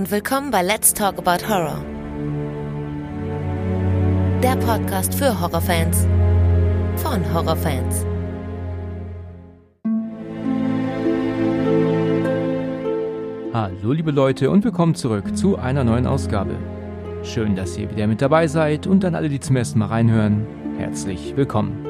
und willkommen bei Let's Talk About Horror. Der Podcast für Horrorfans von Horrorfans. Hallo liebe Leute und willkommen zurück zu einer neuen Ausgabe. Schön, dass ihr wieder mit dabei seid und an alle, die zum ersten Mal reinhören, herzlich willkommen.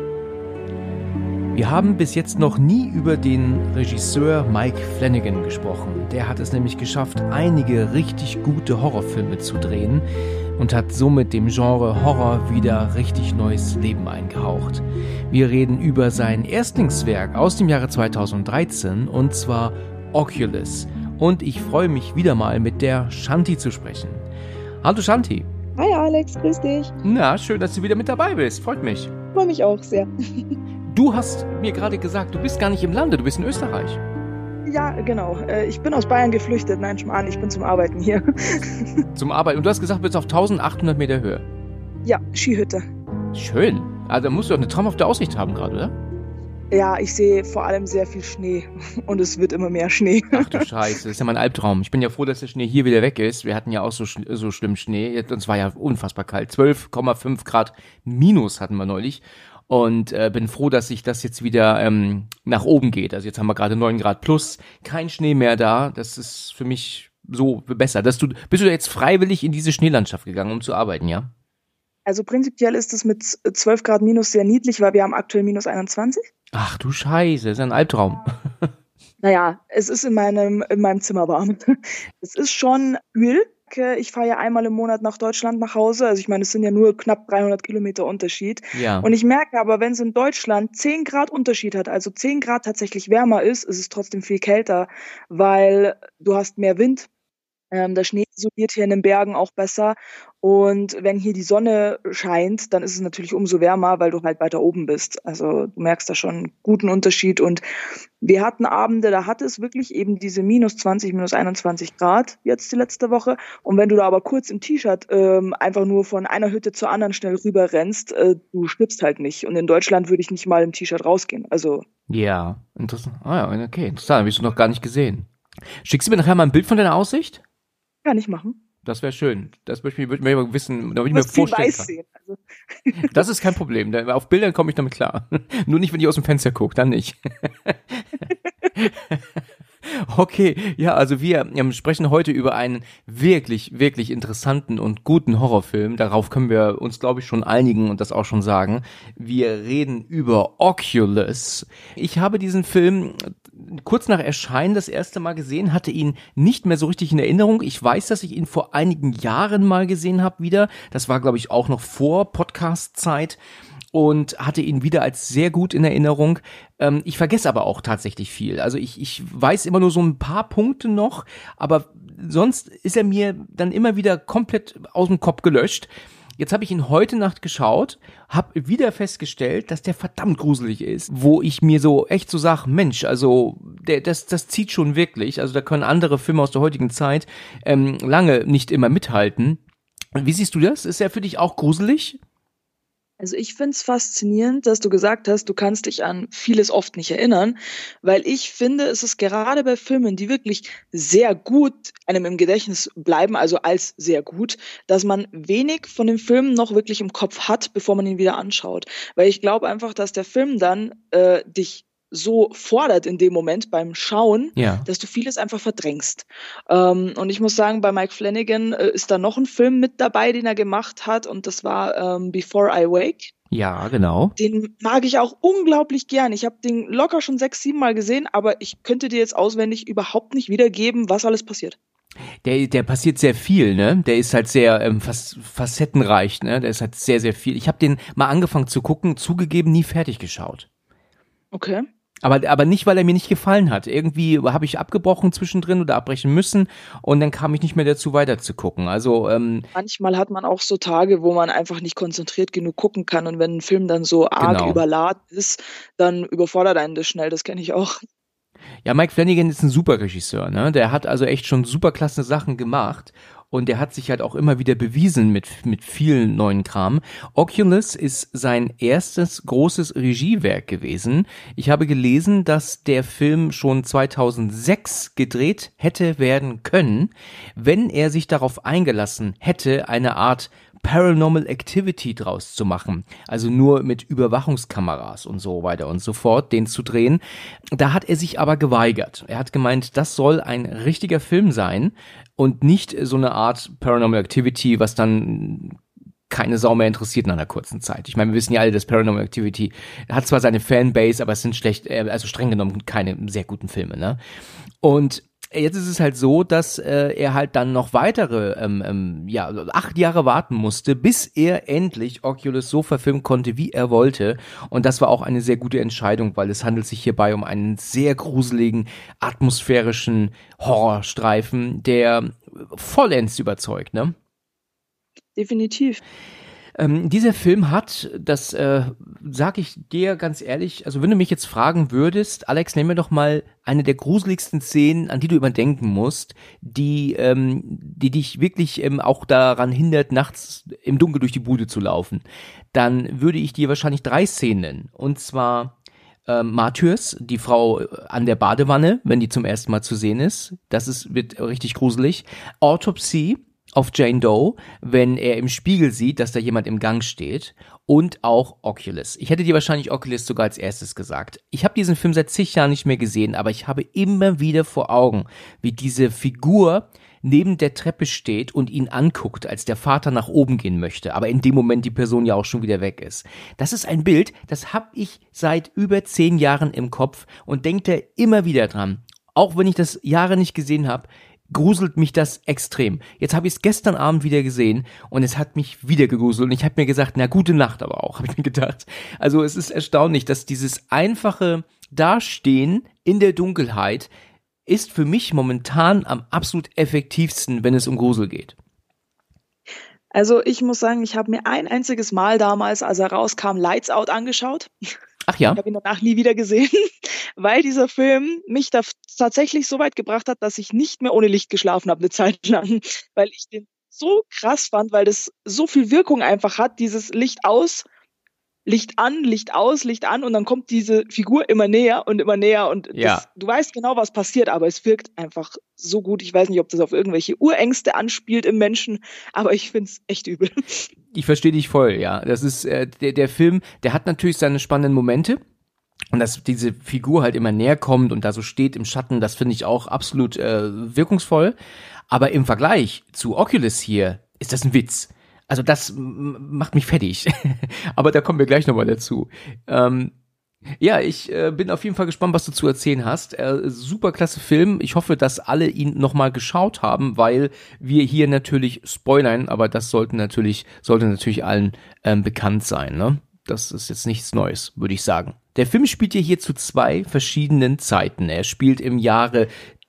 Wir haben bis jetzt noch nie über den Regisseur Mike Flanagan gesprochen. Der hat es nämlich geschafft, einige richtig gute Horrorfilme zu drehen und hat somit dem Genre Horror wieder richtig neues Leben eingehaucht. Wir reden über sein Erstlingswerk aus dem Jahre 2013 und zwar Oculus. Und ich freue mich wieder mal mit der Shanti zu sprechen. Hallo Shanti. Hi Alex, grüß dich. Na, schön, dass du wieder mit dabei bist. Freut mich. Freue mich auch sehr. Du hast mir gerade gesagt, du bist gar nicht im Lande, du bist in Österreich. Ja, genau. Ich bin aus Bayern geflüchtet. Nein, Schmarrn, ich bin zum Arbeiten hier. Zum Arbeiten. Und du hast gesagt, du bist auf 1800 Meter Höhe. Ja, Skihütte. Schön. Also da musst du doch eine traumhafte Aussicht haben gerade, oder? Ja, ich sehe vor allem sehr viel Schnee. Und es wird immer mehr Schnee. Ach du Scheiße, das ist ja mein Albtraum. Ich bin ja froh, dass der Schnee hier wieder weg ist. Wir hatten ja auch so schlimm Schnee. Und es war ja unfassbar kalt. 12,5 Grad minus hatten wir neulich. Und bin froh, dass sich das jetzt wieder nach oben geht. Also jetzt haben wir gerade 9 Grad plus, kein Schnee mehr da. Das ist für mich so besser. Bist du da jetzt freiwillig in diese Schneelandschaft gegangen, um zu arbeiten, ja? Also prinzipiell ist es mit 12 Grad minus sehr niedlich, weil wir haben aktuell minus 21. Ach du Scheiße, das ist ein Albtraum. Naja, es ist in meinem Zimmer warm. Es ist schon kühl. Ich fahre ja einmal im Monat nach Deutschland nach Hause. Also ich meine, es sind ja nur knapp 300 Kilometer Unterschied. Ja. Und ich merke aber, wenn es in Deutschland 10 Grad Unterschied hat, also 10 Grad tatsächlich wärmer ist es trotzdem viel kälter, weil du hast mehr Wind. Der Schnee isoliert hier in den Bergen auch besser. Und wenn hier die Sonne scheint, dann ist es natürlich umso wärmer, weil du halt weiter oben bist. Also du merkst da schon einen guten Unterschied. Und wir hatten Abende, da hatte es wirklich eben diese minus 20, minus 21 Grad jetzt die letzte Woche. Und wenn du da aber kurz im T-Shirt einfach nur von einer Hütte zur anderen schnell rüber rennst, du stirbst halt nicht. Und in Deutschland würde ich nicht mal im T-Shirt rausgehen. Also Ja, interessant. Ah ja, okay, interessant. Habe ich so noch gar nicht gesehen. Schickst du mir nachher mal ein Bild von deiner Aussicht? kann ich machen. Das wäre schön. Das würde ich mir wissen, damit ich Du mir musst viel vorstellen weiß kann. sehen. Also, Das ist kein Problem. Auf Bildern komme ich damit klar. Nur nicht, wenn ich aus dem Fenster gucke, dann nicht. Okay, ja, also wir sprechen heute über einen wirklich, wirklich interessanten und guten Horrorfilm. Darauf können wir uns, glaube ich, schon einigen und das auch schon sagen. Wir reden über Oculus. Ich habe diesen Film kurz nach Erscheinen das erste Mal gesehen, hatte ihn nicht mehr so richtig in Erinnerung. Ich weiß, dass ich ihn vor einigen Jahren mal gesehen habe wieder. Das war, glaube ich, auch noch vor Podcast-Zeit. Und hatte ihn wieder als sehr gut in Erinnerung. Ich vergesse aber auch tatsächlich viel. Also ich weiß immer nur so ein paar Punkte noch, aber sonst ist er mir dann immer wieder komplett aus dem Kopf gelöscht. Jetzt habe ich ihn heute Nacht geschaut, habe wieder festgestellt, dass der verdammt gruselig ist, wo ich mir so echt so sage, Mensch, also das zieht schon wirklich. Also da können andere Filme aus der heutigen Zeit lange nicht immer mithalten. Wie siehst du das? Ist er für dich auch gruselig? Also ich finde es faszinierend, dass du gesagt hast, du kannst dich an vieles oft nicht erinnern, weil ich finde, es ist gerade bei Filmen, die wirklich sehr gut einem im Gedächtnis bleiben, also als sehr gut, dass man wenig von dem Film noch wirklich im Kopf hat, bevor man ihn wieder anschaut. Weil ich glaube einfach, dass der Film dann dich so fordert in dem Moment beim Schauen, Ja. dass du vieles einfach verdrängst. Und ich muss sagen, bei Mike Flanagan ist da noch ein Film mit dabei, den er gemacht hat, und das war Before I Wake. Ja, genau. Den mag ich auch unglaublich gern. Ich habe den locker schon 6, 7 Mal gesehen, aber ich könnte dir jetzt auswendig überhaupt nicht wiedergeben, was alles passiert. Der passiert sehr viel, ne? Der ist halt sehr facettenreich, ne? Der ist halt sehr, sehr viel. Ich habe den mal angefangen zu gucken, zugegeben, nie fertig geschaut. Okay. Aber nicht, weil er mir nicht gefallen hat. Irgendwie habe ich abgebrochen zwischendrin oder abbrechen müssen und dann kam ich nicht mehr dazu, weiter zu gucken. Also Manchmal hat man auch so Tage, wo man einfach nicht konzentriert genug gucken kann, und wenn ein Film dann so arg Genau. überladen ist, dann überfordert einen das schnell. Das kenne ich auch. ja, Mike Flanagan ist ein super Regisseur, ne? Der hat also echt schon super klasse Sachen gemacht. und der hat sich halt auch immer wieder bewiesen mit vielen neuen Kram. Oculus ist sein erstes großes Regiewerk gewesen. Ich habe gelesen, dass der Film schon 2006 gedreht hätte werden können, wenn er sich darauf eingelassen hätte, eine Art Paranormal Activity draus zu machen, also nur mit Überwachungskameras und so weiter und so fort, den zu drehen. Da hat er sich aber geweigert. Er hat gemeint, das soll ein richtiger Film sein und nicht so eine Art Paranormal Activity, was dann keine Sau mehr interessiert nach einer kurzen Zeit. Ich meine, wir wissen ja alle, dass Paranormal Activity hat zwar seine Fanbase, aber es sind also streng genommen keine sehr guten Filme, ne? Und jetzt ist es halt so, dass er halt dann noch weitere 8 Jahre warten musste, bis er endlich Oculus so verfilmen konnte, wie er wollte. Und das war auch eine sehr gute Entscheidung, weil es handelt sich hierbei um einen sehr gruseligen, atmosphärischen Horrorstreifen, der vollends überzeugt, ne? Definitiv. Dieser Film hat, das sag ich dir ganz ehrlich, also wenn du mich jetzt fragen würdest, Alex, nenn mir doch mal eine der gruseligsten Szenen, an die du immer denken musst, die dich wirklich auch daran hindert, nachts im Dunkeln durch die Bude zu laufen, dann würde ich dir wahrscheinlich 3 Szenen nennen. Und zwar Martyrs, die Frau an der Badewanne, wenn die zum ersten Mal zu sehen ist. Wird richtig gruselig. Autopsy auf Jane Doe, wenn er im Spiegel sieht, dass da jemand im Gang steht, und auch Oculus. Ich hätte dir wahrscheinlich Oculus sogar als erstes gesagt. Ich habe diesen Film seit zig Jahren nicht mehr gesehen, aber ich habe immer wieder vor Augen, wie diese Figur neben der Treppe steht und ihn anguckt, als der Vater nach oben gehen möchte, aber in dem Moment die Person ja auch schon wieder weg ist. Das ist ein Bild, das habe ich seit über 10 Jahren im Kopf und denke da immer wieder dran. Auch wenn ich das Jahre nicht gesehen habe, gruselt mich das extrem. Jetzt habe ich es gestern Abend wieder gesehen und es hat mich wieder gegruselt und ich habe mir gesagt, na gute Nacht aber auch, habe ich mir gedacht. Also es ist erstaunlich, dass dieses einfache Dastehen in der Dunkelheit ist für mich momentan am absolut effektivsten, wenn es um Grusel geht. Also ich muss sagen, ich habe mir ein einziges Mal damals, als er rauskam, Lights Out angeschaut. Ach ja? Ich habe ihn danach nie wieder gesehen, weil dieser Film mich da tatsächlich so weit gebracht hat, dass ich nicht mehr ohne Licht geschlafen habe eine Zeit lang, weil ich den so krass fand, weil das so viel Wirkung einfach hat, dieses Licht aus, Licht an, Licht aus, Licht an und dann kommt diese Figur immer näher und Ja. du weißt genau, was passiert, aber es wirkt einfach so gut. Ich weiß nicht, ob das auf irgendwelche Urängste anspielt im Menschen, aber ich find's echt übel. Ich verstehe dich voll, ja. Das ist der Film, der hat natürlich seine spannenden Momente. Und dass diese Figur halt immer näher kommt und da so steht im Schatten, das finde ich auch absolut wirkungsvoll. Aber im Vergleich zu Oculus hier ist das ein Witz. Also das macht mich fertig. Aber da kommen wir gleich nochmal dazu. Ja, ich bin auf jeden Fall gespannt, was du zu erzählen hast. Super klasse Film. Ich hoffe, dass alle ihn nochmal geschaut haben, weil wir hier natürlich spoilern, aber das sollte natürlich allen bekannt sein, ne? Das ist jetzt nichts Neues, würde ich sagen. Der Film spielt ja hier zu 2 verschiedenen Zeiten. Er spielt im Jahre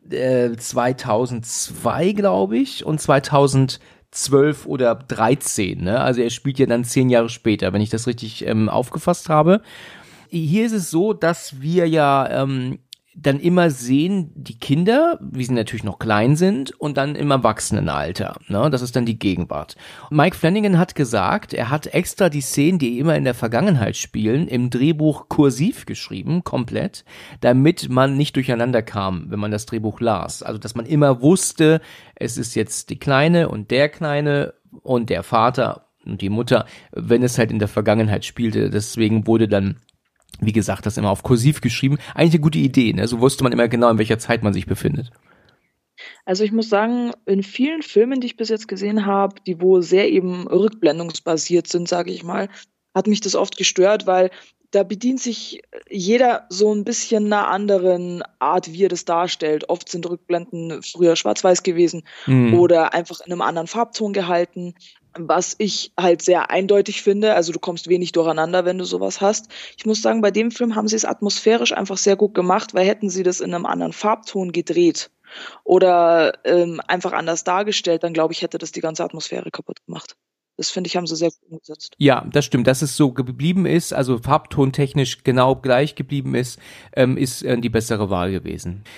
2002, glaube ich, und 2012 oder 13, ne? Also er spielt ja dann 10 Jahre später, wenn ich das richtig aufgefasst habe. Hier ist es so, dass wir ja dann immer sehen, die Kinder, wie sie natürlich noch klein sind, und dann im Erwachsenenalter, ne? Das ist dann die Gegenwart. Mike Flanagan hat gesagt, er hat extra die Szenen, die immer in der Vergangenheit spielen, im Drehbuch kursiv geschrieben, komplett, damit man nicht durcheinander kam, wenn man das Drehbuch las. Also, dass man immer wusste, es ist jetzt die Kleine und der Vater und die Mutter, wenn es halt in der Vergangenheit spielte. Deswegen wurde dann, wie gesagt, das immer auf kursiv geschrieben. Eigentlich eine gute Idee, ne? So wusste man immer genau, in welcher Zeit man sich befindet. Also ich muss sagen, in vielen Filmen, die ich bis jetzt gesehen habe, die wo sehr eben rückblendungsbasiert sind, sage ich mal, hat mich das oft gestört, weil da bedient sich jeder so ein bisschen einer anderen Art, wie er das darstellt. Oft sind Rückblenden früher schwarz-weiß gewesen oder einfach in einem anderen Farbton gehalten, was ich halt sehr eindeutig finde. Also du kommst wenig durcheinander, wenn du sowas hast. Ich muss sagen, bei dem Film haben sie es atmosphärisch einfach sehr gut gemacht, weil hätten sie das in einem anderen Farbton gedreht oder einfach anders dargestellt, dann glaube ich, hätte das die ganze Atmosphäre kaputt gemacht. Das finde ich, haben sie sehr gut umgesetzt. Ja, das stimmt. Dass es so geblieben ist, also farbtontechnisch genau gleich geblieben ist, ist die bessere Wahl gewesen.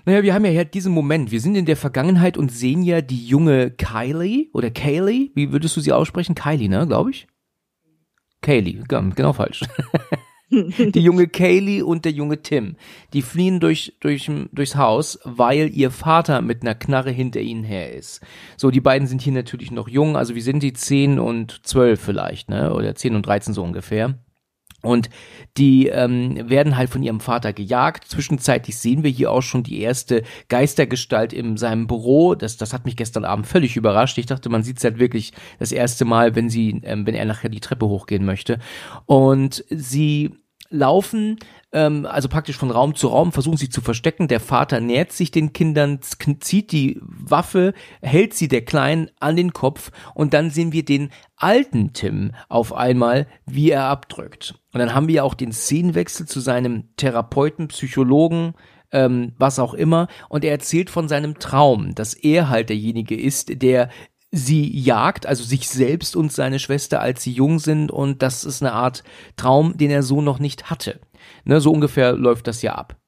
Naja, wir haben ja hier diesen Moment. Wir sind in der Vergangenheit und sehen ja die junge Kylie oder Kaylee. Wie würdest du sie aussprechen? Kylie, ne, glaube ich? Kaylee, genau falsch. Die junge Kaylee und der junge Tim, die fliehen durchs Haus, weil ihr Vater mit einer Knarre hinter ihnen her ist. So, die beiden sind hier natürlich noch jung, also wie sind die 10 und 12 vielleicht, ne? Oder 10 und 13 so ungefähr. Und die werden halt von ihrem Vater gejagt. Zwischenzeitlich sehen wir hier auch schon die erste Geistergestalt in seinem Büro. Das hat mich gestern Abend völlig überrascht. Ich dachte, man sieht es halt wirklich das erste Mal, wenn er nachher die Treppe hochgehen möchte. Und sie laufen, also praktisch von Raum zu Raum, versuchen sich zu verstecken. Der Vater nähert sich den Kindern, zieht die Waffe, hält sie der Kleinen an den Kopf und dann sehen wir den alten Tim auf einmal, wie er abdrückt. Und dann haben wir ja auch den Szenenwechsel zu seinem Therapeuten, Psychologen, was auch immer. Und er erzählt von seinem Traum, dass er halt derjenige ist, der sie jagt, also sich selbst und seine Schwester, als sie jung sind, und das ist eine Art Traum, den er so noch nicht hatte. Ne, so ungefähr läuft das ja ab.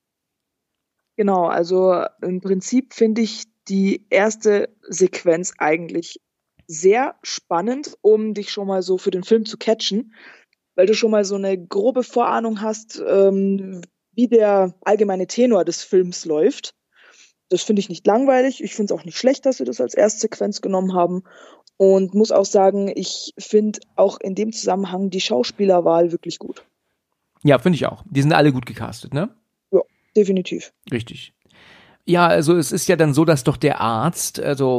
Genau, also im Prinzip finde ich die erste Sequenz eigentlich sehr spannend, um dich schon mal so für den Film zu catchen, weil du schon mal so eine grobe Vorahnung hast, wie der allgemeine Tenor des Films läuft. Das finde ich nicht langweilig. Ich finde es auch nicht schlecht, dass wir das als Erstsequenz genommen haben. Und muss auch sagen, ich finde auch in dem Zusammenhang die Schauspielerwahl wirklich gut. Ja, finde ich auch. Die sind alle gut gecastet, ne? Ja, definitiv. Richtig. Ja, also es ist ja dann so, dass doch der Arzt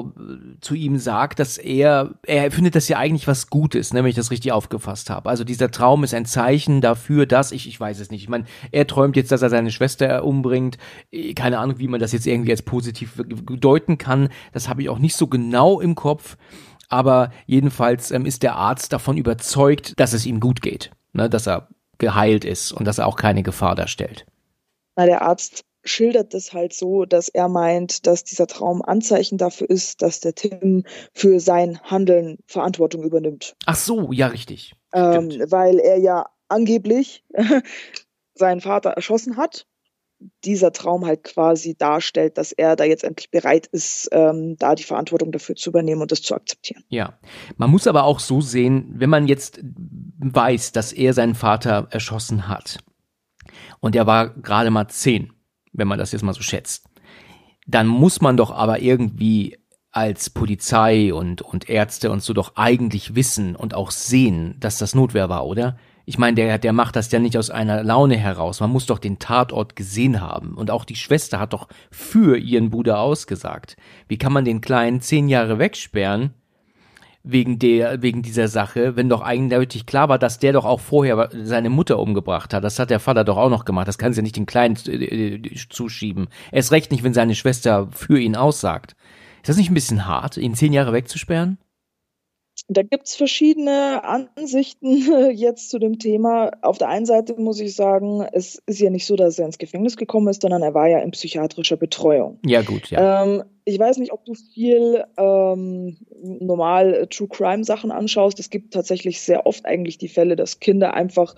zu ihm sagt, dass er findet das ja eigentlich was Gutes, ne, wenn ich das richtig aufgefasst habe. Also dieser Traum ist ein Zeichen dafür, dass ich weiß es nicht. Ich meine, er träumt jetzt, dass er seine Schwester umbringt. Keine Ahnung, wie man das jetzt irgendwie als positiv deuten kann. Das habe ich auch nicht so genau im Kopf. Aber jedenfalls ist der Arzt davon überzeugt, dass es ihm gut geht, ne, dass er geheilt ist und dass er auch keine Gefahr darstellt. Na, der Arzt schildert das halt so, dass er meint, dass dieser Traum Anzeichen dafür ist, dass der Tim für sein Handeln Verantwortung übernimmt. Ach so, ja, richtig. Weil er ja angeblich seinen Vater erschossen hat. Dieser Traum halt quasi darstellt, dass er da jetzt endlich bereit ist, da die Verantwortung dafür zu übernehmen und das zu akzeptieren. Ja, man muss aber auch so sehen, wenn man jetzt weiß, dass er seinen Vater erschossen hat und er war gerade mal 10, wenn man das jetzt mal so schätzt, dann muss man doch aber irgendwie als Polizei und Ärzte und so doch eigentlich wissen und auch sehen, dass das Notwehr war, oder? Ich meine, der macht das ja nicht aus einer Laune heraus. Man muss doch den Tatort gesehen haben. Und auch die Schwester hat doch für ihren Bruder ausgesagt. Wie kann man den Kleinen 10 Jahre wegsperren wegen dieser Sache, wenn doch eindeutig klar war, dass der doch auch vorher seine Mutter umgebracht hat. Das hat der Vater doch auch noch gemacht. Das kann sie ja nicht den Kleinen zuschieben. Erst recht nicht, wenn seine Schwester für ihn aussagt. Ist das nicht ein bisschen hart, ihn 10 Jahre wegzusperren? Da gibt's verschiedene Ansichten jetzt zu dem Thema. Auf der einen Seite muss ich sagen, es ist ja nicht so, dass er ins Gefängnis gekommen ist, sondern er war ja in psychiatrischer Betreuung. Ja, gut, ja. Ich weiß nicht, ob du viel normal True Crime Sachen anschaust. Es gibt tatsächlich sehr oft eigentlich die Fälle, dass Kinder einfach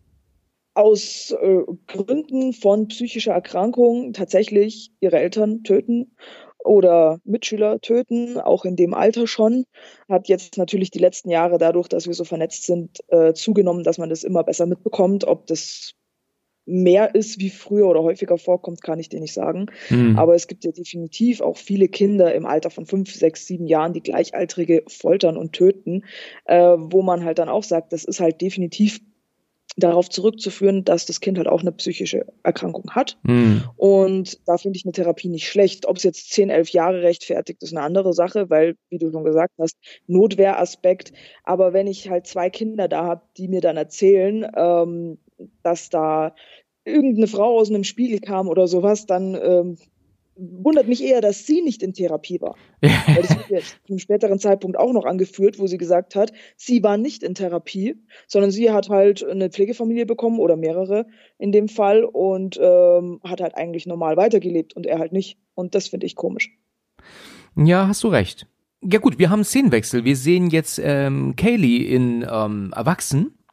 aus Gründen von psychischer Erkrankung tatsächlich ihre Eltern töten oder Mitschüler töten, auch in dem Alter schon. Hat jetzt natürlich die letzten Jahre dadurch, dass wir so vernetzt sind, zugenommen, dass man das immer besser mitbekommt. Ob das mehr ist, wie früher oder häufiger vorkommt, kann ich dir nicht sagen. Aber es gibt ja definitiv auch viele Kinder im Alter von 5, 6, 7 Jahren, die Gleichaltrige foltern und töten, wo man halt dann auch sagt, das ist halt definitiv darauf zurückzuführen, dass das Kind halt auch eine psychische Erkrankung hat. Und da finde ich eine Therapie nicht schlecht. Ob es jetzt 10, 11 Jahre rechtfertigt, ist eine andere Sache, weil, wie du schon gesagt hast, Notwehraspekt. Aber wenn ich halt 2 Kinder da habe, die mir dann erzählen, dass da irgendeine Frau aus einem Spiegel kam oder sowas, dann wundert mich eher, dass sie nicht in Therapie war. Weil das wird jetzt zu einem späteren Zeitpunkt auch noch angeführt, wo sie gesagt hat, sie war nicht in Therapie, sondern sie hat halt eine Pflegefamilie bekommen oder mehrere in dem Fall und hat halt eigentlich normal weitergelebt und er halt nicht. Und das finde ich komisch. Ja, hast du recht. Ja gut, wir haben einen Szenenwechsel. Wir sehen jetzt Kaylee in Erwachsen.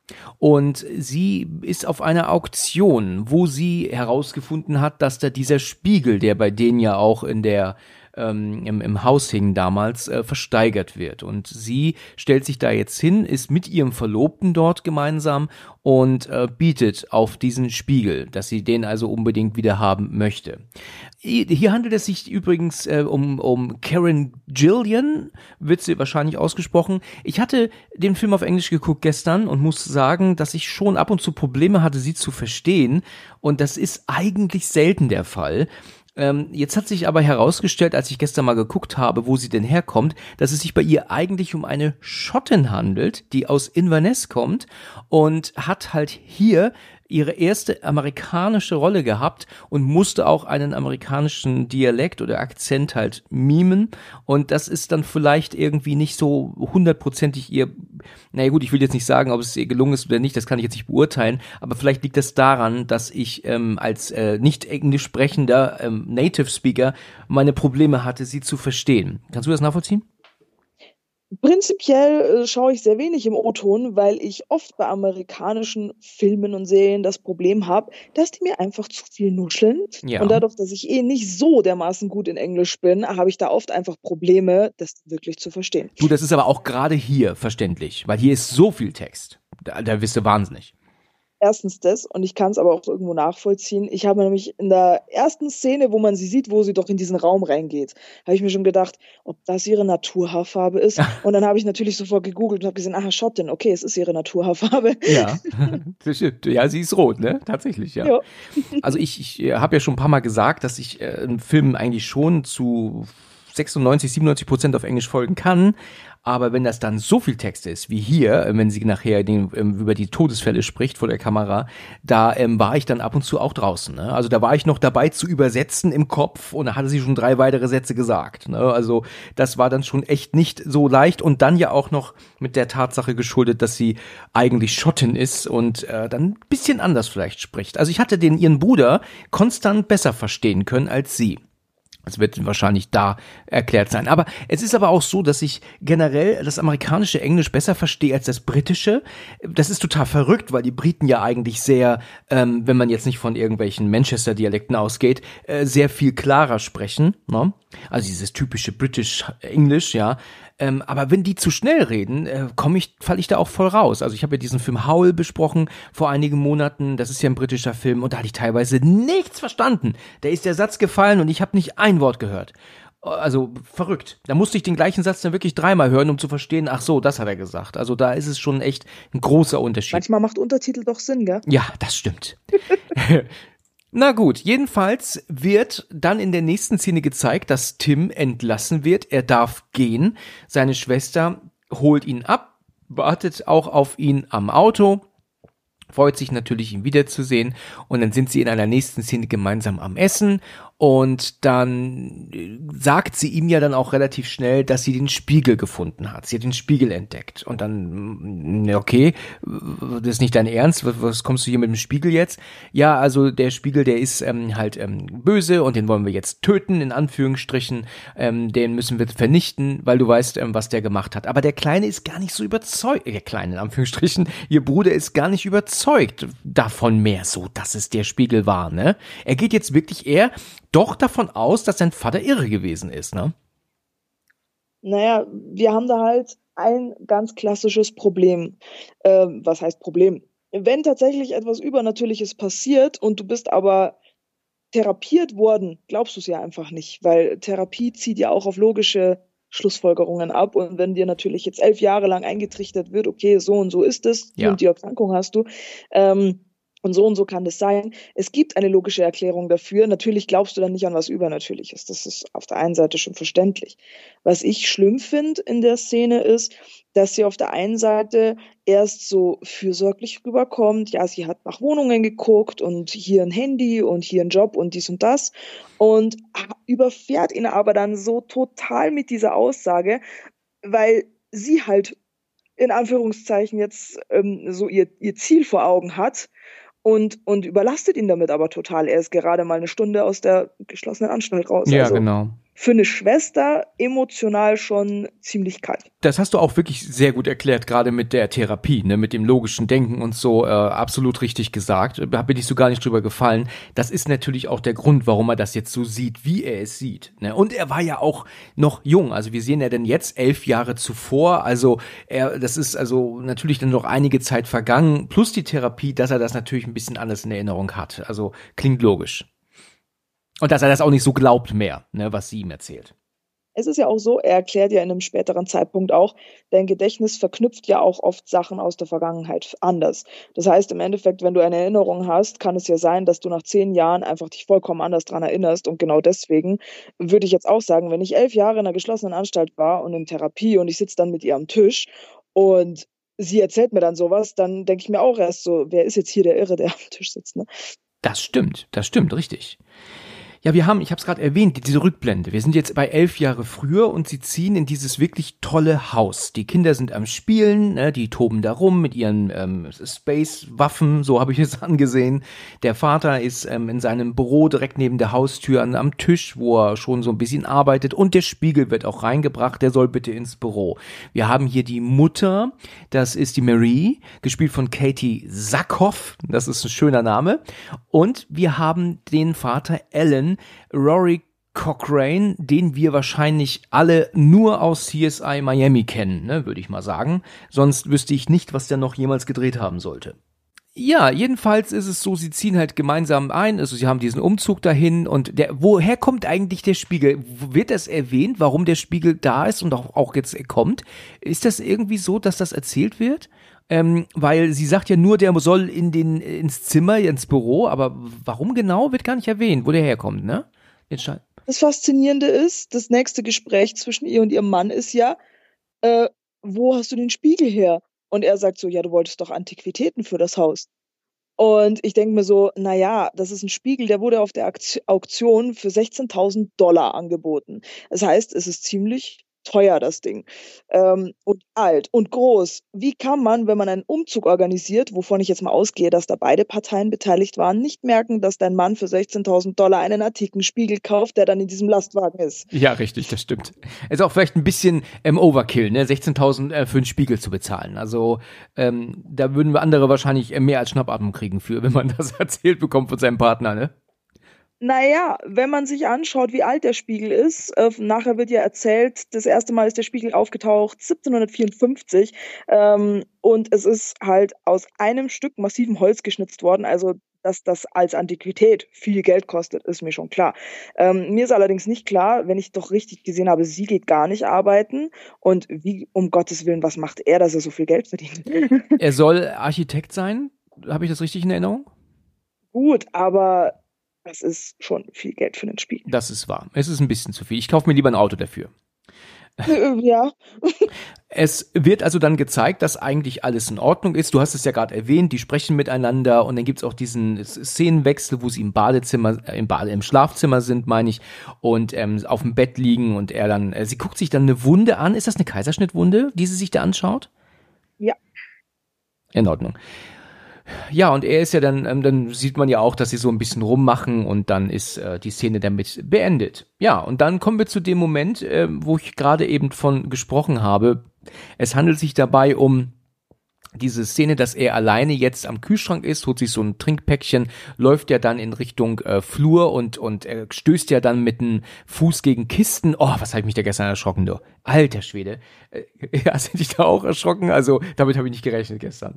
Und sie ist auf einer Auktion, wo sie herausgefunden hat, dass da dieser Spiegel, der bei denen ja auch in der im Haus hing damals, versteigert wird. Und sie stellt sich da jetzt hin, ist mit ihrem Verlobten dort gemeinsam und bietet auf diesen Spiegel, dass sie den also unbedingt wieder haben möchte. Hier handelt es sich übrigens um Karen Gillan, wird sie wahrscheinlich ausgesprochen. Ich hatte den Film auf Englisch geguckt gestern und muss sagen, dass ich schon ab und zu Probleme hatte, sie zu verstehen. Und das ist eigentlich selten der Fall. Jetzt hat sich aber herausgestellt, als ich gestern mal geguckt habe, wo sie denn herkommt, dass es sich bei ihr eigentlich um eine Schottin handelt, die aus Inverness kommt und hat halt hier ihre erste amerikanische Rolle gehabt und musste auch einen amerikanischen Dialekt oder Akzent halt mimen, und das ist dann vielleicht irgendwie nicht so hundertprozentig ihr, naja gut, ich will jetzt nicht sagen, ob es ihr gelungen ist oder nicht, das kann ich jetzt nicht beurteilen, aber vielleicht liegt das daran, dass ich als nicht englisch sprechender Native Speaker meine Probleme hatte, sie zu verstehen. Kannst du das nachvollziehen? Prinzipiell schaue ich sehr wenig im O-Ton, weil ich oft bei amerikanischen Filmen und Serien das Problem habe, dass die mir einfach zu viel nuscheln. Ja. Und dadurch, dass ich nicht so dermaßen gut in Englisch bin, habe ich da oft einfach Probleme, das wirklich zu verstehen. Du, das ist aber auch gerade hier verständlich, weil hier ist so viel Text. Da wirst du wahnsinnig. Erstens das, und ich kann es aber auch irgendwo nachvollziehen. Ich habe nämlich in der ersten Szene, wo man sie sieht, wo sie doch in diesen Raum reingeht, habe ich mir schon gedacht, ob das ihre Naturhaarfarbe ist. Und dann habe ich natürlich sofort gegoogelt und habe gesehen, aha, Schottin, okay, es ist ihre Naturhaarfarbe. Ja, das stimmt. Ja, sie ist rot, ne? Tatsächlich, ja. Also ich habe ja schon ein paar Mal gesagt, dass ich einen Film eigentlich schon zu 96-97% auf Englisch folgen kann. Aber wenn das dann so viel Text ist, wie hier, wenn sie nachher über die Todesfälle spricht vor der Kamera, da war ich dann ab und zu auch draußen. Ne? Also da war ich noch dabei zu übersetzen im Kopf, und da hatte sie schon 3 weitere Sätze gesagt. Ne? Also das war dann schon echt nicht so leicht, und dann ja auch noch mit der Tatsache geschuldet, dass sie eigentlich Schottin ist und dann ein bisschen anders vielleicht spricht. Also ich hatte ihren Bruder konstant besser verstehen können als sie. Das wird wahrscheinlich da erklärt sein. Aber es ist aber auch so, dass ich generell das amerikanische Englisch besser verstehe als das britische. Das ist total verrückt, weil die Briten ja eigentlich sehr, wenn man jetzt nicht von irgendwelchen Manchester-Dialekten ausgeht, sehr viel klarer sprechen. Ne? Also dieses typische British English, ja. Aber wenn die zu schnell reden, falle ich da auch voll raus. Also ich habe ja diesen Film Howl besprochen vor einigen Monaten. Das ist ja ein britischer Film, und da hatte ich teilweise nichts verstanden. Da ist der Satz gefallen und ich habe nicht ein Wort gehört. Also verrückt. Da musste ich den gleichen Satz dann wirklich 3-mal hören, um zu verstehen, ach so, das hat er gesagt. Also da ist es schon echt ein großer Unterschied. Manchmal macht Untertitel doch Sinn, gell? Ja, das stimmt. Na gut, jedenfalls wird dann in der nächsten Szene gezeigt, dass Tim entlassen wird. Er darf gehen. Seine Schwester holt ihn ab, wartet auch auf ihn am Auto, freut sich natürlich, ihn wiederzusehen. Und dann sind sie in einer nächsten Szene gemeinsam am Essen. Und dann sagt sie ihm ja dann auch relativ schnell, dass sie den Spiegel gefunden hat. Sie hat den Spiegel entdeckt. Und dann, okay, das ist nicht dein Ernst, was kommst du hier mit dem Spiegel jetzt? Ja, also der Spiegel, der ist halt böse, und den wollen wir jetzt töten, in Anführungsstrichen. Den müssen wir vernichten, weil du weißt, was der gemacht hat. Aber der Kleine ist gar nicht so überzeugt, der Kleine in Anführungsstrichen, ihr Bruder ist gar nicht überzeugt davon mehr so, dass es der Spiegel war, ne? Er geht jetzt wirklich eher doch davon aus, dass sein Vater irre gewesen ist, ne? Naja, wir haben da halt ein ganz klassisches Problem. Was heißt Problem? Wenn tatsächlich etwas Übernatürliches passiert und du bist aber therapiert worden, glaubst du es ja einfach nicht, weil Therapie zieht ja auch auf logische Schlussfolgerungen ab, und wenn dir natürlich jetzt 11 Jahre lang eingetrichtert wird, okay, so und so ist es, die und die Erkrankung hast du, und so kann das sein. Es gibt eine logische Erklärung dafür. Natürlich glaubst du dann nicht an was Übernatürliches. Das ist auf der einen Seite schon verständlich. Was ich schlimm finde in der Szene ist, dass sie auf der einen Seite erst so fürsorglich rüberkommt. Ja, sie hat nach Wohnungen geguckt und hier ein Handy und hier ein Job und dies und das, und überfährt ihn aber dann so total mit dieser Aussage, weil sie halt in Anführungszeichen jetzt so ihr Ziel vor Augen hat. Und überlastet ihn damit aber total. Er ist gerade mal eine Stunde aus der geschlossenen Anstalt raus. Ja, also, genau. für eine Schwester emotional schon ziemlich kalt. Das hast du auch wirklich sehr gut erklärt, gerade mit der Therapie, ne, mit dem logischen Denken und so, absolut richtig gesagt. Da bin ich so gar nicht drüber gefallen. Das ist natürlich auch der Grund, warum er das jetzt so sieht, wie er es sieht. Ne? Und er war ja auch noch jung. Also wir sehen ja dann jetzt 11 Jahre zuvor. Also das ist also natürlich dann noch einige Zeit vergangen. Plus die Therapie, dass er das natürlich ein bisschen anders in Erinnerung hat. Also klingt logisch. Und dass er das auch nicht so glaubt mehr, ne, was sie ihm erzählt. Es ist ja auch so, er erklärt ja in einem späteren Zeitpunkt auch, dein Gedächtnis verknüpft ja auch oft Sachen aus der Vergangenheit anders. Das heißt im Endeffekt, wenn du eine Erinnerung hast, kann es ja sein, dass du nach 10 Jahren einfach dich vollkommen anders dran erinnerst. Und genau deswegen würde ich jetzt auch sagen, wenn ich 11 Jahre in einer geschlossenen Anstalt war und in Therapie und ich sitze dann mit ihr am Tisch und sie erzählt mir dann sowas, dann denke ich mir auch erst so, wer ist jetzt hier der Irre, der am Tisch sitzt, ne? Das stimmt, richtig. Ja, ich habe es gerade erwähnt, diese Rückblende. Wir sind jetzt bei 11 Jahre früher und sie ziehen in dieses wirklich tolle Haus. Die Kinder sind am Spielen, ne, die toben da rum mit ihren Space-Waffen, so habe ich es angesehen. Der Vater ist in seinem Büro direkt neben der Haustür am Tisch, wo er schon so ein bisschen arbeitet und der Spiegel wird auch reingebracht, der soll bitte ins Büro. Wir haben hier die Mutter, das ist die Marie, gespielt von Katie Sackhoff, das ist ein schöner Name. Und wir haben den Vater Alan, Rory Cochrane, den wir wahrscheinlich alle nur aus CSI Miami kennen, ne, würde ich mal sagen. Sonst wüsste ich nicht, was der noch jemals gedreht haben sollte. Ja, jedenfalls ist es so, sie ziehen halt gemeinsam ein, also sie haben diesen Umzug dahin und woher kommt eigentlich der Spiegel? Wird das erwähnt, warum der Spiegel da ist und auch jetzt kommt? Ist das irgendwie so, dass das erzählt wird? Weil sie sagt ja nur, der soll ins Zimmer, ins Büro, aber warum genau, wird gar nicht erwähnt, wo der herkommt, ne? Das Faszinierende ist, das nächste Gespräch zwischen ihr und ihrem Mann ist ja, wo hast du den Spiegel her? Und er sagt so, ja, du wolltest doch Antiquitäten für das Haus. Und ich denke mir so, naja, das ist ein Spiegel, der wurde auf der Auktion für $16.000 angeboten. Das heißt, es ist ziemlich teuer, das Ding. Und alt und groß. Wie kann man, wenn man einen Umzug organisiert, wovon ich jetzt mal ausgehe, dass da beide Parteien beteiligt waren, nicht merken, dass dein Mann für $16.000 einen antiken Spiegel kauft, der dann in diesem Lastwagen ist? Ja, richtig, das stimmt. Ist auch vielleicht ein bisschen Overkill, ne? 16.000 für einen Spiegel zu bezahlen. Also da würden wir andere wahrscheinlich mehr als Schnappatmung kriegen für, wenn man das erzählt bekommt von seinem Partner, ne? Naja, wenn man sich anschaut, wie alt der Spiegel ist, nachher wird ja erzählt, das erste Mal ist der Spiegel aufgetaucht 1754 und es ist halt aus einem Stück massivem Holz geschnitzt worden, also dass das als Antiquität viel Geld kostet, ist mir schon klar. Mir ist allerdings nicht klar, wenn ich doch richtig gesehen habe, sie geht gar nicht arbeiten und wie, um Gottes Willen, was macht er, dass er so viel Geld verdient? Er soll Architekt sein, habe ich das richtig in Erinnerung? Gut, aber das ist schon viel Geld für einen Spiegel. Das ist wahr. Es ist ein bisschen zu viel. Ich kaufe mir lieber ein Auto dafür. Ja. Es wird also dann gezeigt, dass eigentlich alles in Ordnung ist. Du hast es ja gerade erwähnt, die sprechen miteinander und dann gibt's auch diesen Szenenwechsel, wo sie im Badezimmer, im Schlafzimmer sind, meine ich, und auf dem Bett liegen und er dann, sie guckt sich dann eine Wunde an. Ist das eine Kaiserschnittwunde, die sie sich da anschaut? Ja. In Ordnung. Ja, und er ist ja dann sieht man ja auch, dass sie so ein bisschen rummachen und dann ist die Szene damit beendet. Ja, und dann kommen wir zu dem Moment, wo ich gerade eben von gesprochen habe. Es handelt sich dabei um diese Szene, dass er alleine jetzt am Kühlschrank ist, holt sich so ein Trinkpäckchen, läuft ja dann in Richtung Flur und stößt ja dann mit dem Fuß gegen Kisten. Oh, was habe ich mich da gestern erschrocken, du. Alter Schwede. Hast du dich da auch erschrocken? Also, damit habe ich nicht gerechnet gestern.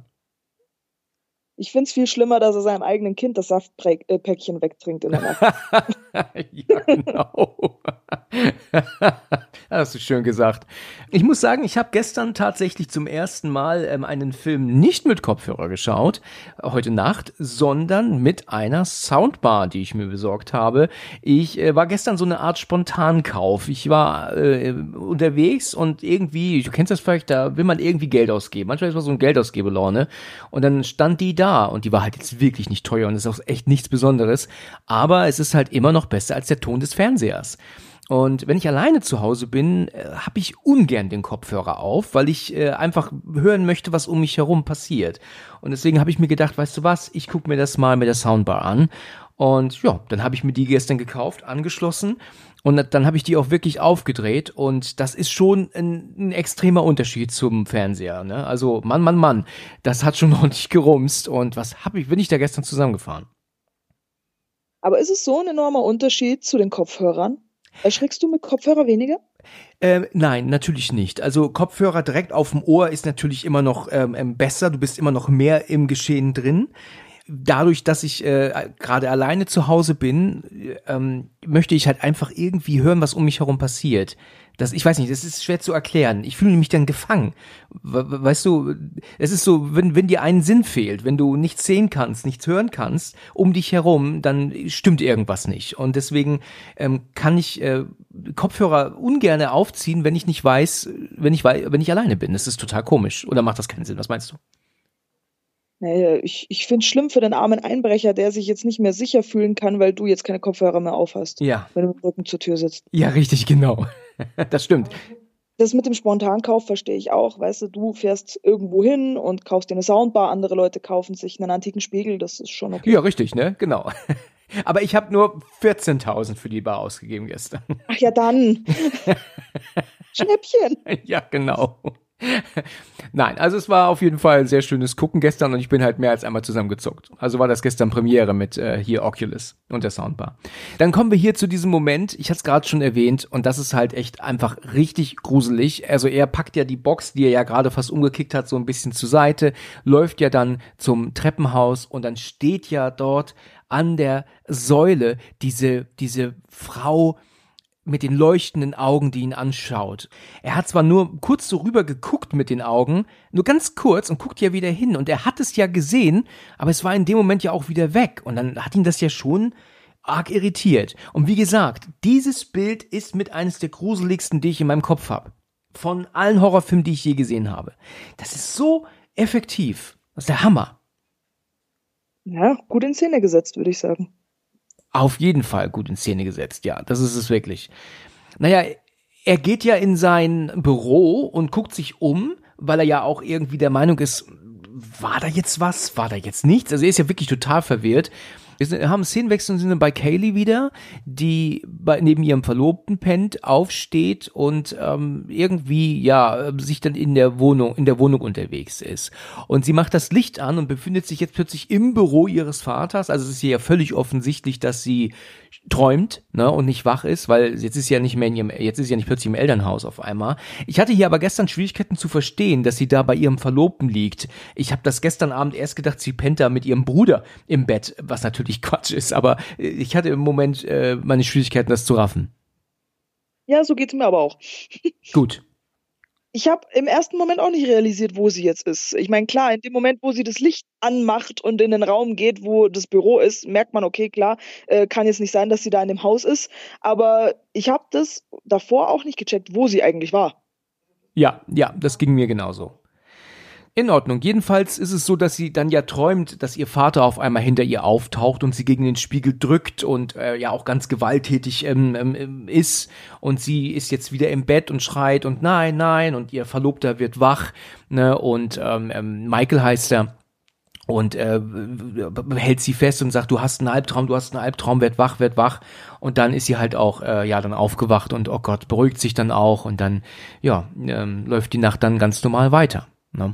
Ich find's viel schlimmer, dass er seinem eigenen Kind das Saftpäckchen wegtrinkt in der Nacht. Ja, genau. Das hast du schön gesagt. Ich muss sagen, ich habe gestern tatsächlich zum ersten Mal einen Film nicht mit Kopfhörer geschaut, heute Nacht, sondern mit einer Soundbar, die ich mir besorgt habe. Ich war gestern so eine Art Spontankauf. Ich war unterwegs und irgendwie, du kennst das vielleicht, da will man irgendwie Geld ausgeben. Manchmal ist man so ein Geldausgebelaune. Und dann stand die da und die war halt jetzt wirklich nicht teuer und ist auch echt nichts Besonderes. Aber es ist halt immer noch besser als der Ton des Fernsehers. Und wenn ich alleine zu Hause bin, habe ich ungern den Kopfhörer auf, weil ich einfach hören möchte, was um mich herum passiert. Und deswegen habe ich mir gedacht, weißt du was, ich gucke mir das mal mit der Soundbar an. Und ja, dann habe ich mir die gestern gekauft, angeschlossen und dann habe ich die auch wirklich aufgedreht und das ist schon ein extremer Unterschied zum Fernseher, ne? Also Mann, das hat schon ordentlich gerumst und bin ich da gestern zusammengefahren? Aber ist es so ein enormer Unterschied zu den Kopfhörern? Erschrickst du mit Kopfhörer weniger? Nein, natürlich nicht. Also Kopfhörer direkt auf dem Ohr ist natürlich immer noch besser. Du bist immer noch mehr im Geschehen drin. Dadurch, dass ich gerade alleine zu Hause bin, möchte ich halt einfach irgendwie hören, was um mich herum passiert. Ich weiß nicht, das ist schwer zu erklären. Ich fühle mich dann gefangen. Weißt du, es ist so, wenn dir ein Sinn fehlt, wenn du nichts sehen kannst, nichts hören kannst, um dich herum, dann stimmt irgendwas nicht. Und deswegen kann ich Kopfhörer ungern aufziehen, wenn ich nicht weiß, wenn ich alleine bin. Das ist total komisch. Oder macht das keinen Sinn? Was meinst du? Nee, ich finde es schlimm für den armen Einbrecher, der sich jetzt nicht mehr sicher fühlen kann, weil du jetzt keine Kopfhörer mehr aufhast, Ja. wenn du mit dem Rücken zur Tür sitzt. Ja, richtig, genau. Das stimmt. Das mit dem Spontankauf verstehe ich auch. Weißt du fährst irgendwo hin und kaufst dir eine Soundbar, andere Leute kaufen sich einen antiken Spiegel, das ist schon okay. Ja, richtig, ne? Genau. Aber ich habe nur 14.000 für die Bar ausgegeben gestern. Ach ja, dann. Schnäppchen. Ja, genau. Nein, also es war auf jeden Fall ein sehr schönes Gucken gestern und ich bin halt mehr als einmal zusammengezuckt. Also war das gestern Premiere mit hier Oculus und der Soundbar. Dann kommen wir hier zu diesem Moment, ich hatte es gerade schon erwähnt und das ist halt echt einfach richtig gruselig. Also er packt ja die Box, die er ja gerade fast umgekickt hat, so ein bisschen zur Seite, läuft ja dann zum Treppenhaus und dann steht ja dort an der Säule diese Frau mit den leuchtenden Augen, die ihn anschaut. Er hat zwar nur kurz so rüber geguckt mit den Augen, nur ganz kurz und guckt ja wieder hin und er hat es ja gesehen, aber es war in dem Moment ja auch wieder weg und dann hat ihn das ja schon arg irritiert. Und wie gesagt, dieses Bild ist mit eines der gruseligsten, die ich in meinem Kopf habe. Von allen Horrorfilmen, die ich je gesehen habe. Das ist so effektiv. Das ist der Hammer. Ja, gut in Szene gesetzt, würde ich sagen. Auf jeden Fall gut in Szene gesetzt, ja, das ist es wirklich. Naja, er geht ja in sein Büro und guckt sich um, weil er ja auch irgendwie der Meinung ist, war da jetzt was, war da jetzt nichts? Also er ist ja wirklich total verwirrt. Wir haben Szenenwechsel und sind bei Kaylee wieder, die neben ihrem Verlobten pennt, aufsteht und irgendwie ja sich dann in der Wohnung unterwegs ist. Und sie macht das Licht an und befindet sich jetzt plötzlich im Büro ihres Vaters. Also es ist ihr ja völlig offensichtlich, dass sie träumt, ne, und nicht wach ist, weil jetzt ist sie ja nicht plötzlich im Elternhaus auf einmal. Ich hatte hier aber gestern Schwierigkeiten zu verstehen, dass sie da bei ihrem Verlobten liegt. Ich habe das gestern Abend erst gedacht, sie pennt da mit ihrem Bruder im Bett, was natürlich Quatsch ist, aber ich hatte im Moment meine Schwierigkeiten, das zu raffen. Ja, so geht's mir aber auch. Gut. Ich habe im ersten Moment auch nicht realisiert, wo sie jetzt ist. Ich meine, klar, in dem Moment, wo sie das Licht anmacht und in den Raum geht, wo das Büro ist, merkt man, okay, klar, kann jetzt nicht sein, dass sie da in dem Haus ist. Aber ich habe das davor auch nicht gecheckt, wo sie eigentlich war. Ja, das ging mir genauso. In Ordnung. Jedenfalls ist es so, dass sie dann ja träumt, dass ihr Vater auf einmal hinter ihr auftaucht und sie gegen den Spiegel drückt und ja auch ganz gewalttätig ist. Und sie ist jetzt wieder im Bett und schreit und nein. Und ihr Verlobter wird wach. Ne? Und Michael heißt er. Und hält sie fest und sagt, du hast einen Albtraum, werd wach. Und dann ist sie halt auch dann aufgewacht und oh Gott, beruhigt sich dann auch. Und dann läuft die Nacht dann ganz normal weiter. Ne?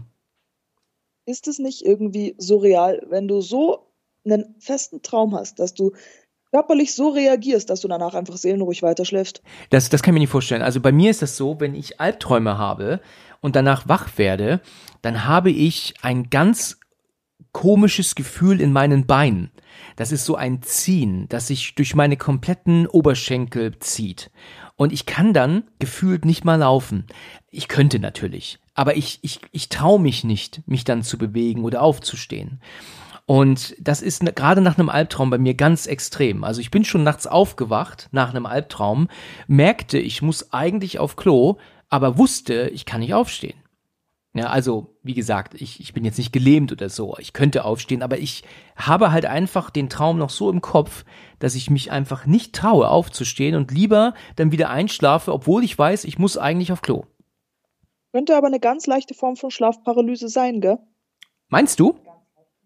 Ist es nicht irgendwie surreal, wenn du so einen festen Traum hast, dass du körperlich so reagierst, dass du danach einfach seelenruhig weiterschläfst? Das kann ich mir nicht vorstellen. Also bei mir ist das so, wenn ich Albträume habe und danach wach werde, dann habe ich ein ganz komisches Gefühl in meinen Beinen. Das ist so ein Ziehen, das sich durch meine kompletten Oberschenkel zieht. Und ich kann dann gefühlt nicht mal laufen. Ich könnte natürlich, aber ich traue mich nicht, mich dann zu bewegen oder aufzustehen. Und das ist gerade nach einem Albtraum bei mir ganz extrem. Also ich bin schon nachts aufgewacht nach einem Albtraum, merkte, ich muss eigentlich auf Klo, aber wusste, ich kann nicht aufstehen. Ja, also, wie gesagt, ich bin jetzt nicht gelähmt oder so. Ich könnte aufstehen, aber ich habe halt einfach den Traum noch so im Kopf, dass ich mich einfach nicht traue, aufzustehen und lieber dann wieder einschlafe, obwohl ich weiß, ich muss eigentlich auf Klo. Könnte aber eine ganz leichte Form von Schlafparalyse sein, gell? Meinst du?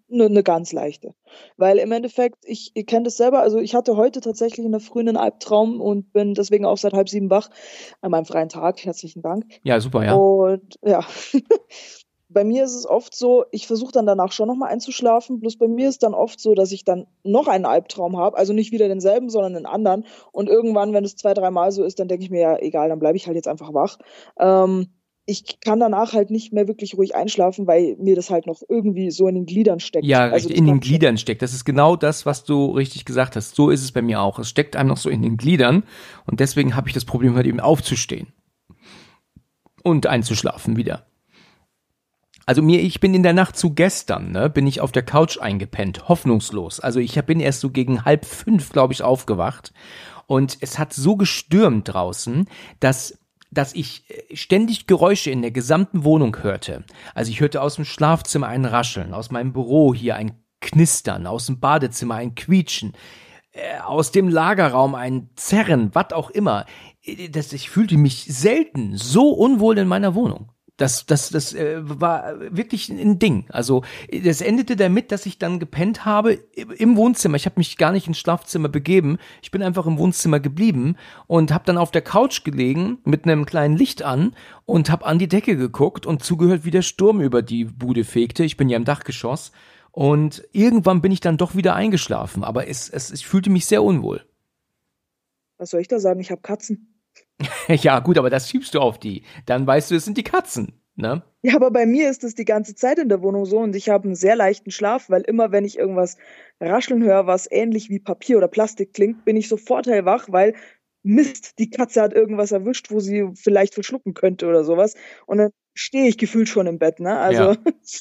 eine ganz leichte. Weil im Endeffekt, ihr kennt es selber, also ich hatte heute tatsächlich in der Früh einen Albtraum und bin deswegen auch seit 6:30 wach an meinem freien Tag. Herzlichen Dank. Ja, super, ja. Und ja, bei mir ist es oft so, ich versuche dann danach schon nochmal einzuschlafen, bloß bei mir ist dann oft so, dass ich dann noch einen Albtraum habe, also nicht wieder denselben, sondern einen anderen. Und irgendwann, wenn es 2, 3 Mal so ist, dann denke ich mir, ja, egal, dann bleibe ich halt jetzt einfach wach. Ich kann danach halt nicht mehr wirklich ruhig einschlafen, weil mir das halt noch irgendwie so in den Gliedern steckt. Ja, Also in den Gliedern steckt. Das ist genau das, was du richtig gesagt hast. So ist es bei mir auch. Es steckt einem noch so in den Gliedern und deswegen habe ich das Problem halt eben aufzustehen und einzuschlafen wieder. Also ich bin in der Nacht zu gestern, bin ich auf der Couch eingepennt, hoffnungslos. Also ich bin erst so gegen 4:30, glaube ich, aufgewacht und es hat so gestürmt draußen, dass ich ständig Geräusche in der gesamten Wohnung hörte. Also ich hörte aus dem Schlafzimmer ein Rascheln, aus meinem Büro hier ein Knistern, aus dem Badezimmer ein Quietschen, aus dem Lagerraum ein Zerren, was auch immer. Ich fühlte mich selten so unwohl in meiner Wohnung. Das war wirklich ein Ding. Also das endete damit, dass ich dann gepennt habe im Wohnzimmer. Ich habe mich gar nicht ins Schlafzimmer begeben. Ich bin einfach im Wohnzimmer geblieben und habe dann auf der Couch gelegen mit einem kleinen Licht an und habe an die Decke geguckt und zugehört, wie der Sturm über die Bude fegte. Ich bin ja im Dachgeschoss und irgendwann bin ich dann doch wieder eingeschlafen. Aber ich fühlte mich sehr unwohl. Was soll ich da sagen? Ich habe Katzen. Ja, gut, aber das schiebst du auf die. Dann weißt du, es sind die Katzen, ne? Ja, aber bei mir ist es die ganze Zeit in der Wohnung so und ich habe einen sehr leichten Schlaf, weil immer, wenn ich irgendwas rascheln höre, was ähnlich wie Papier oder Plastik klingt, bin ich sofort hellwach, weil Mist, die Katze hat irgendwas erwischt, wo sie vielleicht verschlucken könnte oder sowas. Und dann stehe ich gefühlt schon im Bett, ne? Also. Ja.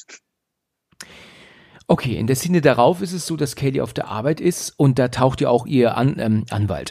Okay, in der Szene darauf ist es so, dass Kaylee auf der Arbeit ist und da taucht ja auch ihr Anwalt,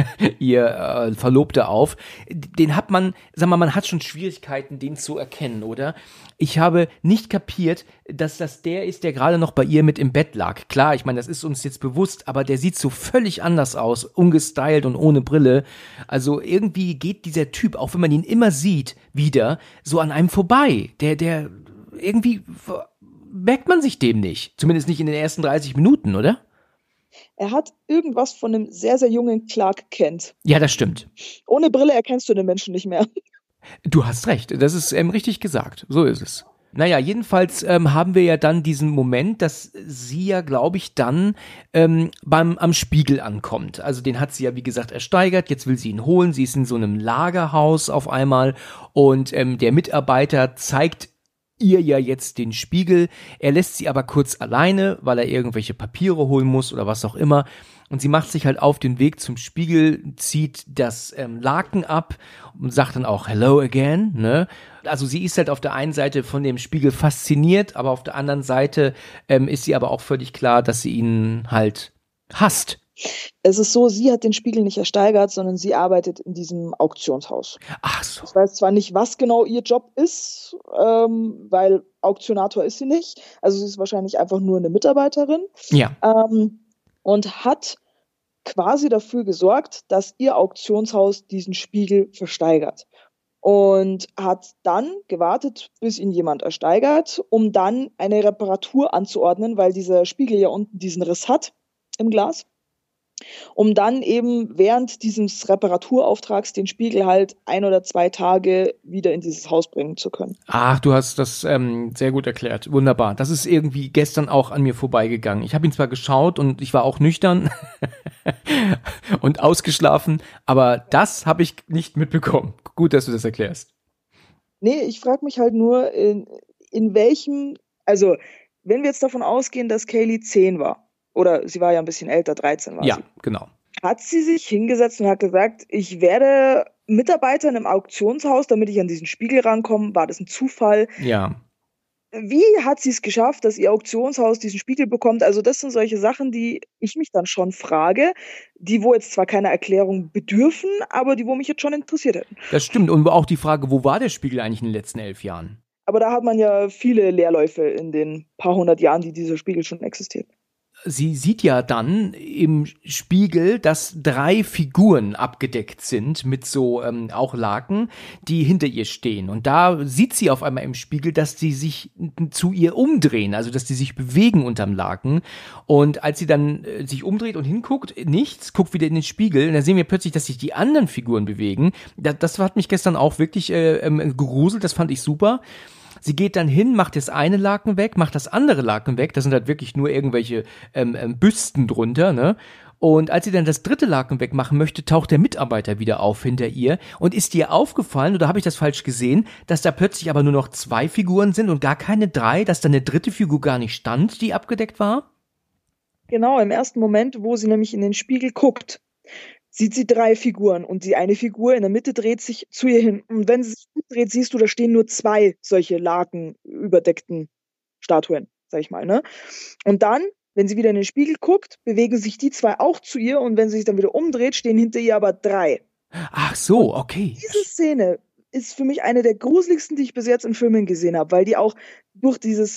ihr Verlobter auf. Den hat man, man hat schon Schwierigkeiten, den zu erkennen, oder? Ich habe nicht kapiert, dass das der ist, der gerade noch bei ihr mit im Bett lag. Klar, ich meine, das ist uns jetzt bewusst, aber der sieht so völlig anders aus, ungestylt und ohne Brille. Also irgendwie geht dieser Typ, auch wenn man ihn immer sieht, wieder so an einem vorbei. Der irgendwie merkt man sich dem nicht. Zumindest nicht in den ersten 30 Minuten, oder? Er hat irgendwas von einem sehr, sehr jungen Clark Kent. Ja, das stimmt. Ohne Brille erkennst du den Menschen nicht mehr. Du hast recht, das ist richtig gesagt. So ist es. Naja, jedenfalls haben wir ja dann diesen Moment, dass sie ja, glaube ich, dann am Spiegel ankommt. Also den hat sie ja, wie gesagt, ersteigert. Jetzt will sie ihn holen. Sie ist in so einem Lagerhaus auf einmal und der Mitarbeiter zeigt ihr ja jetzt den Spiegel. Er lässt sie aber kurz alleine, weil er irgendwelche Papiere holen muss oder was auch immer. Und sie macht sich halt auf den Weg zum Spiegel, zieht das Laken ab und sagt dann auch Hello again, ne? Also sie ist halt auf der einen Seite von dem Spiegel fasziniert, aber auf der anderen Seite ist sie aber auch völlig klar, dass sie ihn halt hasst. Es ist so, sie hat den Spiegel nicht ersteigert, sondern sie arbeitet in diesem Auktionshaus. Ach so. Ich weiß zwar nicht, was genau ihr Job ist, weil Auktionator ist sie nicht. Also sie ist wahrscheinlich einfach nur eine Mitarbeiterin. Ja. Und hat quasi dafür gesorgt, dass ihr Auktionshaus diesen Spiegel versteigert. Und hat dann gewartet, bis ihn jemand ersteigert, um dann eine Reparatur anzuordnen, weil dieser Spiegel ja unten diesen Riss hat im Glas. Um dann eben während dieses Reparaturauftrags den Spiegel halt 1 oder 2 Tage wieder in dieses Haus bringen zu können. Ach, du hast das sehr gut erklärt. Wunderbar. Das ist irgendwie gestern auch an mir vorbeigegangen. Ich habe ihn zwar geschaut und ich war auch nüchtern und ausgeschlafen, aber das habe ich nicht mitbekommen. Gut, dass du das erklärst. Nee, ich frage mich halt nur, in welchem, also wenn wir jetzt davon ausgehen, dass Kaylee 10 war, oder sie war ja ein bisschen älter, 13 war sie. Ja, genau. Hat sie sich hingesetzt und hat gesagt, ich werde Mitarbeiter in einem Auktionshaus, damit ich an diesen Spiegel rankomme. War das ein Zufall? Ja. Wie hat sie es geschafft, dass ihr Auktionshaus diesen Spiegel bekommt? Also das sind solche Sachen, die ich mich dann schon frage, die wo jetzt zwar keine Erklärung bedürfen, aber die wo mich jetzt schon interessiert hätten. Das stimmt. Und auch die Frage, wo war der Spiegel eigentlich in den letzten 11 Jahren? Aber da hat man ja viele Leerläufe in den paar hundert Jahren, die dieser Spiegel schon existiert. sie sieht ja dann im Spiegel, dass 3 Figuren abgedeckt sind mit so auch Laken, die hinter ihr stehen. Und da sieht sie auf einmal im Spiegel, dass die sich zu ihr umdrehen, also dass die sich bewegen unterm Laken. Und als sie dann sich umdreht und hinguckt, nichts, guckt wieder in den Spiegel, und da sehen wir plötzlich, dass sich die anderen Figuren bewegen. Das hat mich gestern auch wirklich gegruselt, das fand ich super. Sie geht dann hin, macht das eine Laken weg, macht das andere Laken weg. Da sind halt wirklich nur irgendwelche Büsten drunter, ne? Und als sie dann das dritte Laken wegmachen möchte, taucht der Mitarbeiter wieder auf hinter ihr. Und ist dir aufgefallen, oder habe ich das falsch gesehen, dass da plötzlich aber nur noch 2 Figuren sind und gar keine 3, dass da eine dritte Figur gar nicht stand, die abgedeckt war? Genau, im ersten Moment, wo sie nämlich in den Spiegel guckt, sieht sie 3 Figuren und die eine Figur in der Mitte dreht sich zu ihr hin. Und wenn sie sich umdreht, siehst du, da stehen nur 2 solche lakenüberdeckten Statuen, sag ich mal, ne? Und dann, wenn sie wieder in den Spiegel guckt, bewegen sich die 2 auch zu ihr und wenn sie sich dann wieder umdreht, stehen hinter ihr aber 3. Ach so, okay. Diese Szene ist für mich eine der gruseligsten, die ich bis jetzt in Filmen gesehen habe, weil die auch durch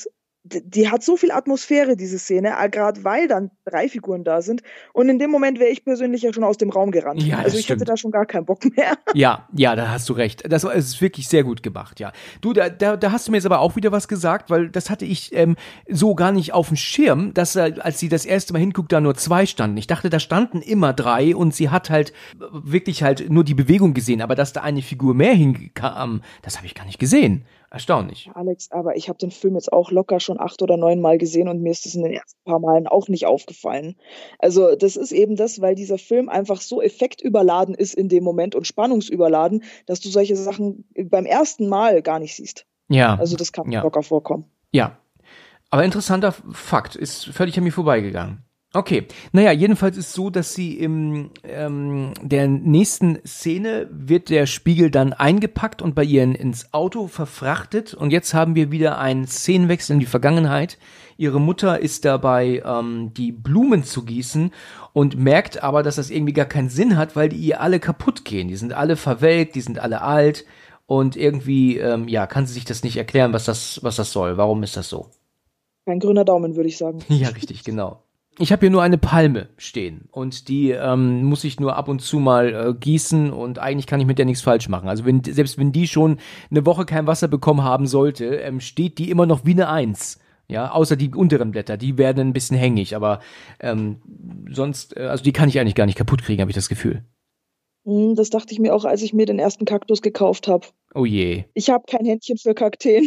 die hat so viel Atmosphäre, diese Szene, gerade weil dann 3 Figuren da sind. Und in dem Moment wäre ich persönlich ja schon aus dem Raum gerannt. Ja, das also ich stimmt. hatte da schon gar keinen Bock mehr. Ja, da hast du recht. Das ist wirklich sehr gut gemacht, ja. Du, da hast du mir jetzt aber auch wieder was gesagt, weil das hatte ich so gar nicht auf dem Schirm, dass als sie das erste Mal hinguckt, da nur 2 standen. Ich dachte, da standen immer 3 und sie hat halt wirklich halt nur die Bewegung gesehen, aber dass da eine Figur mehr hinkam, das habe ich gar nicht gesehen. Erstaunlich. Alex, aber ich habe den Film jetzt auch locker schon 8 oder 9 Mal gesehen und mir ist das in den ersten paar Malen auch nicht aufgefallen. Also das ist eben das, weil dieser Film einfach so effektüberladen ist in dem Moment und spannungsüberladen, dass du solche Sachen beim ersten Mal gar nicht siehst. Ja. Also das kann locker vorkommen. Ja. Aber interessanter Fakt, ist völlig an mir vorbeigegangen. Okay, naja, jedenfalls ist so, dass sie im der nächsten Szene wird der Spiegel dann eingepackt und bei ihr ins Auto verfrachtet und jetzt haben wir wieder einen Szenenwechsel in die Vergangenheit. Ihre Mutter ist dabei, die Blumen zu gießen und merkt aber, dass das irgendwie gar keinen Sinn hat, weil die ihr alle kaputt gehen. Die sind alle verwelkt, die sind alle alt und irgendwie, kann sie sich das nicht erklären, was das soll. Warum ist das so? Kein grüner Daumen, würde ich sagen. Ja, richtig, genau. Ich habe hier nur eine Palme stehen und die muss ich nur ab und zu mal gießen und eigentlich kann ich mit der nichts falsch machen. Also selbst wenn die schon eine Woche kein Wasser bekommen haben sollte, steht die immer noch wie eine 1. Ja, außer die unteren Blätter, die werden ein bisschen hängig, aber sonst, also die kann ich eigentlich gar nicht kaputt kriegen, habe ich das Gefühl. Das dachte ich mir auch, als ich mir den ersten Kaktus gekauft habe. Oh je. Ich habe kein Händchen für Kakteen.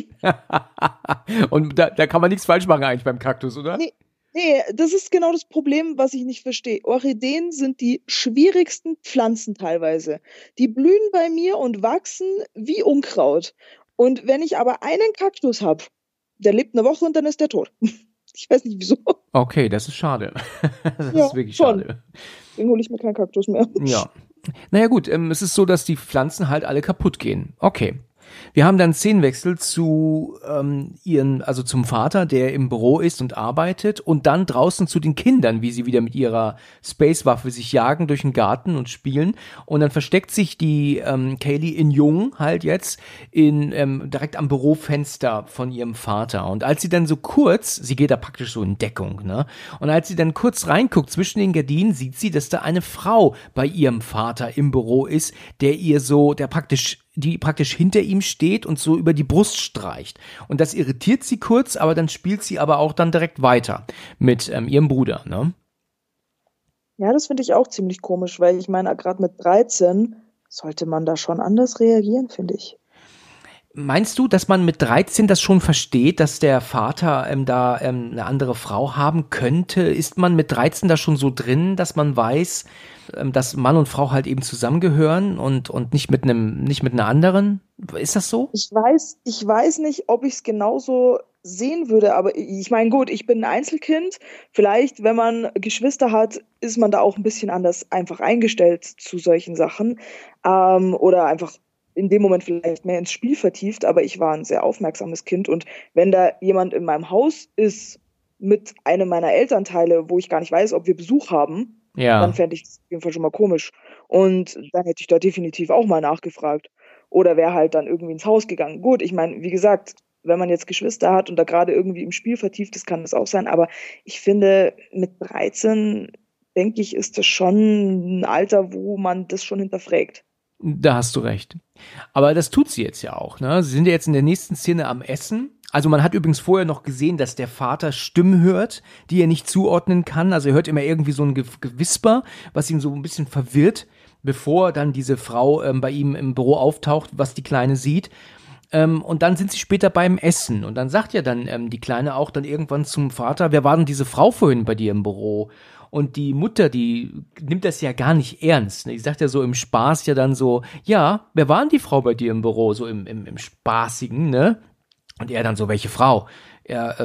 Und da kann man nichts falsch machen eigentlich beim Kaktus, oder? Nee, das ist genau das Problem, was ich nicht verstehe. Orchideen sind die schwierigsten Pflanzen teilweise. Die blühen bei mir und wachsen wie Unkraut. Und wenn ich aber einen Kaktus habe, der lebt eine Woche und dann ist der tot. Ich weiß nicht wieso. Okay, das ist schade. Das ist wirklich schon. schade. Deswegen hole ich mir keinen Kaktus mehr. Ja. Naja gut, es ist so, dass die Pflanzen halt alle kaputt gehen. Okay. Wir haben dann Szenenwechsel zu zum Vater, der im Büro ist und arbeitet und dann draußen zu den Kindern, wie sie wieder mit ihrer Spacewaffe sich jagen durch den Garten und spielen und dann versteckt sich die Kaylee in Jung halt jetzt direkt am Bürofenster von ihrem Vater und als sie dann so sie geht da praktisch so in Deckung, ne? Und als sie dann kurz reinguckt zwischen den Gardinen, sieht sie, dass da eine Frau bei ihrem Vater im Büro ist, die praktisch hinter ihm steht und so über die Brust streicht. Und das irritiert sie kurz, aber dann spielt sie aber auch dann direkt weiter mit ihrem Bruder, ne? Ja, das finde ich auch ziemlich komisch, weil ich meine, gerade mit 13 sollte man da schon anders reagieren, finde ich. Meinst du, dass man mit 13 das schon versteht, dass der Vater eine andere Frau haben könnte? Ist man mit 13 da schon so drin, dass man weiß, dass Mann und Frau halt eben zusammengehören und nicht mit einer anderen? Ist das so? Ich weiß nicht, ob ich es genauso sehen würde, aber ich meine, gut, ich bin ein Einzelkind. Vielleicht, wenn man Geschwister hat, ist man da auch ein bisschen anders einfach eingestellt zu solchen Sachen. Oder einfach in dem Moment vielleicht mehr ins Spiel vertieft, aber ich war ein sehr aufmerksames Kind und wenn da jemand in meinem Haus ist mit einem meiner Elternteile, wo ich gar nicht weiß, ob wir Besuch haben, dann fände ich das auf jeden Fall schon mal komisch. Und dann hätte ich da definitiv auch mal nachgefragt. Oder wäre halt dann irgendwie ins Haus gegangen. Gut, ich meine, wie gesagt, wenn man jetzt Geschwister hat und da gerade irgendwie im Spiel vertieft ist, kann das auch sein. Aber ich finde, mit 13, denke ich, ist das schon ein Alter, wo man das schon hinterfragt. Da hast du recht. Aber das tut sie jetzt ja auch, ne? Sie sind ja jetzt in der nächsten Szene am Essen. Also man hat übrigens vorher noch gesehen, dass der Vater Stimmen hört, die er nicht zuordnen kann. Also er hört immer irgendwie so ein Gewisper, was ihn so ein bisschen verwirrt, bevor dann diese Frau bei ihm im Büro auftaucht, was die Kleine sieht. Und dann sind sie später beim Essen. Und dann sagt ja dann die Kleine auch dann irgendwann zum Vater, wer war denn diese Frau vorhin bei dir im Büro? Und die Mutter, die nimmt das ja gar nicht ernst. Ne? Die sagt ja so im Spaß ja dann so, ja, wer war denn die Frau bei dir im Büro? So im Spaßigen, ne? Und er dann so, welche Frau? Ja,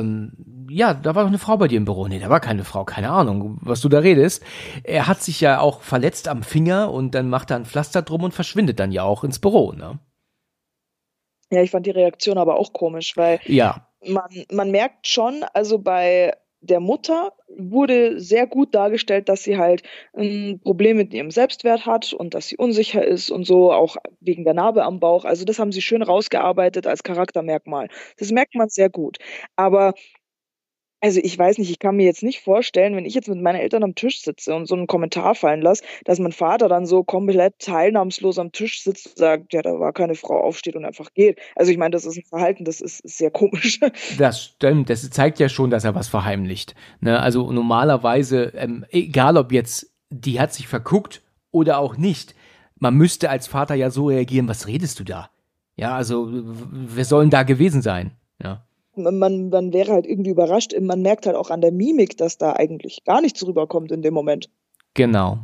da war doch eine Frau bei dir im Büro. Nee, da war keine Frau, keine Ahnung, was du da redest. Er hat sich ja auch verletzt am Finger und dann macht er ein Pflaster drum und verschwindet dann ja auch ins Büro, ne? Ja, ich fand die Reaktion aber auch komisch, weil Ja, man merkt schon, also bei der Mutter wurde sehr gut dargestellt, dass sie halt ein Problem mit ihrem Selbstwert hat und dass sie unsicher ist und so, auch wegen der Narbe am Bauch. Also das haben sie schön rausgearbeitet als Charaktermerkmal. Das merkt man sehr gut. Aber also ich weiß nicht, ich kann mir jetzt nicht vorstellen, wenn ich jetzt mit meinen Eltern am Tisch sitze und so einen Kommentar fallen lasse, dass mein Vater dann so komplett teilnahmslos am Tisch sitzt und sagt, ja, da war keine Frau, aufsteht und einfach geht. Also ich meine, das ist ein Verhalten, das ist sehr komisch. das stimmt. Das zeigt ja schon, dass er was verheimlicht. Ne? Also normalerweise, egal ob jetzt die hat sich verguckt oder auch nicht, man müsste als Vater ja so reagieren, was redest du da? Ja, also wer soll denn da gewesen sein? Ja. Man wäre halt irgendwie überrascht. Man merkt halt auch an der Mimik, dass da eigentlich gar nichts rüberkommt in dem Moment. Genau.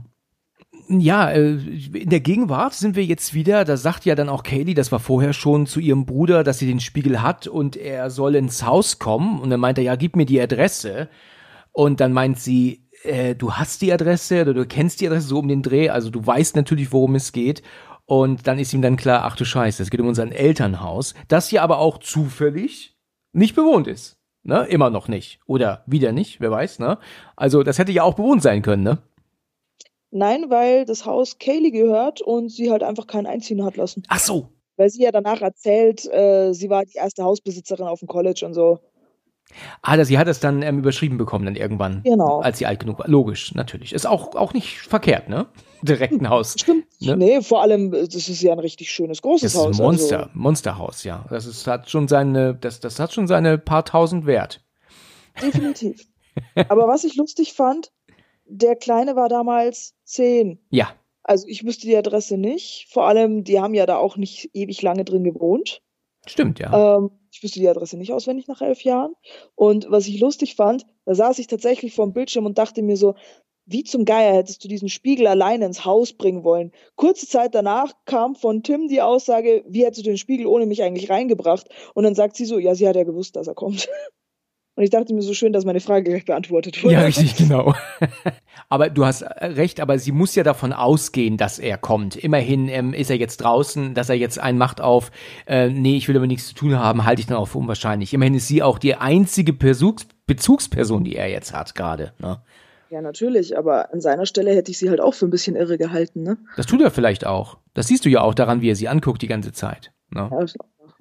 Ja, in der Gegenwart sind wir jetzt wieder, da sagt ja dann auch Kaylee, das war vorher schon zu ihrem Bruder, dass sie den Spiegel hat und er soll ins Haus kommen und dann meint er, ja, gib mir die Adresse und dann meint sie, du hast die Adresse oder du kennst die Adresse so um den Dreh, also du weißt natürlich, worum es geht und dann ist ihm dann klar, ach du Scheiße, es geht um unser Elternhaus, das hier aber auch zufällig nicht bewohnt ist, ne, immer noch nicht oder wieder nicht, wer weiß, ne, also das hätte ja auch bewohnt sein können, ne. Nein, weil das Haus Kaylee gehört und sie halt einfach keinen einziehen hat lassen. Ach so. Weil sie ja danach erzählt, sie war die erste Hausbesitzerin auf dem College und so. Sie hat es dann überschrieben bekommen dann irgendwann, Genau. als sie alt genug war. Logisch, natürlich. Ist auch nicht verkehrt, ne? Direkt ein Haus. Stimmt. Ne? Nee, vor allem, das ist ja ein richtig schönes, großes Das ist Haus. ein Also. Monsterhaus, ja. Das hat schon seine paar tausend wert. Definitiv. Aber was ich lustig fand, der Kleine war damals 10. Ja, Also ich wüsste die Adresse nicht. Vor allem, die haben ja da auch nicht ewig lange drin gewohnt. stimmt, ja. Ich wüsste die Adresse nicht auswendig nach 11 Jahren. Und was ich lustig fand, da saß ich tatsächlich vor dem Bildschirm und dachte mir so, wie zum Geier hättest du diesen Spiegel alleine ins Haus bringen wollen? Kurze Zeit danach kam von Tim die Aussage, wie hättest du den Spiegel ohne mich eigentlich reingebracht? Und dann sagt sie so, ja, sie hat ja gewusst, dass er kommt. Und ich dachte mir so schön, dass meine Frage gleich beantwortet wurde. Ja, richtig, genau. Aber du hast recht, aber sie muss ja davon ausgehen, dass er kommt. Immerhin ist er jetzt draußen, dass er jetzt einen macht auf, nee, ich will damit nichts zu tun haben, halte ich dann auch für unwahrscheinlich. Immerhin ist sie auch die einzige Bezugsperson, die er jetzt hat gerade. Ne? Ja, natürlich, aber an seiner Stelle hätte ich sie halt auch für ein bisschen irre gehalten, ne? Das tut er vielleicht auch. Das siehst du ja auch daran, wie er sie anguckt die ganze Zeit. Ne? Ja,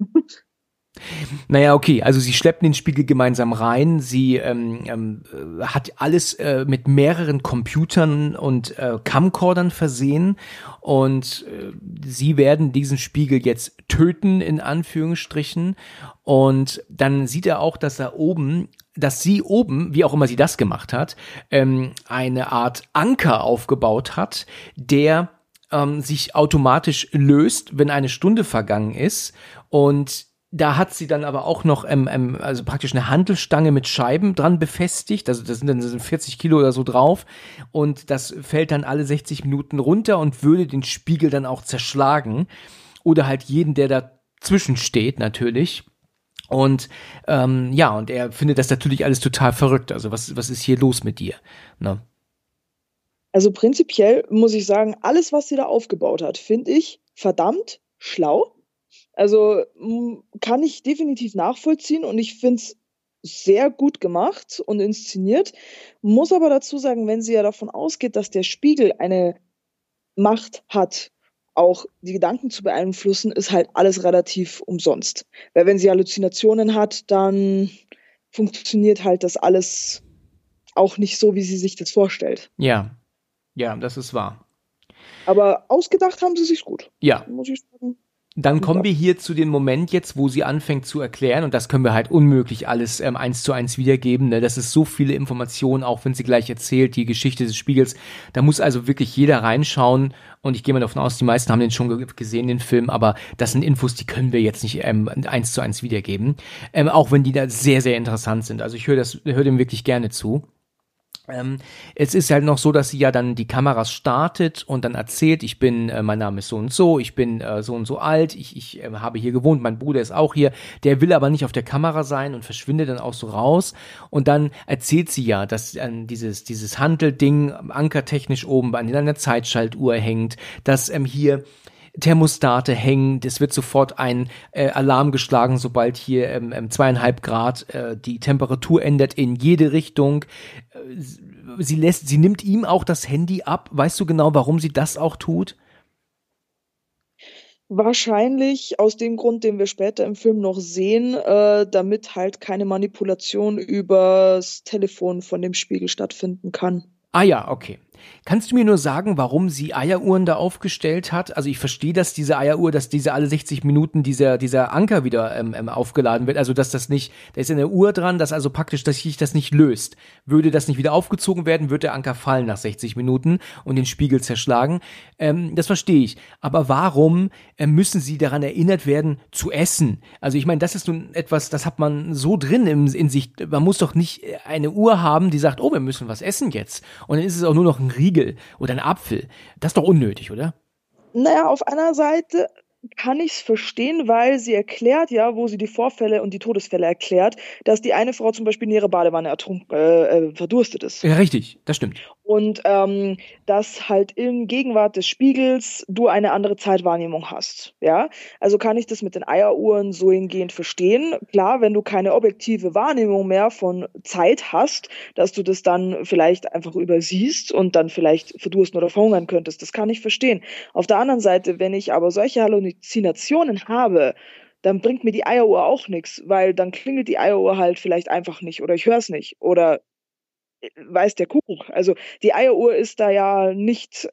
Naja, okay, also sie schleppen den Spiegel gemeinsam rein, sie hat alles mit mehreren Computern und Camcordern versehen und sie werden diesen Spiegel jetzt töten, in Anführungsstrichen, und dann sieht er auch, dass sie oben, wie auch immer sie das gemacht hat, eine Art Anker aufgebaut hat, der sich automatisch löst, wenn eine Stunde vergangen ist, und da hat sie dann aber auch noch also praktisch eine Hantelstange mit Scheiben dran befestigt. Also da sind dann so 40 Kilo oder so drauf. Und das fällt dann alle 60 Minuten runter und würde den Spiegel dann auch zerschlagen. Oder halt jeden, der dazwischen steht, natürlich. Und und er findet das natürlich alles total verrückt. Also was ist hier los mit dir? Ne? Also prinzipiell muss ich sagen, alles, was sie da aufgebaut hat, finde ich verdammt schlau. Also kann ich definitiv nachvollziehen und ich finde es sehr gut gemacht und inszeniert. Muss aber dazu sagen, wenn sie ja davon ausgeht, dass der Spiegel eine Macht hat, auch die Gedanken zu beeinflussen, ist halt alles relativ umsonst. Weil wenn sie Halluzinationen hat, dann funktioniert halt das alles auch nicht so, wie sie sich das vorstellt. Ja, ja, das ist wahr. Aber ausgedacht haben sie sich's gut. Ja. Muss ich sagen. Dann kommen wir hier zu dem Moment jetzt, wo sie anfängt zu erklären, und das können wir halt unmöglich alles 1:1 wiedergeben, ne? Das ist so viele Informationen, auch wenn sie gleich erzählt, die Geschichte des Spiegels, da muss also wirklich jeder reinschauen, und ich gehe mal davon aus, die meisten haben den schon gesehen, den Film, aber das sind Infos, die können wir jetzt nicht 1:1 wiedergeben, auch wenn die da sehr, sehr interessant sind. Also ich höre dem wirklich gerne zu. Es ist halt noch so, dass sie ja dann die Kameras startet und dann erzählt, mein Name ist so und so, ich bin so und so alt, ich habe hier gewohnt, mein Bruder ist auch hier, der will aber nicht auf der Kamera sein und verschwindet dann auch so raus, und dann erzählt sie ja, dass dieses Handelding ankertechnisch oben an einer Zeitschaltuhr hängt, dass hier Thermostate hängen, es wird sofort ein Alarm geschlagen, sobald hier 2,5 Grad die Temperatur ändert in jede Richtung. Sie nimmt ihm auch das Handy ab. Weißt du genau, warum sie das auch tut? Wahrscheinlich aus dem Grund, den wir später im Film noch sehen, damit halt keine Manipulation übers Telefon von dem Spiegel stattfinden kann. Ah ja, okay. Kannst du mir nur sagen, warum sie Eieruhren da aufgestellt hat? Also ich verstehe, dass diese Eieruhr, dass diese alle 60 Minuten dieser Anker wieder aufgeladen wird. Also dass das nicht, da ist eine Uhr dran, dass also praktisch, dass sich das nicht löst. Würde das nicht wieder aufgezogen werden, wird der Anker fallen nach 60 Minuten und den Spiegel zerschlagen. Das verstehe ich. Aber warum müssen sie daran erinnert werden, zu essen? Also ich meine, das ist nun etwas, das hat man so drin in sich. Man muss doch nicht eine Uhr haben, die sagt, oh, wir müssen was essen jetzt. Und dann ist es auch nur noch ein Riegel oder ein Apfel. Das ist doch unnötig, oder? Naja, auf einer Seite kann ich es verstehen, weil sie erklärt ja, wo sie die Vorfälle und die Todesfälle erklärt, dass die eine Frau zum Beispiel in ihrer Badewanne verdurstet ist. Ja, richtig, das stimmt. Und dass halt in Gegenwart des Spiegels du eine andere Zeitwahrnehmung hast. Ja, also kann ich das mit den Eieruhren so hingehend verstehen. Klar, wenn du keine objektive Wahrnehmung mehr von Zeit hast, dass du das dann vielleicht einfach übersiehst und dann vielleicht verdursten oder verhungern könntest. Das kann ich verstehen. Auf der anderen Seite, wenn ich aber solche Halluzinationen habe, dann bringt mir die Eieruhr auch nichts, weil dann klingelt die Eieruhr halt vielleicht einfach nicht oder ich höre es nicht oder weiß der Kuckuck. Also die Eieruhr ist da ja nicht,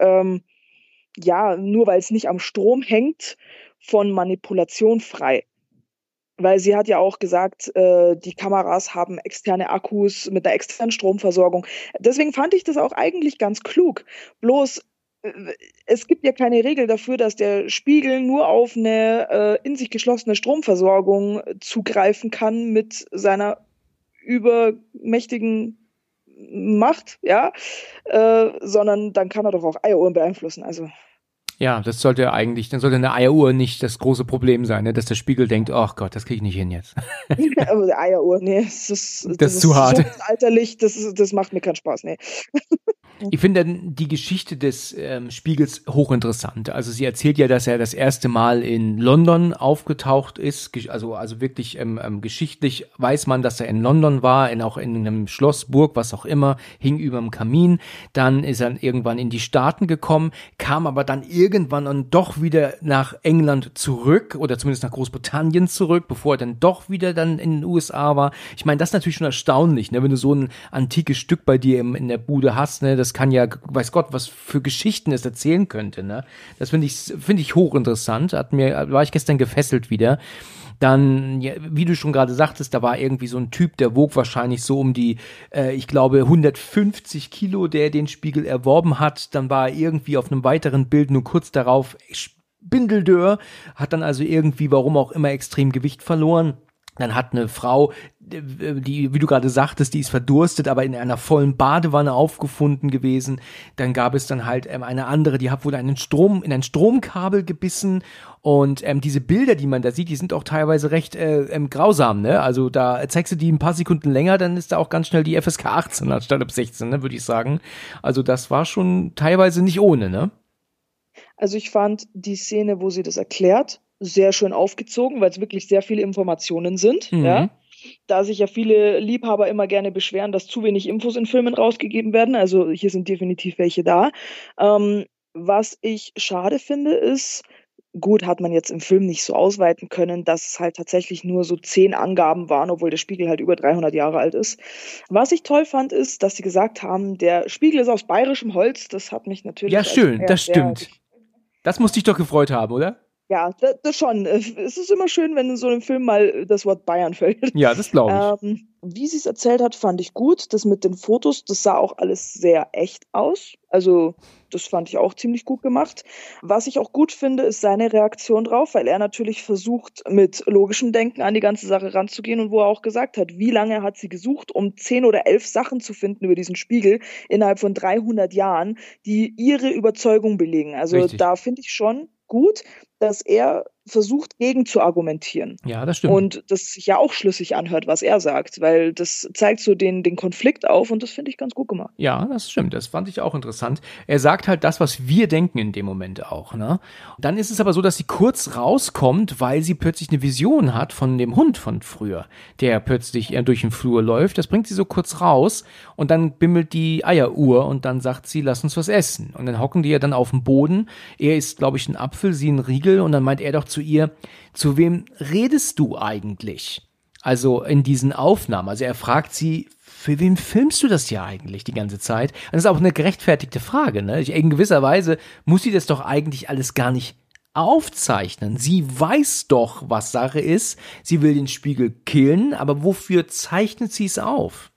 nur weil es nicht am Strom hängt, von Manipulation frei. Weil sie hat ja auch gesagt, die Kameras haben externe Akkus mit einer externen Stromversorgung. Deswegen fand ich das auch eigentlich ganz klug. Bloß es gibt ja keine Regel dafür, dass der Spiegel nur auf eine in sich geschlossene Stromversorgung zugreifen kann mit seiner übermächtigen Macht, ja, sondern dann kann er doch auch Eieruhren beeinflussen. Also ja, dann sollte eine Eieruhr nicht das große Problem sein, ne? Dass der Spiegel denkt, ach Gott, das kriege ich nicht hin jetzt. Aber die Eieruhr, nee, das ist zu hart. So alterlich, das macht mir keinen Spaß, nee. Ich finde die Geschichte des Spiegels hochinteressant. Also sie erzählt ja, dass er das erste Mal in London aufgetaucht ist. Also wirklich geschichtlich weiß man, dass er in London war, auch in einem Schloss, Burg, was auch immer, hing über dem Kamin. Dann ist er irgendwann in die Staaten gekommen, kam aber dann irgendwann dann doch wieder nach England zurück oder zumindest nach Großbritannien zurück, bevor er dann doch wieder dann in den USA war. Ich meine, das ist natürlich schon erstaunlich, ne, wenn du so ein antikes Stück bei dir in der Bude hast, ne, das kann ja, weiß Gott, was für Geschichten es erzählen könnte, ne. Das finde ich hochinteressant, war ich gestern gefesselt wieder. Dann, ja, wie du schon gerade sagtest, da war irgendwie so ein Typ, der wog wahrscheinlich so um die, ich glaube, 150 Kilo, der den Spiegel erworben hat. Dann war er irgendwie auf einem weiteren Bild nur kurz darauf spindeldürr, hat dann also irgendwie, warum auch immer, extrem Gewicht verloren. Dann hat eine Frau, die, wie du gerade sagtest, die ist verdurstet, aber in einer vollen Badewanne aufgefunden gewesen. Dann gab es dann halt eine andere, die hat wohl in ein Stromkabel gebissen. Und diese Bilder, die man da sieht, die sind auch teilweise recht grausam, ne? Also da zeigst du die ein paar Sekunden länger, dann ist da auch ganz schnell die FSK 18 anstatt ab 16, ne, würde ich sagen. Also das war schon teilweise nicht ohne, ne? Also ich fand die Szene, wo sie das erklärt, sehr schön aufgezogen, weil es wirklich sehr viele Informationen sind, ja. Da sich ja viele Liebhaber immer gerne beschweren, dass zu wenig Infos in Filmen rausgegeben werden. Also hier sind definitiv welche da. Was ich schade finde, ist, gut, hat man jetzt im Film nicht so ausweiten können, dass es halt tatsächlich nur so 10 Angaben waren, obwohl der Spiegel halt über 300 Jahre alt ist. Was ich toll fand, ist, dass sie gesagt haben, der Spiegel ist aus bayerischem Holz. Das hat mich natürlich Ja, als schön, Fan das sehr. stimmt. Das muss dich doch gefreut haben, oder? Ja, das schon. Es ist immer schön, wenn in so einem Film mal das Wort Bayern fällt. Ja, das glaube ich. Wie sie es erzählt hat, fand ich gut. Das mit den Fotos, das sah auch alles sehr echt aus. Also, das fand ich auch ziemlich gut gemacht. Was ich auch gut finde, ist seine Reaktion drauf, weil er natürlich versucht, mit logischem Denken an die ganze Sache ranzugehen und wo er auch gesagt hat, wie lange hat sie gesucht, um 10 oder 11 Sachen zu finden über diesen Spiegel innerhalb von 300 Jahren, die ihre Überzeugung belegen. Also, Richtig. da finde ich schon gut, dass er versucht, gegen zu argumentieren. Ja, das stimmt. Und das sich ja auch schlüssig anhört, was er sagt, weil das zeigt so den Konflikt auf und das finde ich ganz gut gemacht. Ja, das stimmt. Das fand ich auch interessant. Er sagt halt das, was wir denken in dem Moment auch, ne? Dann ist es aber so, dass sie kurz rauskommt, weil sie plötzlich eine Vision hat von dem Hund von früher, der plötzlich durch den Flur läuft. Das bringt sie so kurz raus und dann bimmelt die Eieruhr und dann sagt sie, lass uns was essen. Und dann hocken die ja dann auf dem Boden. Er isst, glaube ich, einen Apfel, sie einen Riegel und dann meint er doch zu ihr, zu wem redest du eigentlich? Also in diesen Aufnahmen. Also er fragt sie, für wen filmst du das ja eigentlich die ganze Zeit? Das ist auch eine gerechtfertigte Frage, ne? In gewisser Weise muss sie das doch eigentlich alles gar nicht aufzeichnen. Sie weiß doch, was Sache ist. Sie will den Spiegel killen, aber wofür zeichnet sie es auf?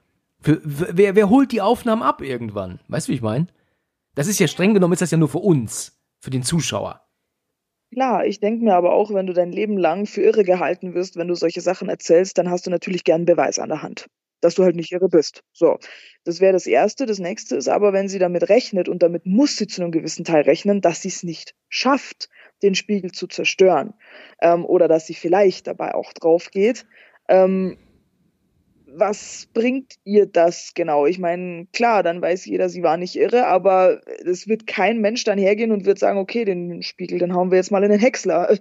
Wer holt die Aufnahmen ab irgendwann? Weißt du, wie ich meine? Das ist ja streng genommen, ist das ja nur für uns, für den Zuschauer. Klar, ich denke mir aber auch, wenn du dein Leben lang für irre gehalten wirst, wenn du solche Sachen erzählst, dann hast du natürlich gern Beweis an der Hand, dass du halt nicht irre bist. So, das wäre das Erste. Das Nächste ist aber, wenn sie damit rechnet, und damit muss sie zu einem gewissen Teil rechnen, dass sie es nicht schafft, den Spiegel zu zerstören, oder dass sie vielleicht dabei auch drauf geht. Was bringt ihr das genau? Ich meine, klar, dann weiß jeder, sie war nicht irre, aber es wird kein Mensch dann hergehen und wird sagen, okay, den Spiegel, den hauen wir jetzt mal in den Häcksler.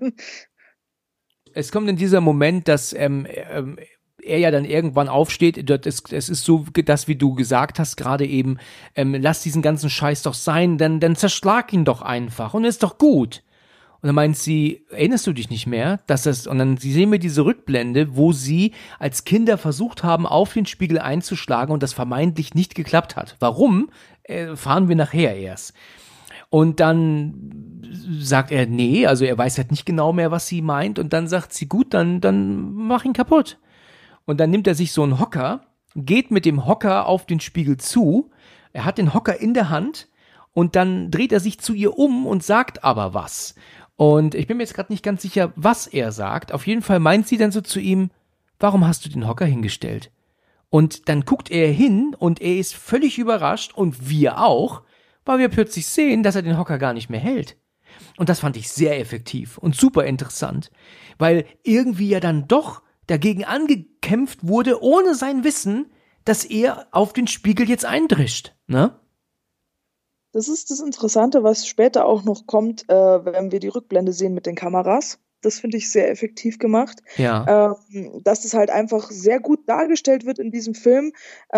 Es kommt in dieser Moment, dass er ja dann irgendwann aufsteht. Es ist so, das wie du gesagt hast gerade eben, lass diesen ganzen Scheiß doch sein, dann zerschlag ihn doch einfach und ist doch gut. Und dann meint sie, erinnerst du dich nicht mehr, und dann sehen wir diese Rückblende, wo sie als Kinder versucht haben, auf den Spiegel einzuschlagen und das vermeintlich nicht geklappt hat. Warum? Erfahren wir nachher erst. Und dann sagt er, nee, also er weiß halt nicht genau mehr, was sie meint. Und dann sagt sie, gut, dann mach ihn kaputt. Und dann nimmt er sich so einen Hocker, geht mit dem Hocker auf den Spiegel zu. Er hat den Hocker in der Hand und dann dreht er sich zu ihr um und sagt aber was. Und ich bin mir jetzt gerade nicht ganz sicher, was er sagt. Auf jeden Fall meint sie dann so zu ihm, warum hast du den Hocker hingestellt? Und dann guckt er hin und er ist völlig überrascht und wir auch, weil wir plötzlich sehen, dass er den Hocker gar nicht mehr hält. Und das fand ich sehr effektiv und super interessant, weil irgendwie ja dann doch dagegen angekämpft wurde, ohne sein Wissen, dass er auf den Spiegel jetzt eindrischt, ne? Das ist das Interessante, was später auch noch kommt, wenn wir die Rückblende sehen mit den Kameras. Das finde ich sehr effektiv gemacht. Ja. Dass es halt einfach sehr gut dargestellt wird in diesem Film,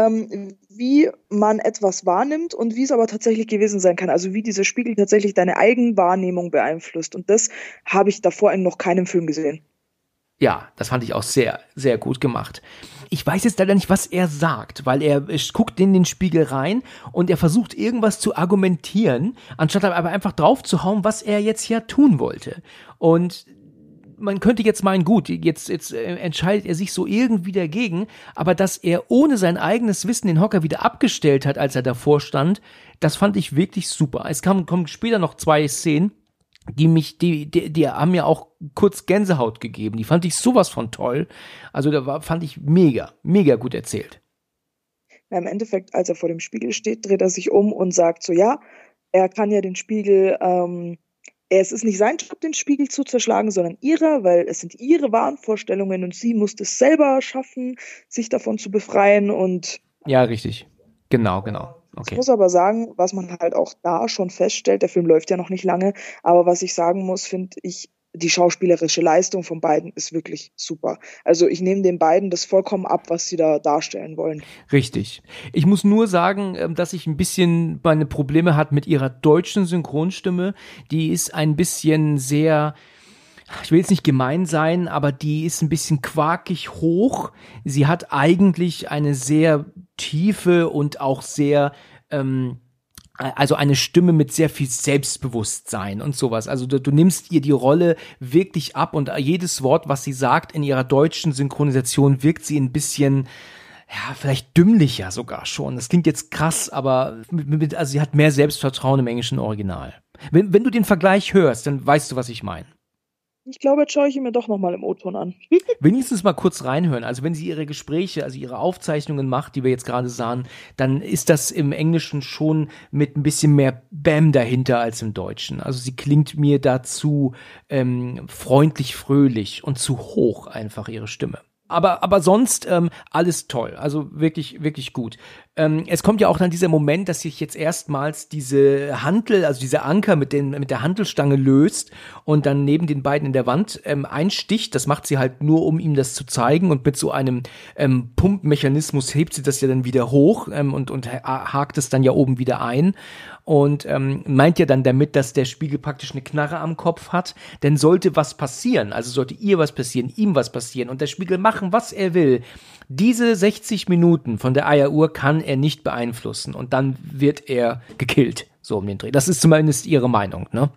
wie man etwas wahrnimmt und wie es aber tatsächlich gewesen sein kann. Also wie dieser Spiegel tatsächlich deine Eigenwahrnehmung beeinflusst. Und das habe ich davor in noch keinem Film gesehen. Ja, das fand ich auch sehr, sehr gut gemacht. Ich weiß jetzt leider nicht, was er sagt, weil er guckt in den Spiegel rein und er versucht irgendwas zu argumentieren, anstatt aber einfach drauf zu hauen, was er jetzt ja tun wollte. Und man könnte jetzt meinen, gut, jetzt entscheidet er sich so irgendwie dagegen, aber dass er ohne sein eigenes Wissen den Hocker wieder abgestellt hat, als er davor stand, das fand ich wirklich super. Es kommen später noch 2 Szenen, die haben mir auch kurz Gänsehaut gegeben. Die fand ich sowas von toll. Also fand ich mega, mega gut erzählt. Ja, im Endeffekt, als er vor dem Spiegel steht, dreht er sich um und sagt so, ja, er kann ja den Spiegel, es ist nicht sein Job, den Spiegel zu zerschlagen, sondern ihrer, weil es sind ihre Wahnvorstellungen und sie muss es selber schaffen, sich davon zu befreien und ja, richtig. Genau. Okay. Ich muss aber sagen, was man halt auch da schon feststellt, der Film läuft ja noch nicht lange, aber was ich sagen muss, finde ich, die schauspielerische Leistung von beiden ist wirklich super. Also ich nehme den beiden das vollkommen ab, was sie da darstellen wollen. Richtig. Ich muss nur sagen, dass ich ein bisschen meine Probleme hatte mit ihrer deutschen Synchronstimme. Die ist ein bisschen sehr, ich will jetzt nicht gemein sein, aber die ist ein bisschen quakig hoch. Sie hat eigentlich eine sehr tiefe und auch sehr, also eine Stimme mit sehr viel Selbstbewusstsein und sowas. Also du nimmst ihr die Rolle wirklich ab und jedes Wort, was sie sagt in ihrer deutschen Synchronisation, wirkt sie ein bisschen, ja, vielleicht dümmlicher sogar schon. Das klingt jetzt krass, aber also sie hat mehr Selbstvertrauen im englischen Original. Wenn du den Vergleich hörst, dann weißt du, was ich meine. Ich glaube, jetzt schaue ich ihn mir doch nochmal im O-Ton an. Wenigstens mal kurz reinhören. Also wenn sie ihre Gespräche, also ihre Aufzeichnungen macht, die wir jetzt gerade sahen, dann ist das im Englischen schon mit ein bisschen mehr Bam dahinter als im Deutschen. Also sie klingt mir dazu freundlich, fröhlich und zu hoch einfach ihre Stimme. Aber sonst alles toll, also wirklich, wirklich gut. Es kommt ja auch dann dieser Moment, dass sich jetzt erstmals diese Hantel, also dieser Anker mit der Hantelstange löst und dann neben den beiden in der Wand einsticht. Das macht sie halt nur, um ihm das zu zeigen, und mit so einem Pumpmechanismus hebt sie das ja dann wieder hoch und hakt es dann ja oben wieder ein. Und meint ja dann damit, dass der Spiegel praktisch eine Knarre am Kopf hat, denn sollte was passieren, also sollte ihr was passieren, ihm was passieren und der Spiegel machen, was er will, diese 60 Minuten von der Eieruhr kann er nicht beeinflussen und dann wird er gekillt, so um den Dreh. Das ist zumindest ihre Meinung, ne?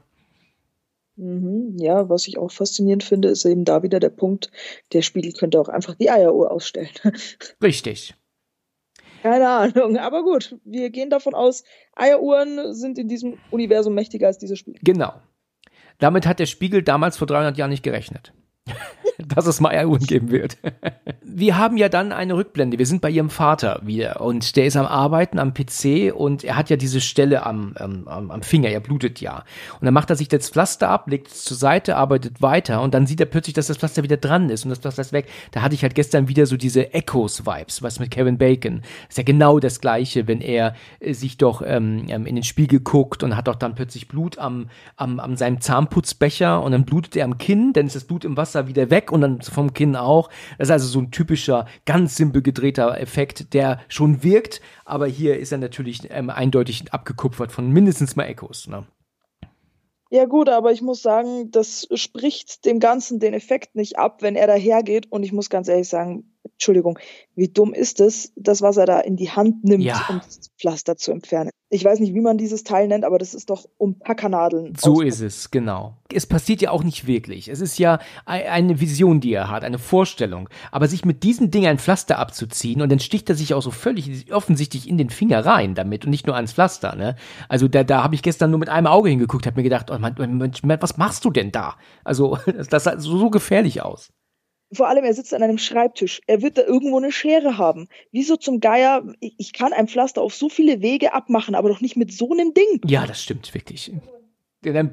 Ja, was ich auch faszinierend finde, ist eben da wieder der Punkt, der Spiegel könnte auch einfach die Eieruhr ausstellen. Richtig. Keine Ahnung, aber gut, wir gehen davon aus, Eieruhren sind in diesem Universum mächtiger als diese Spiegel. Genau. Damit hat der Spiegel damals vor 300 Jahren nicht gerechnet. Dass es mal Eieruhren geben wird. Wir haben ja dann eine Rückblende. Wir sind bei ihrem Vater wieder und der ist am Arbeiten am PC und er hat ja diese Stelle am Finger, er blutet ja. Und dann macht er sich das Pflaster ab, legt es zur Seite, arbeitet weiter und dann sieht er plötzlich, dass das Pflaster wieder dran ist und das Pflaster ist weg. Da hatte ich halt gestern wieder so diese Echoes-Vibes, was mit Kevin Bacon. Ist ja genau das Gleiche, wenn er sich doch in den Spiegel guckt und hat doch dann plötzlich Blut an seinem Zahnputzbecher und dann blutet er am Kinn, dann ist das Blut im Wasser wieder weg und dann vom Kinn auch. Das ist also so ein typischer, ganz simpel gedrehter Effekt, der schon wirkt, aber hier ist er natürlich eindeutig abgekupfert von mindestens mal Echos, ne? Ja gut, aber ich muss sagen, das spricht dem Ganzen den Effekt nicht ab, wenn er dahergeht und ich muss ganz ehrlich sagen, Entschuldigung, wie dumm ist es, das, was er da in die Hand nimmt, um das Pflaster zu entfernen. Ich weiß nicht, wie man dieses Teil nennt, aber das ist doch um Packernadeln. So ist es, genau. Es passiert ja auch nicht wirklich. Es ist ja eine Vision, die er hat, eine Vorstellung. Aber sich mit diesem Ding ein Pflaster abzuziehen und dann sticht er sich auch so völlig offensichtlich in den Finger rein damit und nicht nur ans Pflaster, ne? Also da habe ich gestern nur mit einem Auge hingeguckt, habe mir gedacht, oh Mann, was machst du denn da? Also das sah so gefährlich aus. Vor allem, er sitzt an einem Schreibtisch. Er wird da irgendwo eine Schere haben. Wieso zum Geier? Ich kann ein Pflaster auf so viele Wege abmachen, aber doch nicht mit so einem Ding. Ja, das stimmt wirklich. Dann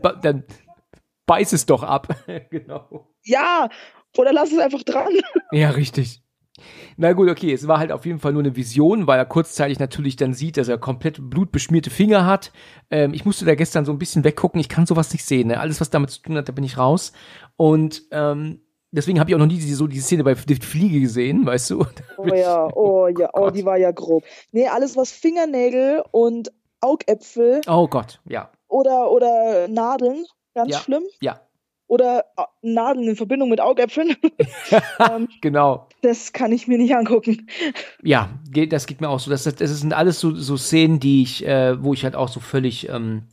beiß es doch ab. Genau. Ja, oder lass es einfach dran. Ja, richtig. Na gut, okay, es war halt auf jeden Fall nur eine Vision, weil er kurzzeitig natürlich dann sieht, dass er komplett blutbeschmierte Finger hat. Ich musste da gestern so ein bisschen weggucken, ich kann sowas nicht sehen, ne? Alles, was damit zu tun hat, da bin ich raus. Und deswegen habe ich auch noch nie die Szene bei der Fliege gesehen, weißt du? Oh, die war ja grob. Nee, alles was Fingernägel und Augäpfel. Oh Gott, ja. Oder Nadeln, ganz schlimm. Ja. Oder Nadeln in Verbindung mit Augäpfeln. Genau. Das kann ich mir nicht angucken. Ja, das geht mir auch so. Das sind alles so Szenen, die wo ich halt auch so völlig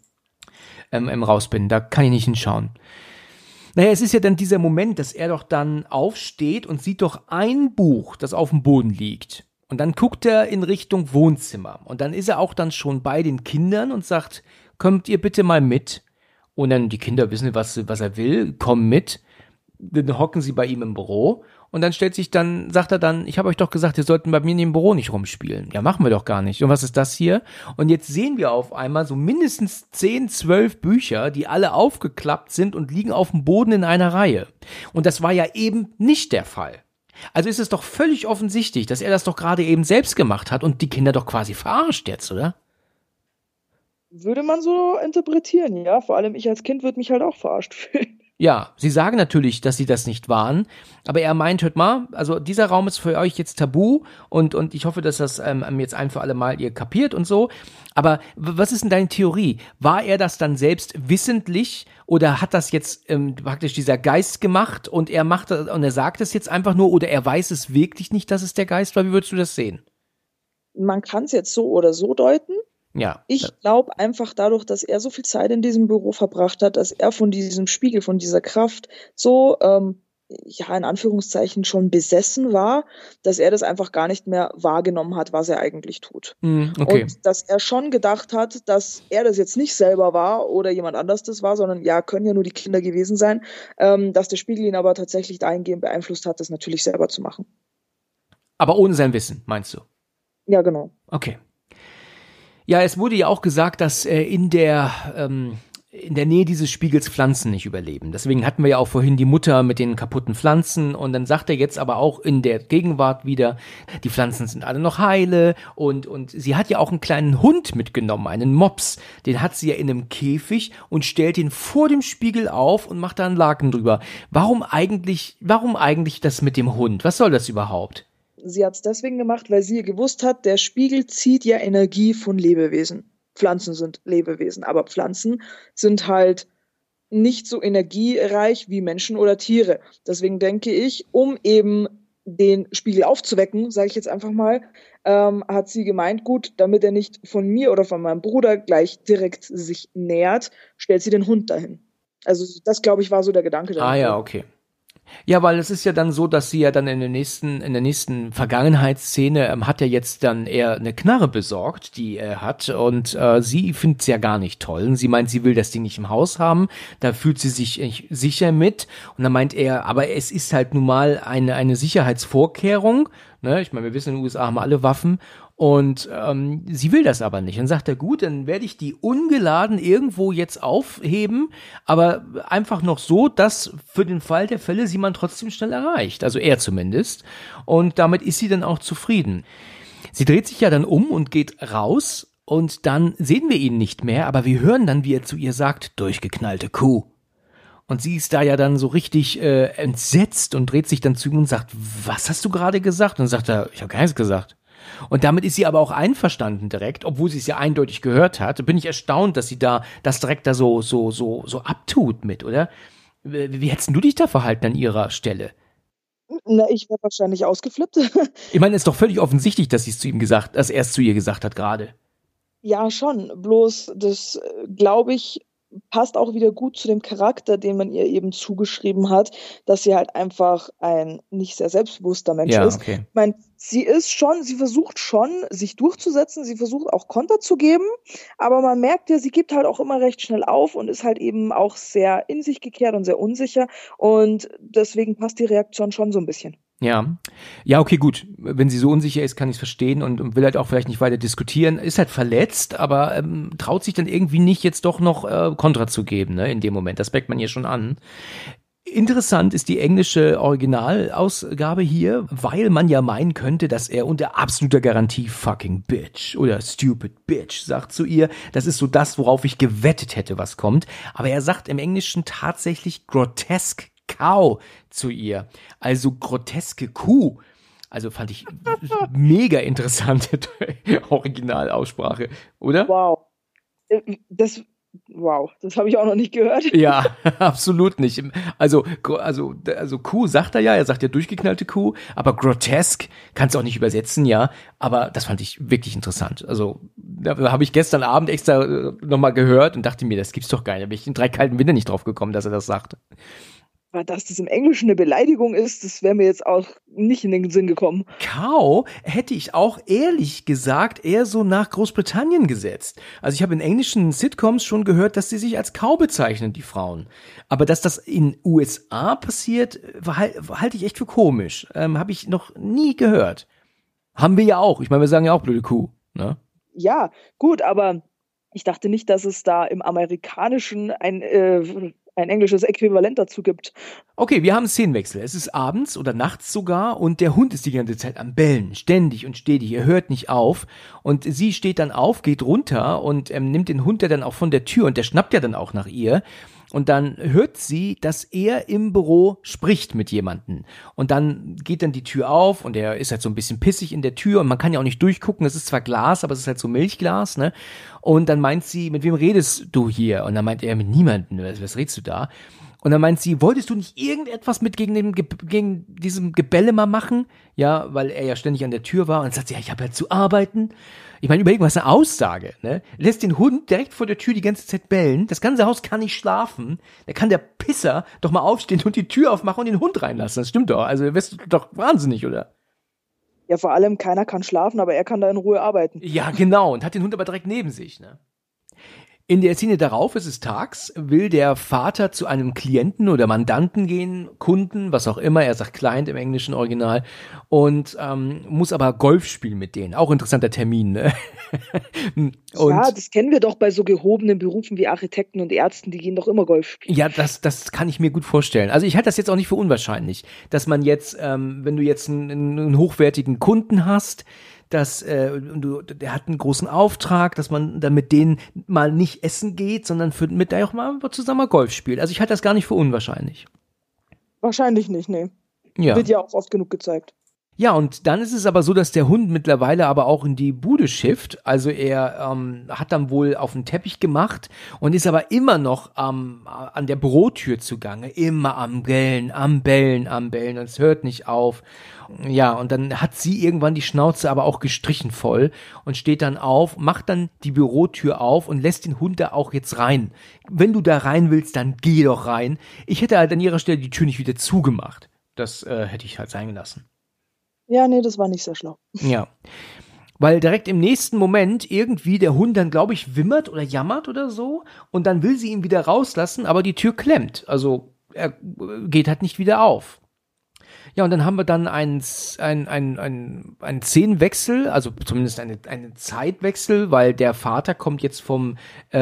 raus bin. Da kann ich nicht hinschauen. Naja, es ist ja dann dieser Moment, dass er doch dann aufsteht und sieht doch ein Buch, das auf dem Boden liegt. Und dann guckt er in Richtung Wohnzimmer. Und dann ist er auch dann schon bei den Kindern und sagt, kommt ihr bitte mal mit. Und dann die Kinder wissen, was er will, kommen mit. Dann hocken sie bei ihm im Büro. Und dann sagt er dann, ich habe euch doch gesagt, ihr sollten bei mir in dem Büro nicht rumspielen. Ja, machen wir doch gar nicht. Und was ist das hier? Und jetzt sehen wir auf einmal so mindestens 10, 12 Bücher, die alle aufgeklappt sind und liegen auf dem Boden in einer Reihe. Und das war ja eben nicht der Fall. Also ist es doch völlig offensichtlich, dass er das doch gerade eben selbst gemacht hat und die Kinder doch quasi verarscht jetzt, oder? Würde man so interpretieren, ja. Vor allem ich als Kind würde mich halt auch verarscht fühlen. Ja, sie sagen natürlich, dass sie das nicht waren, aber er meint, hört mal, also dieser Raum ist für euch jetzt tabu und ich hoffe, dass das jetzt ein für alle Mal ihr kapiert und so. Aber was ist denn deine Theorie? War er das dann selbst wissentlich oder hat das jetzt praktisch dieser Geist gemacht und er macht das, und er sagt es jetzt einfach nur oder er weiß es wirklich nicht, dass es der Geist war? Wie würdest du das sehen? Man kann es jetzt so oder so deuten. Ja. Ich glaube einfach dadurch, dass er so viel Zeit in diesem Büro verbracht hat, dass er von diesem Spiegel, von dieser Kraft so, ja, in Anführungszeichen schon besessen war, dass er das einfach gar nicht mehr wahrgenommen hat, was er eigentlich tut. Okay. Und dass er schon gedacht hat, dass er das jetzt nicht selber war oder jemand anders das war, sondern ja, können ja nur die Kinder gewesen sein, dass der Spiegel ihn aber tatsächlich dahingehend beeinflusst hat, das natürlich selber zu machen. Aber ohne sein Wissen, meinst du? Ja, genau. Okay. Ja, es wurde ja auch gesagt, dass in der Nähe dieses Spiegels Pflanzen nicht überleben. Deswegen hatten wir ja auch vorhin die Mutter mit den kaputten Pflanzen und dann sagt er jetzt aber auch in der Gegenwart wieder, die Pflanzen sind alle noch heile und sie hat ja auch einen kleinen Hund mitgenommen, einen Mops. Den hat sie ja in einem Käfig und stellt ihn vor dem Spiegel auf und macht da einen Laken drüber. Warum eigentlich das mit dem Hund? Was soll das überhaupt? Sie hat es deswegen gemacht, weil sie gewusst hat, der Spiegel zieht ja Energie von Lebewesen. Pflanzen sind Lebewesen, aber Pflanzen sind halt nicht so energiereich wie Menschen oder Tiere. Deswegen denke ich, um eben den Spiegel aufzuwecken, sage ich jetzt einfach mal, hat sie gemeint, gut, damit er nicht von mir oder von meinem Bruder gleich direkt sich nähert, stellt sie den Hund dahin. Also das, glaube ich, war so der Gedanke dahinter. Ah ja, okay. Ja, weil es ist ja dann so, dass sie ja dann in der nächsten Vergangenheitsszene hat ja jetzt dann eher eine Knarre besorgt, die er hat und sie findet es ja gar nicht toll. Und sie meint, sie will das Ding nicht im Haus haben, da fühlt sie sich nicht sicher mit und dann meint er, aber es ist halt nun mal eine Sicherheitsvorkehrung, ne? Ich meine, wir wissen, in den USA haben alle Waffen und sie will das aber nicht. Dann sagt er, gut, dann werde ich die ungeladen irgendwo jetzt aufheben, aber einfach noch so, dass für den Fall der Fälle sie man trotzdem schnell erreicht. Also er zumindest. Und damit ist sie dann auch zufrieden. Sie dreht sich ja dann um und geht raus und dann sehen wir ihn nicht mehr, aber wir hören dann, wie er zu ihr sagt, durchgeknallte Kuh. Und sie ist da ja dann so richtig entsetzt und dreht sich dann zu ihm und sagt, was hast du gerade gesagt? Und dann sagt er, ich habe gar nichts gesagt. Und damit ist sie aber auch einverstanden direkt, obwohl sie es ja eindeutig gehört hat. Bin ich erstaunt, dass sie da das direkt da so abtut mit, oder? Wie hättest du dich da verhalten an ihrer Stelle? Na, ich wäre wahrscheinlich ausgeflippt. Ich meine, es ist doch völlig offensichtlich, dass er es zu ihr gesagt hat gerade. Ja, schon. Bloß das, glaube ich, passt auch wieder gut zu dem Charakter, den man ihr eben zugeschrieben hat, dass sie halt einfach ein nicht sehr selbstbewusster Mensch ist. Okay. Ich meine, sie versucht schon, sich durchzusetzen, sie versucht auch Konter zu geben, aber man merkt ja, sie gibt halt auch immer recht schnell auf und ist halt eben auch sehr in sich gekehrt und sehr unsicher und deswegen passt die Reaktion schon so ein bisschen. Ja. Ja, okay, gut. Wenn sie so unsicher ist, kann ich es verstehen und will halt auch vielleicht nicht weiter diskutieren. Ist halt verletzt, aber traut sich dann irgendwie nicht, jetzt doch noch Kontra zu geben, ne, in dem Moment. Das merkt man ihr schon an. Interessant ist die englische Originalausgabe hier, weil man ja meinen könnte, dass er unter absoluter Garantie fucking bitch oder stupid bitch sagt zu ihr. Das ist so das, worauf ich gewettet hätte, was kommt. Aber er sagt im Englischen tatsächlich grotesque cow zu ihr. Also groteske Kuh. Also fand ich mega interessante Originalaussprache, oder? Wow. Das habe ich auch noch nicht gehört. Ja, absolut nicht. Also Kuh sagt er sagt ja durchgeknallte Kuh, aber grotesk kannst du auch nicht übersetzen, ja. Aber das fand ich wirklich interessant. Also da habe ich gestern Abend extra nochmal gehört und dachte mir, das gibt's doch gar nicht. Da bin ich in 3 kalten Winter nicht drauf gekommen, dass er das sagt. Aber dass das im Englischen eine Beleidigung ist, das wäre mir jetzt auch nicht in den Sinn gekommen. Cow hätte ich auch ehrlich gesagt eher so nach Großbritannien gesetzt. Also ich habe in englischen Sitcoms schon gehört, dass sie sich als Cow bezeichnen, die Frauen. Aber dass das in USA passiert, halte ich echt für komisch. Habe ich noch nie gehört. Haben wir ja auch. Ich meine, wir sagen ja auch blöde Kuh, ne? Ja, gut, aber ich dachte nicht, dass es da im Amerikanischen ein englisches Äquivalent dazu gibt. Okay, wir haben einen Szenenwechsel. Es ist abends oder nachts sogar und der Hund ist die ganze Zeit am Bellen, ständig und stetig. Er hört nicht auf und sie steht dann auf, geht runter und nimmt den Hund ja dann auch von der Tür und der schnappt ja dann auch nach ihr. und dann hört sie, dass er im Büro spricht mit jemandem. Und dann geht dann die Tür auf und er ist halt so ein bisschen pissig in der Tür und man kann ja auch nicht durchgucken, es ist zwar Glas, aber es ist halt so Milchglas, ne? Und dann meint sie, mit wem redest du hier? Und dann meint er, mit niemandem, was redest du da? Und dann meint sie, wolltest du nicht irgendetwas mit gegen diesem Gebälle mal machen? Ja, weil er ja ständig an der Tür war. Und dann sagt sie, ja, ich habe ja zu arbeiten. Ich meine, überleg mal, was eine Aussage, ne? Lässt den Hund direkt vor der Tür die ganze Zeit bellen. Das ganze Haus kann nicht schlafen. Da kann der Pisser doch mal aufstehen und die Tür aufmachen und den Hund reinlassen. Das stimmt doch. Also, wirst du doch wahnsinnig, oder? Ja, vor allem, keiner kann schlafen, aber er kann da in Ruhe arbeiten. Ja, genau. Und hat den Hund aber direkt neben sich, ne? In der Szene darauf, es ist tags, will der Vater zu einem Klienten oder Mandanten gehen, Kunden, was auch immer, er sagt Client im englischen Original, und muss aber Golf spielen mit denen. Auch interessanter Termin, ne? Und, ja, das kennen wir doch bei so gehobenen Berufen wie Architekten und Ärzten, die gehen doch immer Golf spielen. Ja, das kann ich mir gut vorstellen. Also ich halte das jetzt auch nicht für unwahrscheinlich, dass man jetzt, wenn du jetzt einen hochwertigen Kunden hast, der hat einen großen Auftrag, dass man dann mit denen mal nicht essen geht, sondern mit der auch mal zusammen Golf spielt. Also ich halte das gar nicht für unwahrscheinlich. Wahrscheinlich nicht, nee. Ja. Wird ja auch oft genug gezeigt. Ja, und dann ist es aber so, dass der Hund mittlerweile aber auch in die Bude schifft. Also er hat dann wohl auf den Teppich gemacht und ist aber immer noch an der Bürotür zugange. Immer am Bellen. Und es hört nicht auf. Ja, und dann hat sie irgendwann die Schnauze aber auch gestrichen voll und steht dann auf, macht dann die Bürotür auf und lässt den Hund da auch jetzt rein. Wenn du da rein willst, dann geh doch rein. Ich hätte halt an ihrer Stelle die Tür nicht wieder zugemacht. Das hätte ich halt sein gelassen. Ja, nee, das war nicht sehr schlau. Ja, weil direkt im nächsten Moment irgendwie der Hund dann, glaube ich, wimmert oder jammert oder so und dann will sie ihn wieder rauslassen, aber die Tür klemmt. Also er geht halt nicht wieder auf. Ja, und dann haben wir dann einen Szenenwechsel, also zumindest einen Zeitwechsel, weil der Vater kommt jetzt vom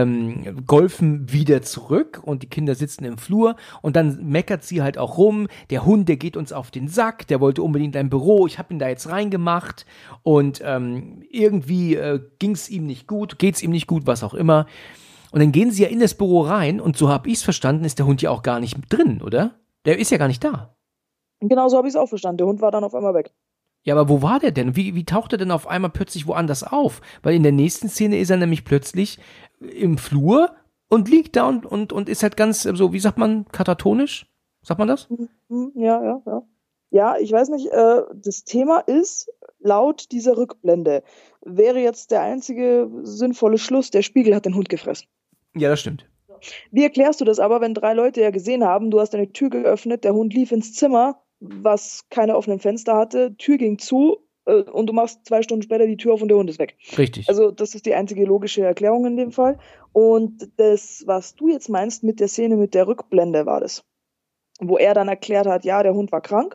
Golfen wieder zurück und die Kinder sitzen im Flur und dann meckert sie halt auch rum, der Hund, der geht uns auf den Sack, der wollte unbedingt ein Büro, ich habe ihn da jetzt reingemacht und irgendwie geht's ihm nicht gut, was auch immer. Und dann gehen sie ja in das Büro rein und so habe ich es verstanden, ist der Hund ja auch gar nicht drin, oder? Der ist ja gar nicht da. Genau so habe ich es auch verstanden. Der Hund war dann auf einmal weg. Ja, aber wo war der denn? Wie taucht er denn auf einmal plötzlich woanders auf? Weil in der nächsten Szene ist er nämlich plötzlich im Flur und liegt da und ist halt ganz so, wie sagt man, katatonisch? Sagt man das? Ja. Ja, ich weiß nicht, das Thema ist, laut dieser Rückblende, wäre jetzt der einzige sinnvolle Schluss, der Spiegel hat den Hund gefressen. Ja, das stimmt. Wie erklärst du das aber, wenn 3 Leute ja gesehen haben, du hast deine Tür geöffnet, der Hund lief ins Zimmer, was keine offenen Fenster hatte, Tür ging zu und du machst 2 Stunden später die Tür auf und der Hund ist weg. Richtig. Also das ist die einzige logische Erklärung in dem Fall. Und das, was du jetzt meinst mit der Szene mit der Rückblende, war das. Wo er dann erklärt hat, ja, der Hund war krank.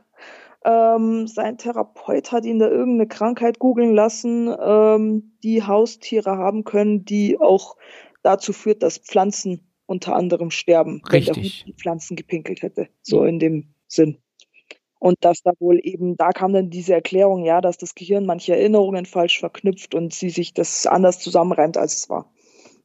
Sein Therapeut hat ihn da irgendeine Krankheit googeln lassen, die Haustiere haben können, die auch dazu führt, dass Pflanzen unter anderem sterben, wenn der Hund die Pflanzen gepinkelt hätte. So in dem Sinn. Und dass da wohl eben, da kam dann diese Erklärung, ja, dass das Gehirn manche Erinnerungen falsch verknüpft und sie sich das anders zusammenreimt, als es war.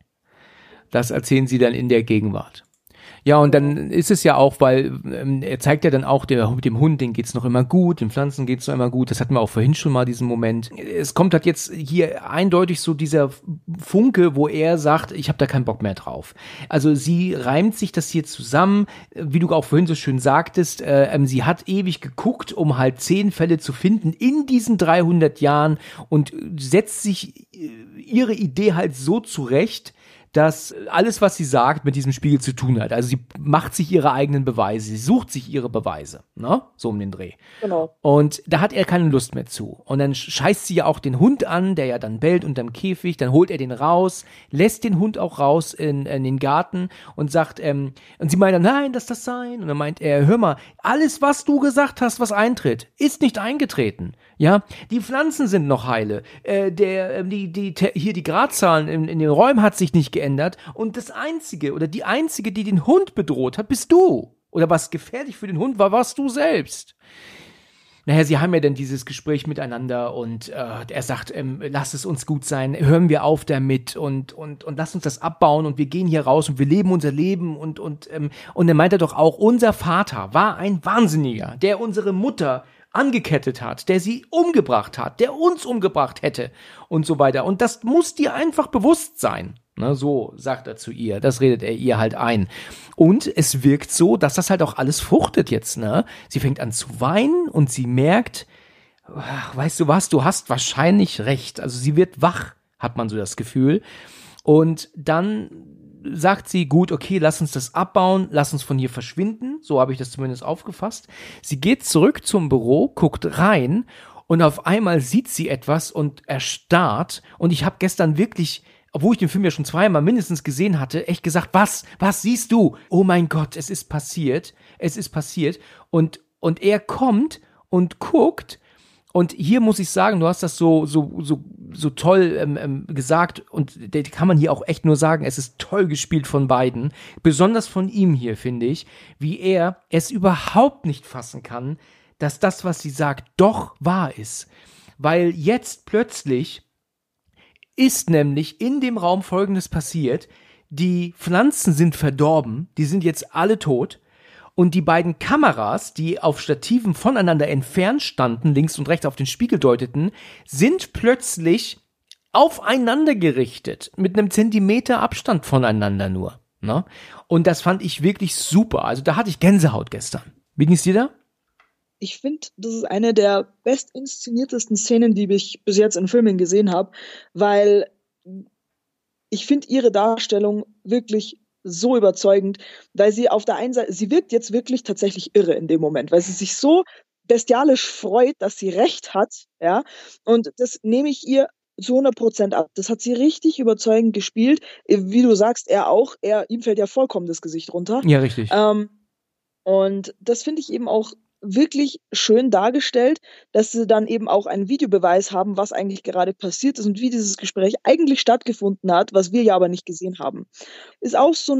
Das erzählen sie dann in der Gegenwart. Ja, und dann ist es ja auch, weil er zeigt ja dann auch, dem Hund, den geht's noch immer gut, den Pflanzen geht's noch immer gut. Das hatten wir auch vorhin schon mal, diesen Moment. Es kommt halt jetzt hier eindeutig so dieser Funke, wo er sagt, ich habe da keinen Bock mehr drauf. Also sie reimt sich das hier zusammen, wie du auch vorhin so schön sagtest, sie hat ewig geguckt, um halt 10 Fälle zu finden in diesen 300 Jahren und setzt sich ihre Idee halt so zurecht, dass alles, was sie sagt, mit diesem Spiegel zu tun hat. Also sie macht sich ihre eigenen Beweise, sie sucht sich ihre Beweise, ne? So um den Dreh. Genau. Und da hat er keine Lust mehr zu. Und dann scheißt sie ja auch den Hund an, der ja dann bellt unterm Käfig, dann holt er den raus, lässt den Hund auch raus in den Garten und sagt, und sie meint dann, nein, lass das sein. Und dann meint er, hör mal, alles, was du gesagt hast, was eintritt, ist nicht eingetreten. Ja, die Pflanzen sind noch heile. Hier die Gradzahlen in den Räumen hat sich nicht geändert. Und das Einzige oder die Einzige, die den Hund bedroht hat, bist du. Oder was gefährlich für den Hund war, warst du selbst. Naja, sie haben ja dann dieses Gespräch miteinander und er sagt, lass es uns gut sein, hören wir auf damit und lass uns das abbauen und wir gehen hier raus und wir leben unser Leben und dann meint er doch auch, unser Vater war ein Wahnsinniger, der unsere Mutter angekettet hat, der sie umgebracht hat, der uns umgebracht hätte und so weiter. Und das muss dir einfach bewusst sein. Ne, so sagt er zu ihr, das redet er ihr halt ein. Und es wirkt so, dass das halt auch alles fruchtet jetzt, ne? Sie fängt an zu weinen und sie merkt, ach, weißt du was, du hast wahrscheinlich recht. Also sie wird wach, hat man so das Gefühl. Und dann sagt sie, gut, okay, lass uns das abbauen, lass uns von hier verschwinden. So habe ich das zumindest aufgefasst. Sie geht zurück zum Büro, guckt rein und auf einmal sieht sie etwas und erstarrt. Und ich habe gestern wirklich, obwohl ich den Film ja schon zweimal mindestens gesehen hatte, echt gesagt, was siehst du? Oh mein Gott, es ist passiert. Und er kommt und guckt. Und hier muss ich sagen, du hast das so toll gesagt und das kann man hier auch echt nur sagen, es ist toll gespielt von beiden, besonders von ihm hier, finde ich, wie er es überhaupt nicht fassen kann, dass das, was sie sagt, doch wahr ist. Weil jetzt plötzlich ist nämlich in dem Raum Folgendes passiert, die Pflanzen sind verdorben, die sind jetzt alle tot. Und die beiden Kameras, die auf Stativen voneinander entfernt standen, links und rechts auf den Spiegel deuteten, sind plötzlich aufeinander gerichtet, mit einem Zentimeter Abstand voneinander nur. Ne? Und das fand ich wirklich super. Also da hatte ich Gänsehaut gestern. Wie ging's dir da? Ich finde, das ist eine der bestinszeniertesten Szenen, die ich bis jetzt in Filmen gesehen habe, weil ich finde ihre Darstellung wirklich so überzeugend, weil sie auf der einen Seite, sie wirkt jetzt wirklich tatsächlich irre in dem Moment, weil sie sich so bestialisch freut, dass sie recht hat, ja, und das nehme ich ihr zu 100% ab. Das hat sie richtig überzeugend gespielt, wie du sagst, er auch, ihm fällt ja vollkommen das Gesicht runter. Ja, richtig. Und das finde ich eben auch wirklich schön dargestellt, dass sie dann eben auch einen Videobeweis haben, was eigentlich gerade passiert ist und wie dieses Gespräch eigentlich stattgefunden hat, was wir ja aber nicht gesehen haben. Ist auch so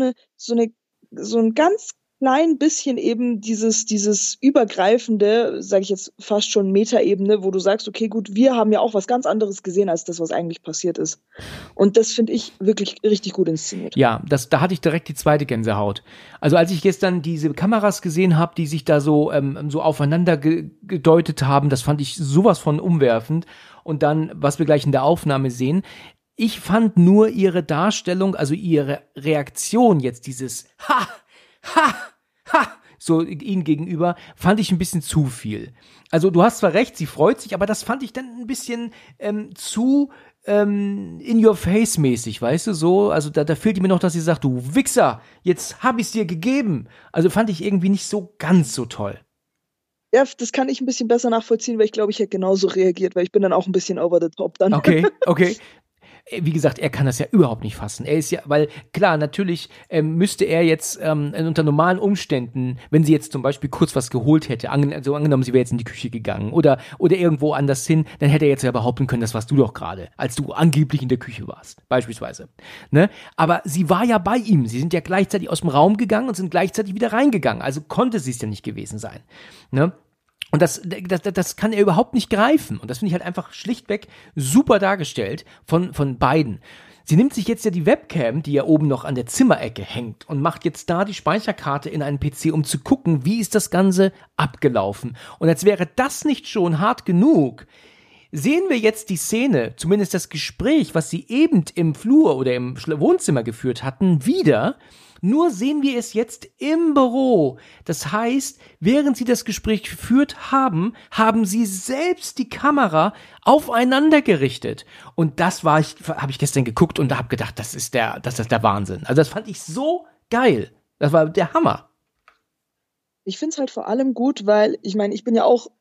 ein ganz klein bisschen eben dieses übergreifende, sage ich jetzt fast schon Metaebene, wo du sagst, okay, gut, wir haben ja auch was ganz anderes gesehen als das, was eigentlich passiert ist. Und das finde ich wirklich richtig gut inszeniert. Ja, da hatte ich direkt die zweite Gänsehaut. Also als ich gestern diese Kameras gesehen habe, die sich da so aufeinander gedeutet haben, das fand ich sowas von umwerfend. Und dann, was wir gleich in der Aufnahme sehen, ich fand nur ihre Darstellung, also ihre Reaktion jetzt, dieses Ha, ha, ha, so ihm gegenüber, fand ich ein bisschen zu viel. Also du hast zwar recht, sie freut sich, aber das fand ich dann ein bisschen zu in your face mäßig, weißt du, so, also da fehlt mir noch, dass sie sagt, du Wichser, jetzt hab ich's dir gegeben. Also fand ich irgendwie nicht so ganz so toll. Ja, das kann ich ein bisschen besser nachvollziehen, weil ich glaube, ich hätte genauso reagiert, weil ich bin dann auch ein bisschen over the top dann. Okay. Wie gesagt, er kann das ja überhaupt nicht fassen. Er ist ja, weil klar, natürlich müsste er jetzt unter normalen Umständen, wenn sie jetzt zum Beispiel kurz was geholt hätte, angenommen, sie wäre jetzt in die Küche gegangen oder irgendwo anders hin, dann hätte er jetzt ja behaupten können, das warst du doch gerade, als du angeblich in der Küche warst, beispielsweise. Ne? Aber sie war ja bei ihm. Sie sind ja gleichzeitig aus dem Raum gegangen und sind gleichzeitig wieder reingegangen. Also konnte sie es ja nicht gewesen sein. Ne? Und das kann er überhaupt nicht greifen. Und das finde ich halt einfach schlichtweg super dargestellt von beiden. Sie nimmt sich jetzt ja die Webcam, die ja oben noch an der Zimmerecke hängt, und macht jetzt da die Speicherkarte in einen PC, um zu gucken, wie ist das Ganze abgelaufen. Und als wäre das nicht schon hart genug, sehen wir jetzt die Szene, zumindest das Gespräch, was sie eben im Flur oder im Wohnzimmer geführt hatten, wieder. Nur sehen wir es jetzt im Büro. Das heißt, während sie das Gespräch geführt haben, haben sie selbst die Kamera aufeinander gerichtet. Und das habe ich gestern geguckt und da habe gedacht, das ist der Wahnsinn. Also das fand ich so geil. Das war der Hammer. Ich finde es halt vor allem gut, weil ich meine, ich bin ja auch,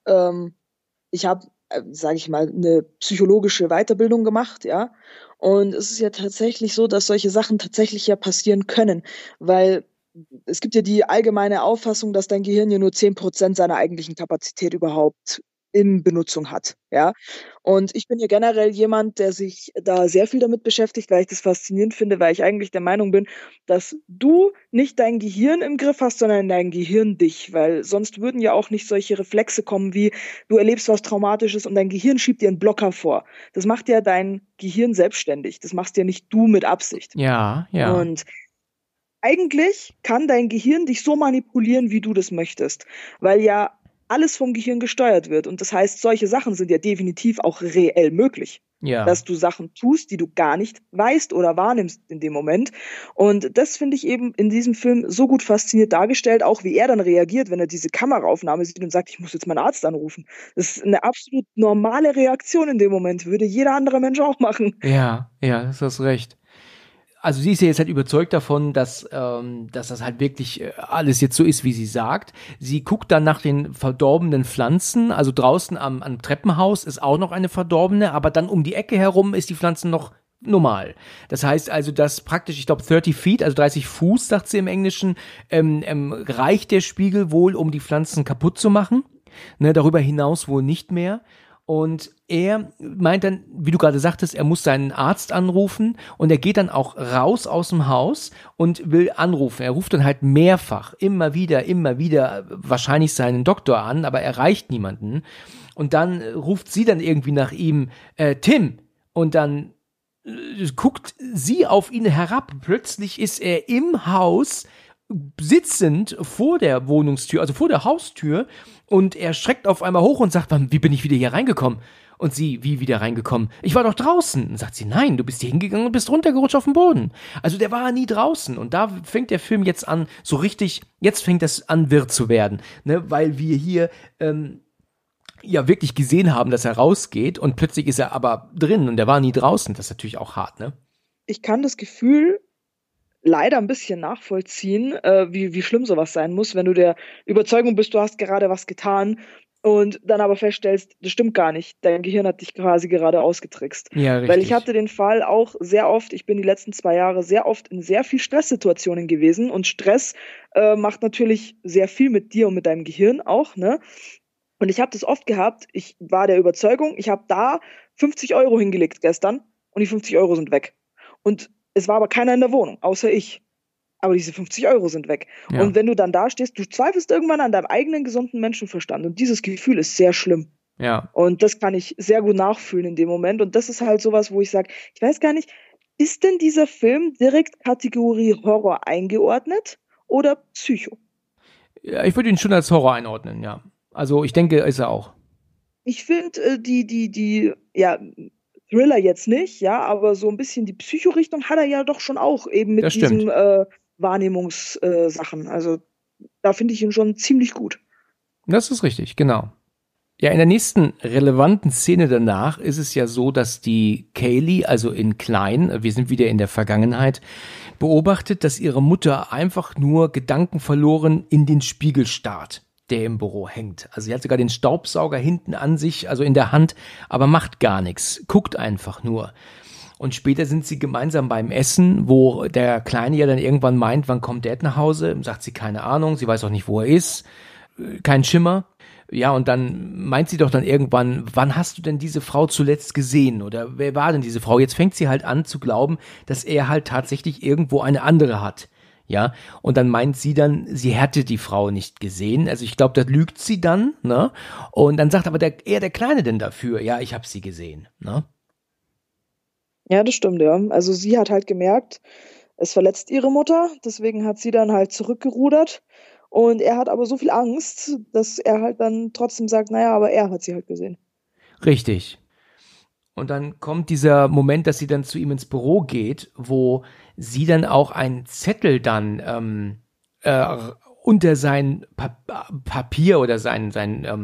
ich habe, sage ich mal, eine psychologische Weiterbildung gemacht, ja. Und es ist ja tatsächlich so, dass solche Sachen tatsächlich ja passieren können, weil es gibt ja die allgemeine Auffassung, dass dein Gehirn ja nur 10% seiner eigentlichen Kapazität überhaupt in Benutzung hat, ja. Und ich bin ja generell jemand, der sich da sehr viel damit beschäftigt, weil ich das faszinierend finde, weil ich eigentlich der Meinung bin, dass du nicht dein Gehirn im Griff hast, sondern dein Gehirn dich, weil sonst würden ja auch nicht solche Reflexe kommen wie, du erlebst was Traumatisches und dein Gehirn schiebt dir einen Blocker vor. Das macht ja dein Gehirn selbstständig. Das machst ja nicht du mit Absicht. Ja. Und eigentlich kann dein Gehirn dich so manipulieren, wie du das möchtest, weil ja alles vom Gehirn gesteuert wird. Und das heißt, solche Sachen sind ja definitiv auch reell möglich. Ja. Dass du Sachen tust, die du gar nicht weißt oder wahrnimmst in dem Moment. Und das finde ich eben in diesem Film so gut fasziniert dargestellt, auch wie er dann reagiert, wenn er diese Kameraaufnahme sieht und sagt, ich muss jetzt meinen Arzt anrufen. Das ist eine absolut normale Reaktion in dem Moment, würde jeder andere Mensch auch machen. Ja, das hast recht. Also sie ist ja jetzt halt überzeugt davon, dass das halt wirklich alles jetzt so ist, wie sie sagt. Sie guckt dann nach den verdorbenen Pflanzen, also draußen am Treppenhaus ist auch noch eine verdorbene, aber dann um die Ecke herum ist die Pflanze noch normal. Das heißt also, dass praktisch, ich glaube 30 Feet, also 30 Fuß, sagt sie im Englischen, reicht der Spiegel wohl, um die Pflanzen kaputt zu machen. Ne, darüber hinaus wohl nicht mehr. Und er meint dann, wie du gerade sagtest, er muss seinen Arzt anrufen und er geht dann auch raus aus dem Haus und will anrufen. Er ruft dann halt mehrfach, immer wieder, wahrscheinlich seinen Doktor an, aber erreicht niemanden. Und dann ruft sie dann irgendwie nach ihm, Tim. Und dann guckt sie auf ihn herab. Plötzlich ist er im Haus sitzend vor der Wohnungstür, also vor der Haustür, und er schreckt auf einmal hoch und sagt, wie bin ich wieder hier reingekommen? Und sie, wie wieder reingekommen? Ich war doch draußen. Und sagt sie, nein, du bist hier hingegangen und bist runtergerutscht auf den Boden. Also der war nie draußen. Und da fängt der Film jetzt an, so richtig, jetzt fängt es an, wirr zu werden. Ne? Weil wir hier ja wirklich gesehen haben, dass er rausgeht und plötzlich ist er aber drin und der war nie draußen. Das ist natürlich auch hart, ne? Ich kann das Gefühl leider ein bisschen nachvollziehen, wie schlimm sowas sein muss, wenn du der Überzeugung bist, du hast gerade was getan und dann aber feststellst, das stimmt gar nicht. Dein Gehirn hat dich quasi gerade ausgetrickst. Ja, richtig. Weil ich hatte den Fall auch sehr oft, ich bin die letzten 2 Jahre sehr oft in sehr viel Stresssituationen gewesen und Stress macht natürlich sehr viel mit dir und mit deinem Gehirn auch, ne? Und ich habe das oft gehabt, ich war der Überzeugung, ich habe da 50 € hingelegt gestern und die 50 € sind weg. Und es war aber keiner in der Wohnung, außer ich. Aber diese 50 € sind weg. Ja. Und wenn du dann da stehst, du zweifelst irgendwann an deinem eigenen gesunden Menschenverstand. Und dieses Gefühl ist sehr schlimm. Ja. Und das kann ich sehr gut nachfühlen in dem Moment. Und das ist halt sowas, wo ich sage, ich weiß gar nicht, ist denn dieser Film direkt Kategorie Horror eingeordnet oder Psycho? Ja, ich würde ihn schon als Horror einordnen, ja. Also ich denke, ist er auch. Ich finde die Thriller jetzt nicht, ja, aber so ein bisschen die Psycho-Richtung hat er ja doch schon auch eben mit diesen Wahrnehmungssachen. Also da finde ich ihn schon ziemlich gut. Das ist richtig, genau. Ja, in der nächsten relevanten Szene danach ist es ja so, dass die Kaylee, also in klein, wir sind wieder in der Vergangenheit, beobachtet, dass ihre Mutter einfach nur gedankenverloren in den Spiegel starrt, der im Büro hängt. Also sie hat sogar den Staubsauger hinten an sich, also in der Hand, aber macht gar nichts, guckt einfach nur. Und später sind sie gemeinsam beim Essen, wo der Kleine ja dann irgendwann meint, wann kommt Dad nach Hause? Sagt sie, keine Ahnung, sie weiß auch nicht, wo er ist, kein Schimmer. Ja, und dann meint sie doch dann irgendwann, wann hast du denn diese Frau zuletzt gesehen? Oder wer war denn diese Frau? Jetzt fängt sie halt an zu glauben, dass er halt tatsächlich irgendwo eine andere hat. Ja, und dann meint sie dann, sie hätte die Frau nicht gesehen. Also ich glaube, da lügt sie dann, ne? Und dann sagt aber der Kleine denn dafür, ja, ich habe sie gesehen, ne? Ja, das stimmt, ja. Also sie hat halt gemerkt, es verletzt ihre Mutter, deswegen hat sie dann halt zurückgerudert. Und er hat aber so viel Angst, dass er halt dann trotzdem sagt, naja, aber er hat sie halt gesehen. Richtig. Und dann kommt dieser Moment, dass sie dann zu ihm ins Büro geht, wo sie dann auch einen Zettel dann unter sein Papier oder sein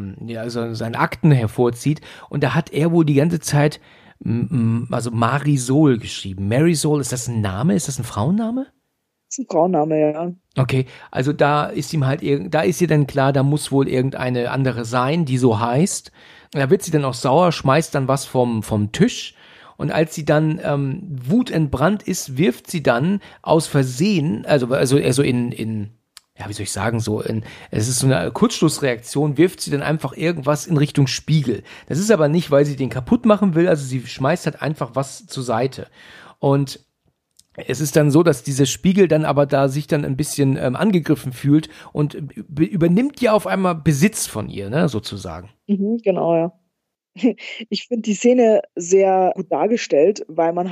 Akten hervorzieht. Und da hat er wohl die ganze Zeit also Marisol geschrieben. Marisol, ist das ein Name? Ist das ein Frauenname? Das ist ein Frauenname, ja. Okay, also da ist ihm halt, da ist ihr dann klar, da muss wohl irgendeine andere sein, die so heißt. Da wird sie dann auch sauer, schmeißt dann was vom Tisch. Und als sie dann wutentbrannt ist, wirft sie dann aus Versehen, also in ja, wie soll ich sagen, es ist so eine Kurzschlussreaktion, wirft sie dann einfach irgendwas in Richtung Spiegel. Das ist aber nicht, weil sie den kaputt machen will, also sie schmeißt halt einfach was zur Seite. Und es ist dann so, dass dieser Spiegel dann aber da sich dann ein bisschen angegriffen fühlt und übernimmt ja auf einmal Besitz von ihr, ne, sozusagen. Genau, ja. Ich finde die Szene sehr gut dargestellt, weil man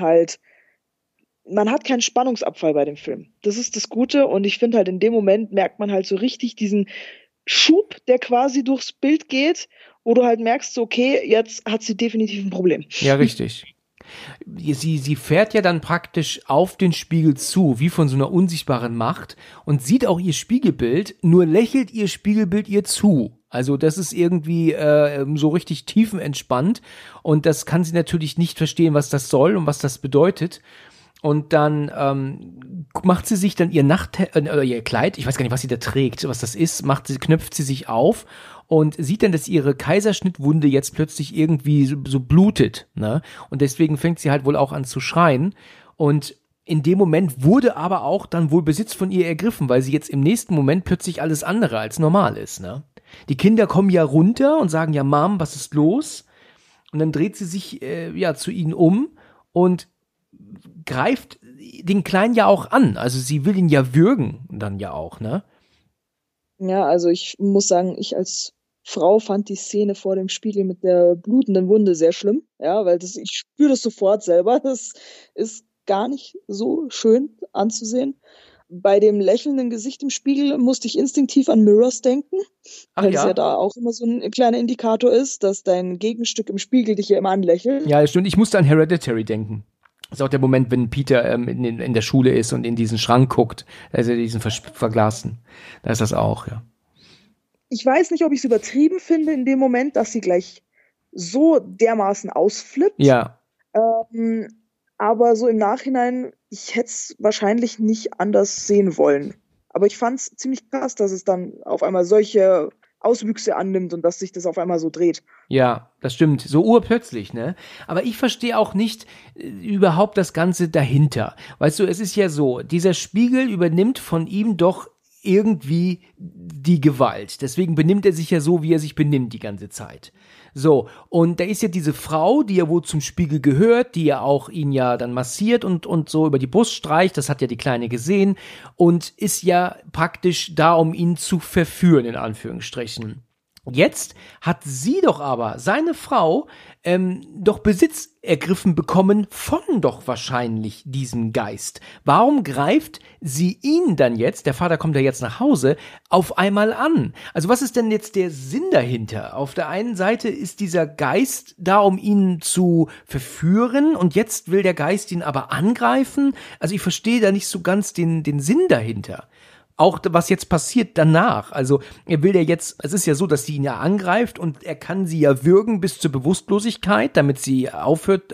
hat keinen Spannungsabfall bei dem Film. Das ist das Gute und ich finde halt in dem Moment merkt man halt so richtig diesen Schub, der quasi durchs Bild geht, wo du halt merkst, so, okay, jetzt hat sie definitiv ein Problem. Ja, richtig. Sie fährt ja dann praktisch auf den Spiegel zu, wie von so einer unsichtbaren Macht und sieht auch ihr Spiegelbild, nur lächelt ihr Spiegelbild ihr zu. Also das ist irgendwie so richtig tiefenentspannt und das kann sie natürlich nicht verstehen, was das soll und was das bedeutet. Und dann macht sie sich dann ihr Kleid, ich weiß gar nicht, was sie da trägt, was das ist, knöpft sie sich auf und sieht dann, dass ihre Kaiserschnittwunde jetzt plötzlich irgendwie so blutet, ne? Und deswegen fängt sie halt wohl auch an zu schreien. Und in dem Moment wurde aber auch dann wohl Besitz von ihr ergriffen, weil sie jetzt im nächsten Moment plötzlich alles andere als normal ist, ne? Die Kinder kommen ja runter und sagen ja, Mom, was ist los? Und dann dreht sie sich zu ihnen um und greift den Kleinen ja auch an. Also sie will ihn ja würgen dann ja auch, ne? Ja, also ich muss sagen, ich als Frau fand die Szene vor dem Spiegel mit der blutenden Wunde sehr schlimm. Ja, weil ich spüre das sofort selber. Das ist gar nicht so schön anzusehen. Bei dem lächelnden Gesicht im Spiegel musste ich instinktiv an Mirrors denken, weil es ja da auch immer so ein kleiner Indikator ist, dass dein Gegenstück im Spiegel dich ja immer anlächelt. Ja, das stimmt. Ich musste an Hereditary denken. Das ist auch der Moment, wenn Peter in der Schule ist und in diesen Schrank guckt, also diesen verglasten. Da ist das auch, ja. Ich weiß nicht, ob ich es übertrieben finde in dem Moment, dass sie gleich so dermaßen ausflippt. Ja. Aber so im Nachhinein, ich hätte es wahrscheinlich nicht anders sehen wollen. Aber ich fand es ziemlich krass, dass es dann auf einmal solche Auswüchse annimmt und dass sich das auf einmal so dreht. Ja, das stimmt. So urplötzlich, ne? Aber ich verstehe auch nicht überhaupt das Ganze dahinter. Weißt du, es ist ja so, dieser Spiegel übernimmt von ihm doch irgendwie die Gewalt. Deswegen benimmt er sich ja so, wie er sich benimmt die ganze Zeit. So, und da ist ja diese Frau, die ja wohl zum Spiegel gehört, die ja auch ihn ja dann massiert und so über die Brust streicht, das hat ja die Kleine gesehen und ist ja praktisch da, um ihn zu verführen, in Anführungsstrichen. Jetzt hat sie doch aber, seine Frau, doch Besitz ergriffen bekommen von doch wahrscheinlich diesem Geist. Warum greift sie ihn dann jetzt, der Vater kommt ja jetzt nach Hause, auf einmal an? Also was ist denn jetzt der Sinn dahinter? Auf der einen Seite ist dieser Geist da, um ihn zu verführen und jetzt will der Geist ihn aber angreifen. Also ich verstehe da nicht so ganz den Sinn dahinter. Auch was jetzt passiert danach. Also er will ja jetzt, es ist ja so, dass sie ihn ja angreift und er kann sie ja würgen bis zur Bewusstlosigkeit, damit sie aufhört,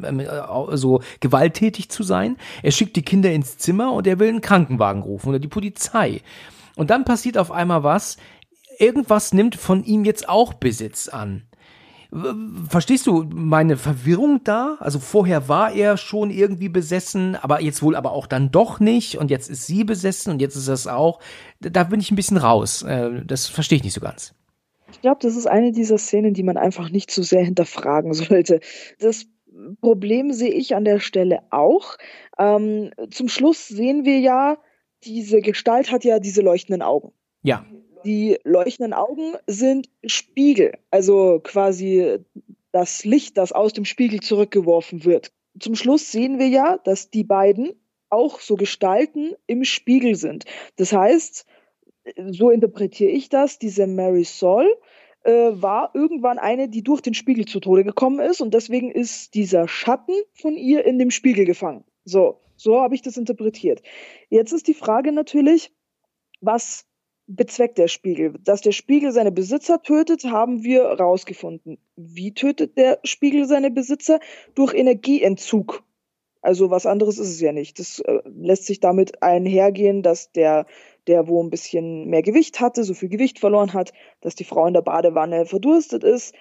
so gewalttätig zu sein. Er schickt die Kinder ins Zimmer und er will einen Krankenwagen rufen oder die Polizei. Und dann passiert auf einmal was, irgendwas nimmt von ihm jetzt auch Besitz an. Verstehst du meine Verwirrung da? Also vorher war er schon irgendwie besessen, aber jetzt wohl aber auch dann doch nicht und jetzt ist sie besessen und jetzt ist das auch. Da bin ich ein bisschen raus. Das verstehe ich nicht so ganz. Ich glaube, das ist eine dieser Szenen, die man einfach nicht so sehr hinterfragen sollte. Das Problem sehe ich an der Stelle auch. Zum Schluss sehen wir ja, diese Gestalt hat ja diese leuchtenden Augen. Ja. Die leuchtenden Augen sind Spiegel, also quasi das Licht, das aus dem Spiegel zurückgeworfen wird. Zum Schluss sehen wir ja, dass die beiden auch so Gestalten im Spiegel sind. Das heißt, so interpretiere ich das, diese Marisol war irgendwann eine, die durch den Spiegel zu Tode gekommen ist und deswegen ist dieser Schatten von ihr in dem Spiegel gefangen. So habe ich das interpretiert. Jetzt ist die Frage natürlich, was bezweckt der Spiegel? Dass der Spiegel seine Besitzer tötet, haben wir rausgefunden. Wie tötet der Spiegel seine Besitzer? Durch Energieentzug. Also was anderes ist es ja nicht. Das lässt sich damit einhergehen, dass der wo ein bisschen mehr Gewicht hatte, so viel Gewicht verloren hat, dass die Frau in der Badewanne verdurstet ist.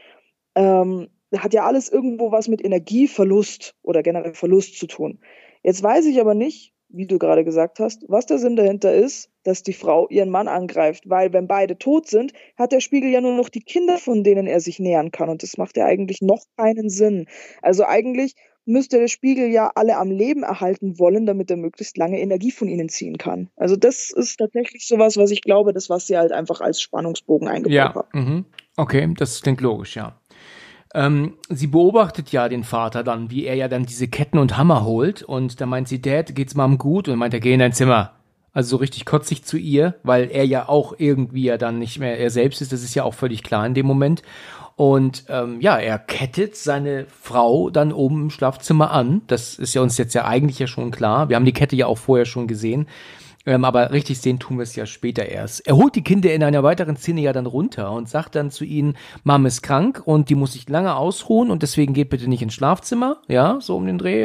Hat ja alles irgendwo was mit Energieverlust oder generell Verlust zu tun. Jetzt weiß ich aber nicht, wie du gerade gesagt hast, was der Sinn dahinter ist, dass die Frau ihren Mann angreift. Weil wenn beide tot sind, hat der Spiegel ja nur noch die Kinder, von denen er sich nähern kann. Und das macht ja eigentlich noch keinen Sinn. Also eigentlich müsste der Spiegel ja alle am Leben erhalten wollen, damit er möglichst lange Energie von ihnen ziehen kann. Also das ist tatsächlich sowas, was ich glaube, das, was sie halt einfach als Spannungsbogen eingebaut hat. Okay, das klingt logisch, ja. Sie beobachtet ja den Vater dann, wie er ja dann diese Ketten und Hammer holt und da meint sie, Dad, geht's Mom gut? Und meint er, geh in dein Zimmer. Also so richtig kotzig zu ihr, weil er ja auch irgendwie ja dann nicht mehr er selbst ist, das ist ja auch völlig klar in dem Moment. Und er kettet seine Frau dann oben im Schlafzimmer an. Das ist ja uns jetzt ja eigentlich ja schon klar. Wir haben die Kette ja auch vorher schon gesehen. Aber richtig sehen tun wir es ja später erst. Er holt die Kinder in einer weiteren Szene ja dann runter und sagt dann zu ihnen, Mom ist krank und die muss sich lange ausruhen und deswegen geht bitte nicht ins Schlafzimmer, ja, so um den Dreh,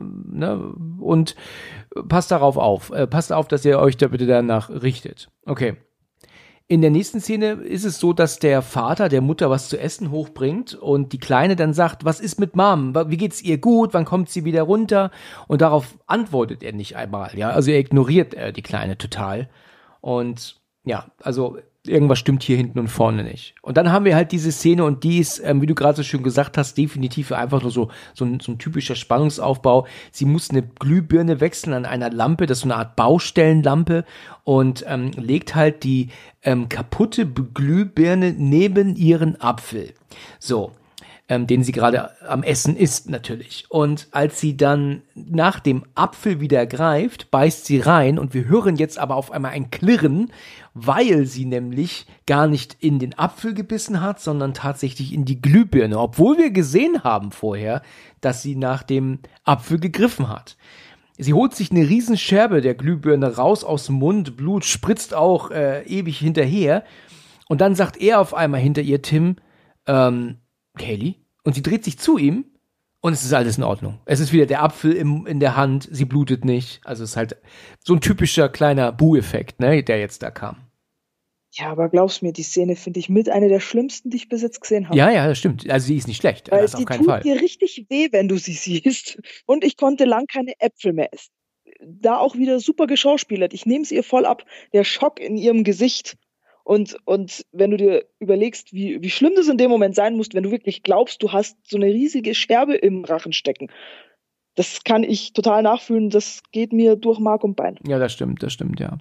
und passt darauf auf. Passt auf, dass ihr euch da bitte danach richtet. Okay. In der nächsten Szene ist es so, dass der Vater der Mutter was zu essen hochbringt und die Kleine dann sagt, was ist mit Mom? Wie geht's ihr gut? Wann kommt sie wieder runter? Und darauf antwortet er nicht einmal, ja. Also er ignoriert die Kleine total. Und ja, also irgendwas stimmt hier hinten und vorne nicht. Und dann haben wir halt diese Szene und die ist, wie du gerade so schön gesagt hast, definitiv einfach nur so ein typischer Spannungsaufbau. Sie muss eine Glühbirne wechseln an einer Lampe, das ist so eine Art Baustellenlampe und legt halt die kaputte Glühbirne neben ihren Apfel. So. Den sie gerade am Essen ist natürlich. Und als sie dann nach dem Apfel wieder greift, beißt sie rein und wir hören jetzt aber auf einmal ein Klirren, weil sie nämlich gar nicht in den Apfel gebissen hat, sondern tatsächlich in die Glühbirne, obwohl wir gesehen haben vorher, dass sie nach dem Apfel gegriffen hat. Sie holt sich eine Riesenscherbe der Glühbirne raus aus dem Mund, Blut spritzt auch ewig hinterher und dann sagt er auf einmal hinter ihr, Tim, Kaylee? Und sie dreht sich zu ihm und es ist alles in Ordnung. Es ist wieder der Apfel in der Hand, sie blutet nicht. Also es ist halt so ein typischer kleiner Buh-Effekt, ne, der jetzt da kam. Ja, aber glaubst mir, die Szene finde ich mit einer der schlimmsten, die ich bis jetzt gesehen habe. Ja, das stimmt. Also sie ist nicht schlecht. Weil Das auf die keinen tut Fall. dir richtig weh, wenn du sie siehst. Und ich konnte lang keine Äpfel mehr essen. Da auch wieder super geschauspielert. Ich nehme es ihr voll ab. Der Schock in ihrem Gesicht. Und wenn du dir überlegst, wie schlimm das in dem Moment sein muss, wenn du wirklich glaubst, du hast so eine riesige Scherbe im Rachen stecken. Das kann ich total nachfühlen. Das geht mir durch Mark und Bein. Ja, das stimmt, ja.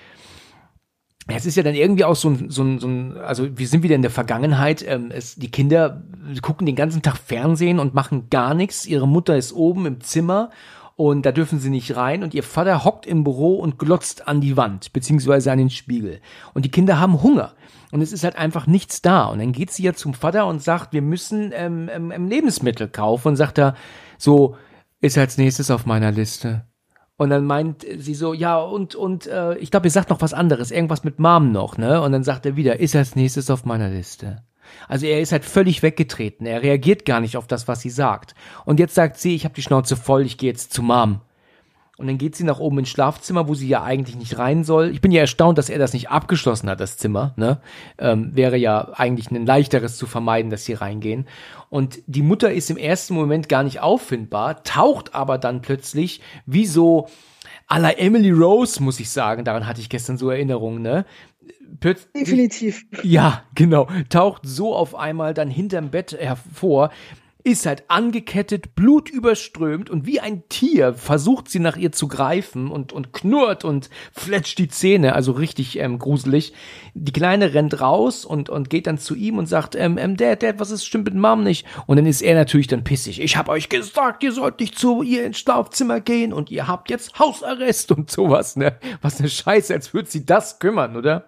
Es ist ja dann irgendwie auch so ein, also wir sind wieder in der Vergangenheit, die Kinder gucken den ganzen Tag Fernsehen und machen gar nichts. Ihre Mutter ist oben im Zimmer und da dürfen sie nicht rein und ihr Vater hockt im Büro und glotzt an die Wand, beziehungsweise an den Spiegel. Und die Kinder haben Hunger und es ist halt einfach nichts da. Und dann geht sie ja zum Vater und sagt, wir müssen Lebensmittel kaufen und sagt er, so, ist als nächstes auf meiner Liste. Und dann meint sie so, ja, und ich glaube, ihr sagt noch was anderes, irgendwas mit Mom noch, ne? Und dann sagt er wieder, ist als nächstes auf meiner Liste. Also er ist halt völlig weggetreten, er reagiert gar nicht auf das, was sie sagt. Und jetzt sagt sie, ich habe die Schnauze voll, ich gehe jetzt zu Mom. Und dann geht sie nach oben ins Schlafzimmer, wo sie ja eigentlich nicht rein soll. Ich bin ja erstaunt, dass er das nicht abgeschlossen hat, das Zimmer, ne? Wäre ja eigentlich ein leichteres zu vermeiden, dass sie reingehen. Und die Mutter ist im ersten Moment gar nicht auffindbar, taucht aber dann plötzlich wie so à la Emily Rose, muss ich sagen. Daran hatte ich gestern so Erinnerungen, ne? Definitiv. Ja, genau. Taucht so auf einmal dann hinterm Bett hervor, ist halt angekettet, blutüberströmt und wie ein Tier versucht sie nach ihr zu greifen und knurrt und fletscht die Zähne, also richtig gruselig. Die Kleine rennt raus und geht dann zu ihm und sagt, Dad, was ist, stimmt mit Mom nicht? Und dann ist er natürlich dann pissig. Ich hab euch gesagt, ihr sollt nicht zu ihr ins Schlafzimmer gehen und ihr habt jetzt Hausarrest und sowas, ne? Was eine Scheiße, als würde sie das kümmern, oder?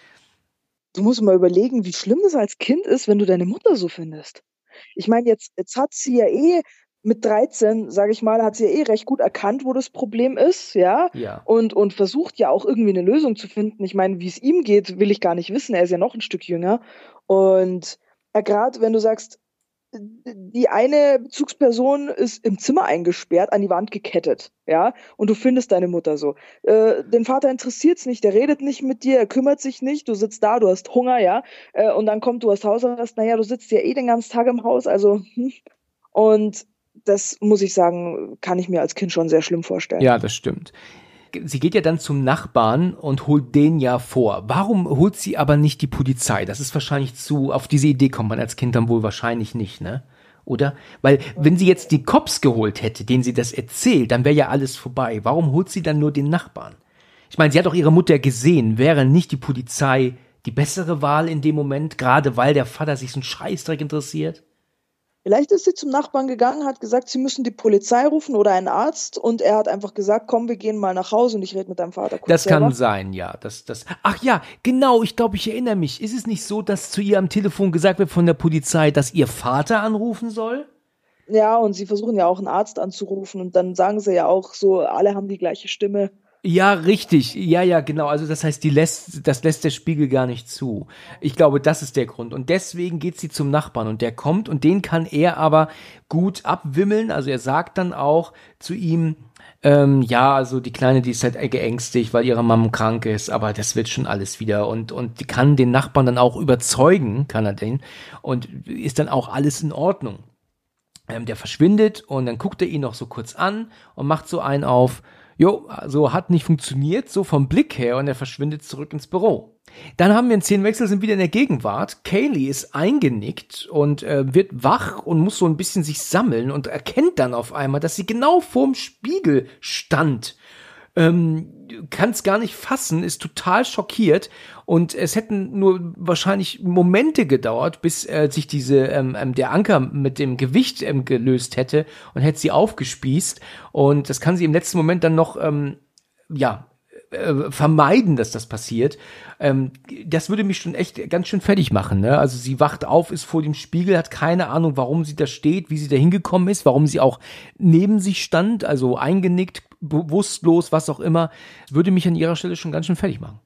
Du musst mal überlegen, wie schlimm das als Kind ist, wenn du deine Mutter so findest. Ich meine, jetzt hat sie ja mit 13, sage ich mal, hat sie ja recht gut erkannt, wo das Problem ist, ja? Ja. Und versucht ja auch irgendwie eine Lösung zu finden. Ich meine, wie es ihm geht, will ich gar nicht wissen. Er ist ja noch ein Stück jünger. Und gerade wenn du sagst, die eine Bezugsperson ist im Zimmer eingesperrt, an die Wand gekettet, ja, und du findest deine Mutter so. Den Vater interessiert's nicht, der redet nicht mit dir, er kümmert sich nicht, du sitzt da, du hast Hunger, ja, und dann kommt, du hast Hausarrest, naja, du sitzt ja den ganzen Tag im Haus, also, und das muss ich sagen, kann ich mir als Kind schon sehr schlimm vorstellen. Ja, das stimmt. Sie geht ja dann zum Nachbarn und holt den ja vor. Warum holt sie aber nicht die Polizei? Das ist wahrscheinlich auf diese Idee kommt man als Kind dann wohl wahrscheinlich nicht, ne? Oder? Weil, wenn sie jetzt die Cops geholt hätte, denen sie das erzählt, dann wäre ja alles vorbei. Warum holt sie dann nur den Nachbarn? Ich meine, sie hat auch ihre Mutter gesehen. Wäre nicht die Polizei die bessere Wahl in dem Moment, gerade weil der Vater sich so einen Scheißdreck interessiert? Vielleicht ist sie zum Nachbarn gegangen, hat gesagt, sie müssen die Polizei rufen oder einen Arzt und er hat einfach gesagt, komm, wir gehen mal nach Hause und ich rede mit deinem Vater kurz Das selber. kann sein, ja. Ach ja, genau, ich glaube, ich erinnere mich. Ist es nicht so, dass zu ihr am Telefon gesagt wird von der Polizei, dass ihr Vater anrufen soll? Ja, und sie versuchen ja auch einen Arzt anzurufen und dann sagen sie ja auch so, alle haben die gleiche Stimme. Ja, richtig. Ja, genau. Also das heißt, das lässt der Spiegel gar nicht zu. Ich glaube, das ist der Grund. Und deswegen geht sie zum Nachbarn und der kommt und den kann er aber gut abwimmeln. Also er sagt dann auch zu ihm, ja, also die Kleine, die ist halt geängstigt, weil ihre Mama krank ist, aber das wird schon alles wieder und die kann den Nachbarn dann auch überzeugen, kann er den, und ist dann auch alles in Ordnung. Der verschwindet und dann guckt er ihn noch so kurz an und macht so einen auf, jo, so hat nicht funktioniert, so vom Blick her, und er verschwindet zurück ins Büro. Dann haben wir einen Szenenwechsel, sind wieder in der Gegenwart. Kaylee ist eingenickt und wird wach und muss so ein bisschen sich sammeln und erkennt dann auf einmal, dass sie genau vorm Spiegel stand. Kann es gar nicht fassen, ist total schockiert und es hätten nur wahrscheinlich Momente gedauert, bis sich der Anker mit dem Gewicht gelöst hätte und hätte sie aufgespießt und das kann sie im letzten Moment dann noch vermeiden, dass das passiert. Das würde mich schon echt ganz schön fertig machen, ne? Also sie wacht auf, ist vor dem Spiegel, hat keine Ahnung, warum sie da steht, wie sie da hingekommen ist, warum sie auch neben sich stand, also eingenickt, bewusstlos, was auch immer, würde mich an ihrer Stelle schon ganz schön fertig machen.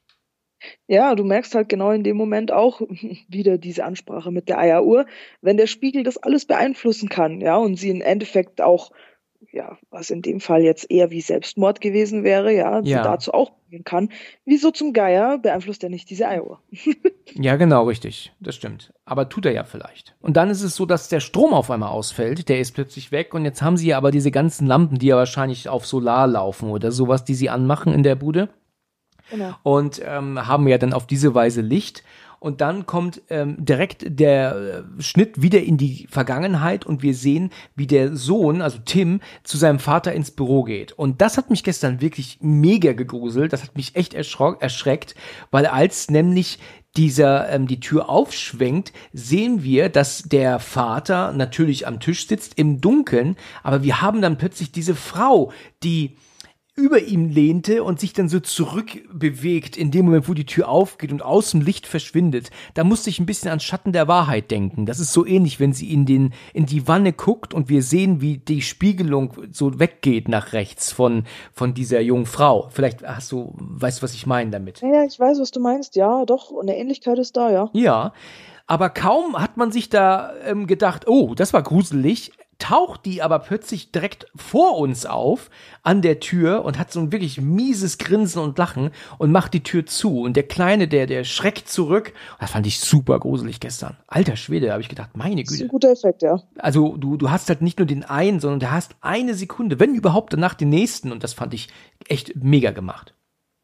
Ja, du merkst halt genau in dem Moment auch wieder diese Ansprache mit der Eieruhr, wenn der Spiegel das alles beeinflussen kann, ja, und sie im Endeffekt auch, ja, was in dem Fall jetzt eher wie Selbstmord gewesen wäre, ja, sie dazu auch bringen kann. Wieso zum Geier beeinflusst er nicht diese Eieruhr? Ja, genau, richtig. Das stimmt. Aber tut er ja vielleicht. Und dann ist es so, dass der Strom auf einmal ausfällt. Der ist plötzlich weg. Und jetzt haben sie ja aber diese ganzen Lampen, die ja wahrscheinlich auf Solar laufen oder sowas, die sie anmachen in der Bude. Genau. Und haben ja dann auf diese Weise Licht. Und dann kommt direkt der Schnitt wieder in die Vergangenheit und wir sehen, wie der Sohn, also Tim, zu seinem Vater ins Büro geht. Und das hat mich gestern wirklich mega gegruselt. Das hat mich echt erschreckt, weil als nämlich die Tür aufschwenkt, sehen wir, dass der Vater natürlich am Tisch sitzt im Dunkeln, aber wir haben dann plötzlich diese Frau, die über ihm lehnte und sich dann so zurückbewegt in dem Moment, wo die Tür aufgeht und aus dem Licht verschwindet. Da musste ich ein bisschen an Schatten der Wahrheit denken. Das ist so ähnlich, wenn sie in die Wanne guckt und wir sehen, wie die Spiegelung so weggeht nach rechts von dieser jungen Frau. Vielleicht weißt du, was ich meine damit. Ja, ich weiß, was du meinst. Ja, doch, eine Ähnlichkeit ist da, ja. Ja, aber kaum hat man sich da gedacht, oh, das war gruselig, taucht die aber plötzlich direkt vor uns auf an der Tür und hat so ein wirklich mieses Grinsen und Lachen und macht die Tür zu. Und der Kleine, der schreckt zurück. Das fand ich super gruselig gestern. Alter Schwede, habe ich gedacht, meine Güte. Das ist ein guter Effekt, ja. Also du hast halt nicht nur den einen, sondern du hast eine Sekunde, wenn überhaupt, danach den nächsten. Und das fand ich echt mega gemacht.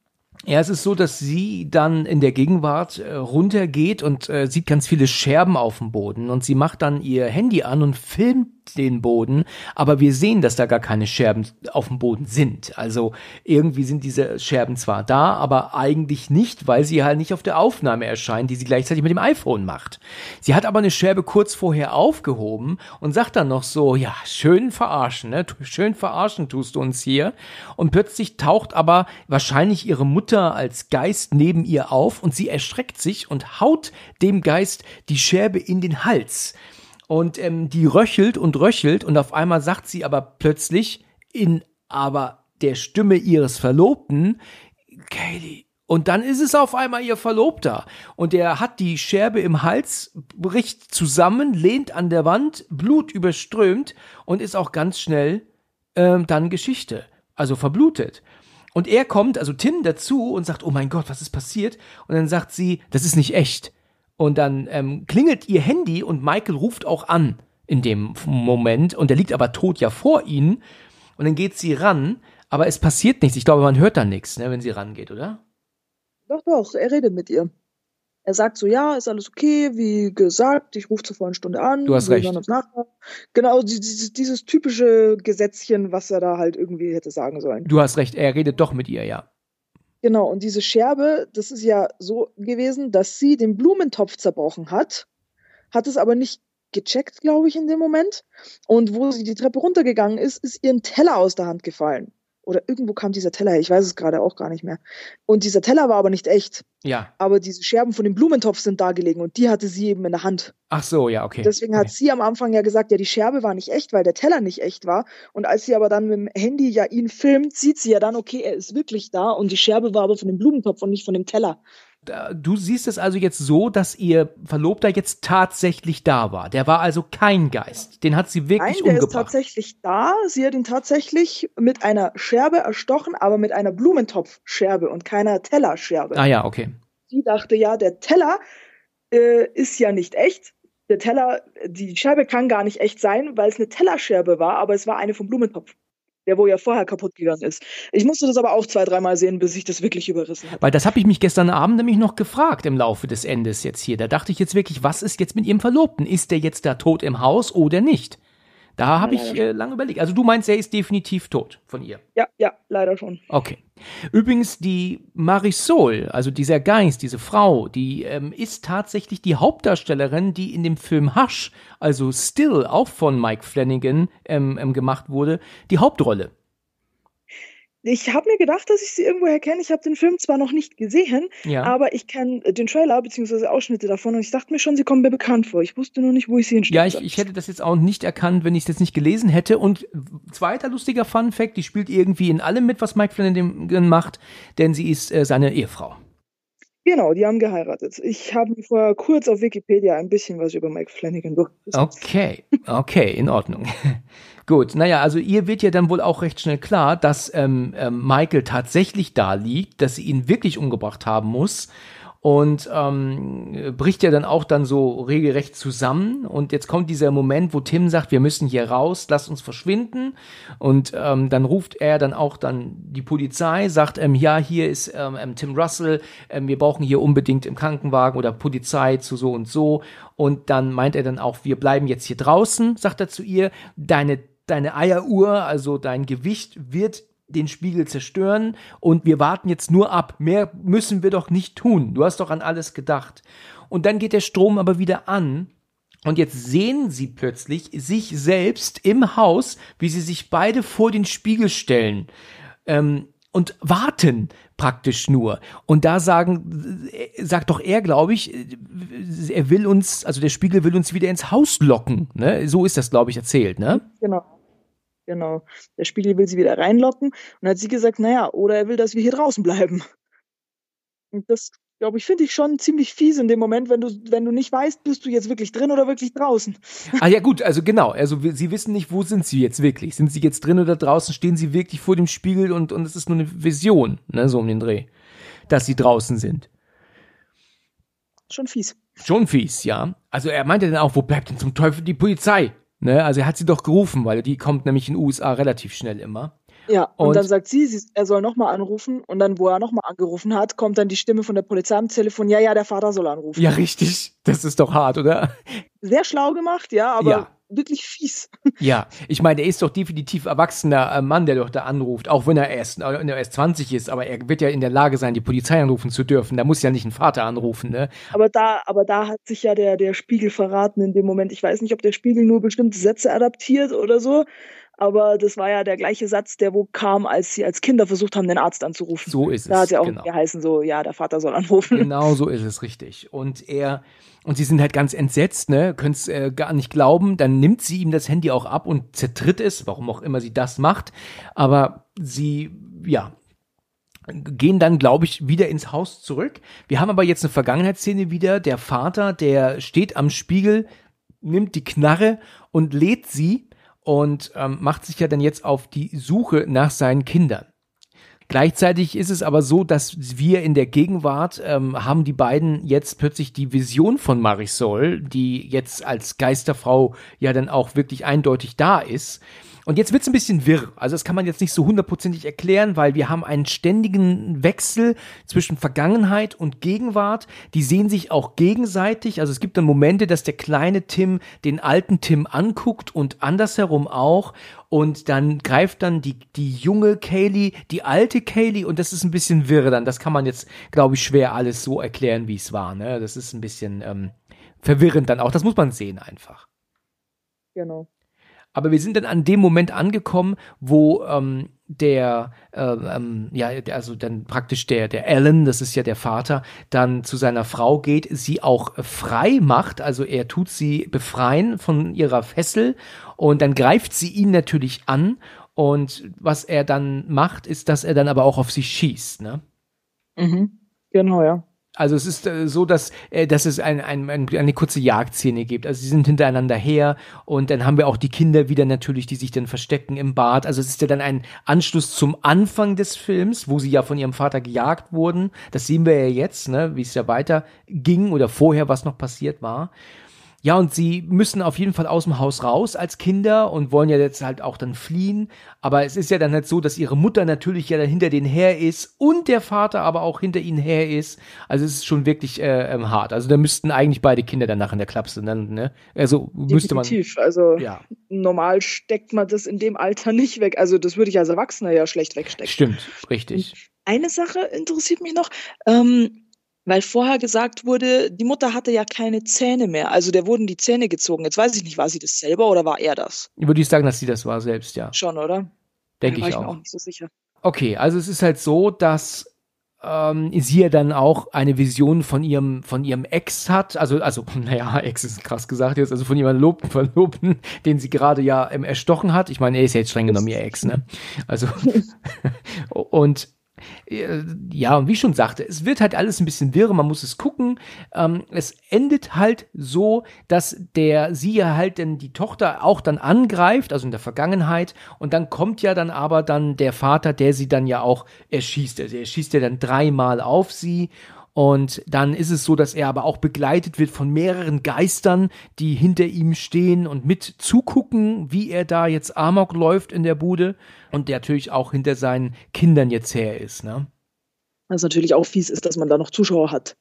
Ja, es ist so, dass sie dann in der Gegenwart runtergeht und sieht ganz viele Scherben auf dem Boden und sie macht dann ihr Handy an und filmt den Boden, aber wir sehen, dass da gar keine Scherben auf dem Boden sind. Also irgendwie sind diese Scherben zwar da, aber eigentlich nicht, weil sie halt nicht auf der Aufnahme erscheint, die sie gleichzeitig mit dem iPhone macht. Sie hat aber eine Scherbe kurz vorher aufgehoben und sagt dann noch so, ja, schön verarschen, ne? Schön verarschen tust du uns hier. Und plötzlich taucht aber wahrscheinlich ihre Mutter als Geist neben ihr auf und sie erschreckt sich und haut dem Geist die Scherbe in den Hals. Und die röchelt und auf einmal sagt sie aber plötzlich in aber der Stimme ihres Verlobten, Kaylee. Und dann ist es auf einmal ihr Verlobter. Und er hat die Scherbe im Hals, bricht zusammen, lehnt an der Wand, Blut überströmt und ist auch ganz schnell dann Geschichte. Also verblutet. Und er kommt, also Tim, dazu und sagt, oh mein Gott, was ist passiert? Und dann sagt sie, das ist nicht echt. Und dann klingelt ihr Handy und Michael ruft auch an. in dem Moment und der liegt aber tot ja vor ihnen und dann geht sie ran, aber es passiert nichts. Ich glaube, man hört da nichts, ne, wenn sie rangeht, oder? Doch, er redet mit ihr. Er sagt so, ja, ist alles okay, wie gesagt, ich rufe zuvor eine Stunde an. Du hast wir recht. hören uns nachher. Genau, dieses typische Gesetzchen, was er da halt irgendwie hätte sagen sollen. Du hast recht, er redet doch mit ihr, ja. Genau, und diese Scherbe, das ist ja so gewesen, dass sie den Blumentopf zerbrochen hat es aber nicht gecheckt, glaube ich, in dem Moment. Und wo sie die Treppe runtergegangen ist ihr ein Teller aus der Hand gefallen. Oder irgendwo kam dieser Teller her, ich weiß es gerade auch gar nicht mehr. Und dieser Teller war aber nicht echt. Ja. Aber diese Scherben von dem Blumentopf sind da gelegen und die hatte sie eben in der Hand. Ach so, ja, okay. Deswegen hat sie am Anfang ja gesagt, ja, die Scherbe war nicht echt, weil der Teller nicht echt war. Und als sie aber dann mit dem Handy ja ihn filmt, sieht sie ja dann, okay, er ist wirklich da und die Scherbe war aber von dem Blumentopf und nicht von dem Teller. Du siehst es also jetzt so, dass ihr Verlobter jetzt tatsächlich da war. Der war also kein Geist. Den hat sie wirklich Nein, der umgebracht. ist tatsächlich da. Sie hat ihn tatsächlich mit einer Scherbe erstochen, aber mit einer Blumentopfscherbe und keiner Tellerscherbe. Ah ja, okay. Sie dachte ja, der Teller ist ja nicht echt. Der Teller, die Scherbe kann gar nicht echt sein, weil es eine Tellerscherbe war, aber es war eine vom Blumentopf. Der wo ja vorher kaputt gegangen ist. Ich musste das aber auch 2-3 Mal sehen, bis ich das wirklich überrissen habe. Weil das habe ich mich gestern Abend nämlich noch gefragt im Laufe des Endes jetzt hier. Da dachte ich jetzt wirklich, was ist jetzt mit ihrem Verlobten? Ist der jetzt da tot im Haus oder nicht? Da habe ich lange überlegt. Also du meinst, er ist definitiv tot von ihr? Ja, leider schon. Okay. Übrigens, die Marisol, also dieser Geist, diese Frau, die ist tatsächlich die Hauptdarstellerin, die in dem Film Hush, also Still, auch von Mike Flanagan gemacht wurde, die Hauptrolle. Ich habe mir gedacht, dass ich sie irgendwoher kenne. Ich habe den Film zwar noch nicht gesehen, Ja. aber ich kenne den Trailer bzw. Ausschnitte davon und ich dachte mir schon, sie kommen mir bekannt vor. Ich wusste nur nicht, wo ich sie hinstelle. Ja, ich hätte das jetzt auch nicht erkannt, wenn ich es jetzt nicht gelesen hätte. Und zweiter lustiger Fun-Fact, die spielt irgendwie in allem mit, was Mike Flanagan macht, denn sie ist seine Ehefrau. Genau, die haben geheiratet. Ich habe mir vorher kurz auf Wikipedia ein bisschen was über Mike Flanagan durchgelesen. Okay, in Ordnung. Gut, naja, also ihr wird ja dann wohl auch recht schnell klar, dass Michael tatsächlich da liegt, dass sie ihn wirklich umgebracht haben muss und bricht ja dann auch dann so regelrecht zusammen und jetzt kommt dieser Moment, wo Tim sagt, wir müssen hier raus, lasst uns verschwinden und dann ruft er dann auch dann die Polizei, sagt, ja, hier ist Tim Russell, wir brauchen hier unbedingt im Krankenwagen oder Polizei zu so und dann meint er dann auch, wir bleiben jetzt hier draußen, sagt er zu ihr, deine Eieruhr, also dein Gewicht wird den Spiegel zerstören und wir warten jetzt nur ab. Mehr müssen wir doch nicht tun. Du hast doch an alles gedacht. Und dann geht der Strom aber wieder an und jetzt sehen sie plötzlich sich selbst im Haus, wie sie sich beide vor den Spiegel stellen und warten praktisch nur. Und da sagt doch er, glaube ich, er will uns, also der Spiegel will uns wieder ins Haus locken. Ne? So ist das, glaube ich, erzählt, ne? Genau. Der Spiegel will sie wieder reinlocken. Und dann hat sie gesagt, naja, oder er will, dass wir hier draußen bleiben. Und das, glaube ich, finde ich schon ziemlich fies in dem Moment, wenn du nicht weißt, bist du jetzt wirklich drin oder wirklich draußen. Ah ja gut, also genau. Also sie wissen nicht, wo sind sie jetzt wirklich. Sind sie jetzt drin oder draußen? Stehen sie wirklich vor dem Spiegel und es ist nur eine Vision, ne, so um den Dreh, dass sie draußen sind. Schon fies, ja. Also er meinte dann auch, wo bleibt denn zum Teufel die Polizei? Ne, also er hat sie doch gerufen, weil die kommt nämlich in den USA relativ schnell immer. Ja, und dann sagt er soll nochmal anrufen und dann, wo er nochmal angerufen hat, kommt dann die Stimme von der Polizei am Telefon, ja, der Vater soll anrufen. Ja, richtig. Das ist doch hart, oder? Sehr schlau gemacht, ja, aber wirklich fies. Ja, ich meine, er ist doch definitiv erwachsener Mann, der doch da anruft, auch wenn er erst 20 ist, aber er wird ja in der Lage sein, die Polizei anrufen zu dürfen. Da muss ja nicht ein Vater anrufen, ne? Aber da hat sich ja der Spiegel verraten in dem Moment. Ich weiß nicht, ob der Spiegel nur bestimmte Sätze adaptiert oder so, aber das war ja der gleiche Satz, der wo kam, als sie als Kinder versucht haben, den Arzt anzurufen. So ist es. Da hat ja auch geheißen, so, ja, der Vater soll anrufen. Genau so ist es, richtig. Und sie sind halt ganz entsetzt, ne, können es gar nicht glauben. Dann nimmt sie ihm das Handy auch ab und zertritt es, warum auch immer sie das macht. Aber sie, gehen dann, glaube ich, wieder ins Haus zurück. Wir haben aber jetzt eine Vergangenheitsszene wieder. Der Vater, der steht am Spiegel, nimmt die Knarre und lädt sie und macht sich ja dann jetzt auf die Suche nach seinen Kindern. Gleichzeitig ist es aber so, dass wir in der Gegenwart haben die beiden jetzt plötzlich die Vision von Marisol, die jetzt als Geisterfrau ja dann auch wirklich eindeutig da ist. Und jetzt wird's ein bisschen wirr. Also das kann man jetzt nicht so hundertprozentig erklären, weil wir haben einen ständigen Wechsel zwischen Vergangenheit und Gegenwart. Die sehen sich auch gegenseitig. Also es gibt dann Momente, dass der kleine Tim den alten Tim anguckt und andersherum auch. Und dann greift dann die junge Kaylee, die alte Kaylee, und das ist ein bisschen wirr dann. Das kann man jetzt, glaube ich, schwer alles so erklären, wie es war. Ne? Das ist ein bisschen verwirrend dann auch. Das muss man sehen einfach. Genau. Aber wir sind dann an dem Moment angekommen, wo also dann praktisch der Alan, das ist ja der Vater, dann zu seiner Frau geht, sie auch frei macht, also er tut sie befreien von ihrer Fessel und dann greift sie ihn natürlich an und was er dann macht, ist, dass er dann aber auch auf sie schießt, ne? Mhm. Genau, ja. Also es ist so, dass es eine kurze Jagdszene gibt. Also sie sind hintereinander her und dann haben wir auch die Kinder wieder natürlich, die sich dann verstecken im Bad. Also es ist ja dann ein Anschluss zum Anfang des Films, wo sie ja von ihrem Vater gejagt wurden. Das sehen wir ja jetzt, ne, wie es ja weiter ging oder vorher, was noch passiert war. Ja, und sie müssen auf jeden Fall aus dem Haus raus als Kinder und wollen ja jetzt halt auch dann fliehen. Aber es ist ja dann halt so, dass ihre Mutter natürlich ja dann hinter denen her ist und der Vater aber auch hinter ihnen her ist. Also es ist schon wirklich hart. Also da müssten eigentlich beide Kinder danach in der Klapse dann, ne? Also müsste man. Definitiv. Also ja. Normal steckt man das in dem Alter nicht weg. Also das würde ich als Erwachsener ja schlecht wegstecken. Stimmt, richtig. Eine Sache interessiert mich noch. Weil vorher gesagt wurde, die Mutter hatte ja keine Zähne mehr. Also der wurden die Zähne gezogen. Jetzt weiß ich nicht, war sie das selber oder war er das? Würde ich sagen, dass sie das war selbst, ja. Schon, oder? Denke ich auch. Da war ich mir auch nicht so sicher. Okay, also es ist halt so, dass sie ja dann auch eine Vision von ihrem Ex hat. Also, naja, Ex ist krass gesagt jetzt, also von ihrem Verlobten, den sie gerade ja erstochen hat. Ich meine, er ist ja jetzt streng genommen ihr Ex, ne? Also, und ja, wie ich schon sagte, es wird halt alles ein bisschen wirr, man muss es gucken. Es endet halt so, dass sie ja halt dann die Tochter auch dann angreift, also in der Vergangenheit, und dann kommt ja dann aber dann der Vater, der sie dann ja auch erschießt. Also er schießt ja dann 3-mal auf sie. Und dann ist es so, dass er aber auch begleitet wird von mehreren Geistern, die hinter ihm stehen und mit zugucken, wie er da jetzt Amok läuft in der Bude und der natürlich auch hinter seinen Kindern jetzt her ist, ne? Was natürlich auch fies ist, dass man da noch Zuschauer hat.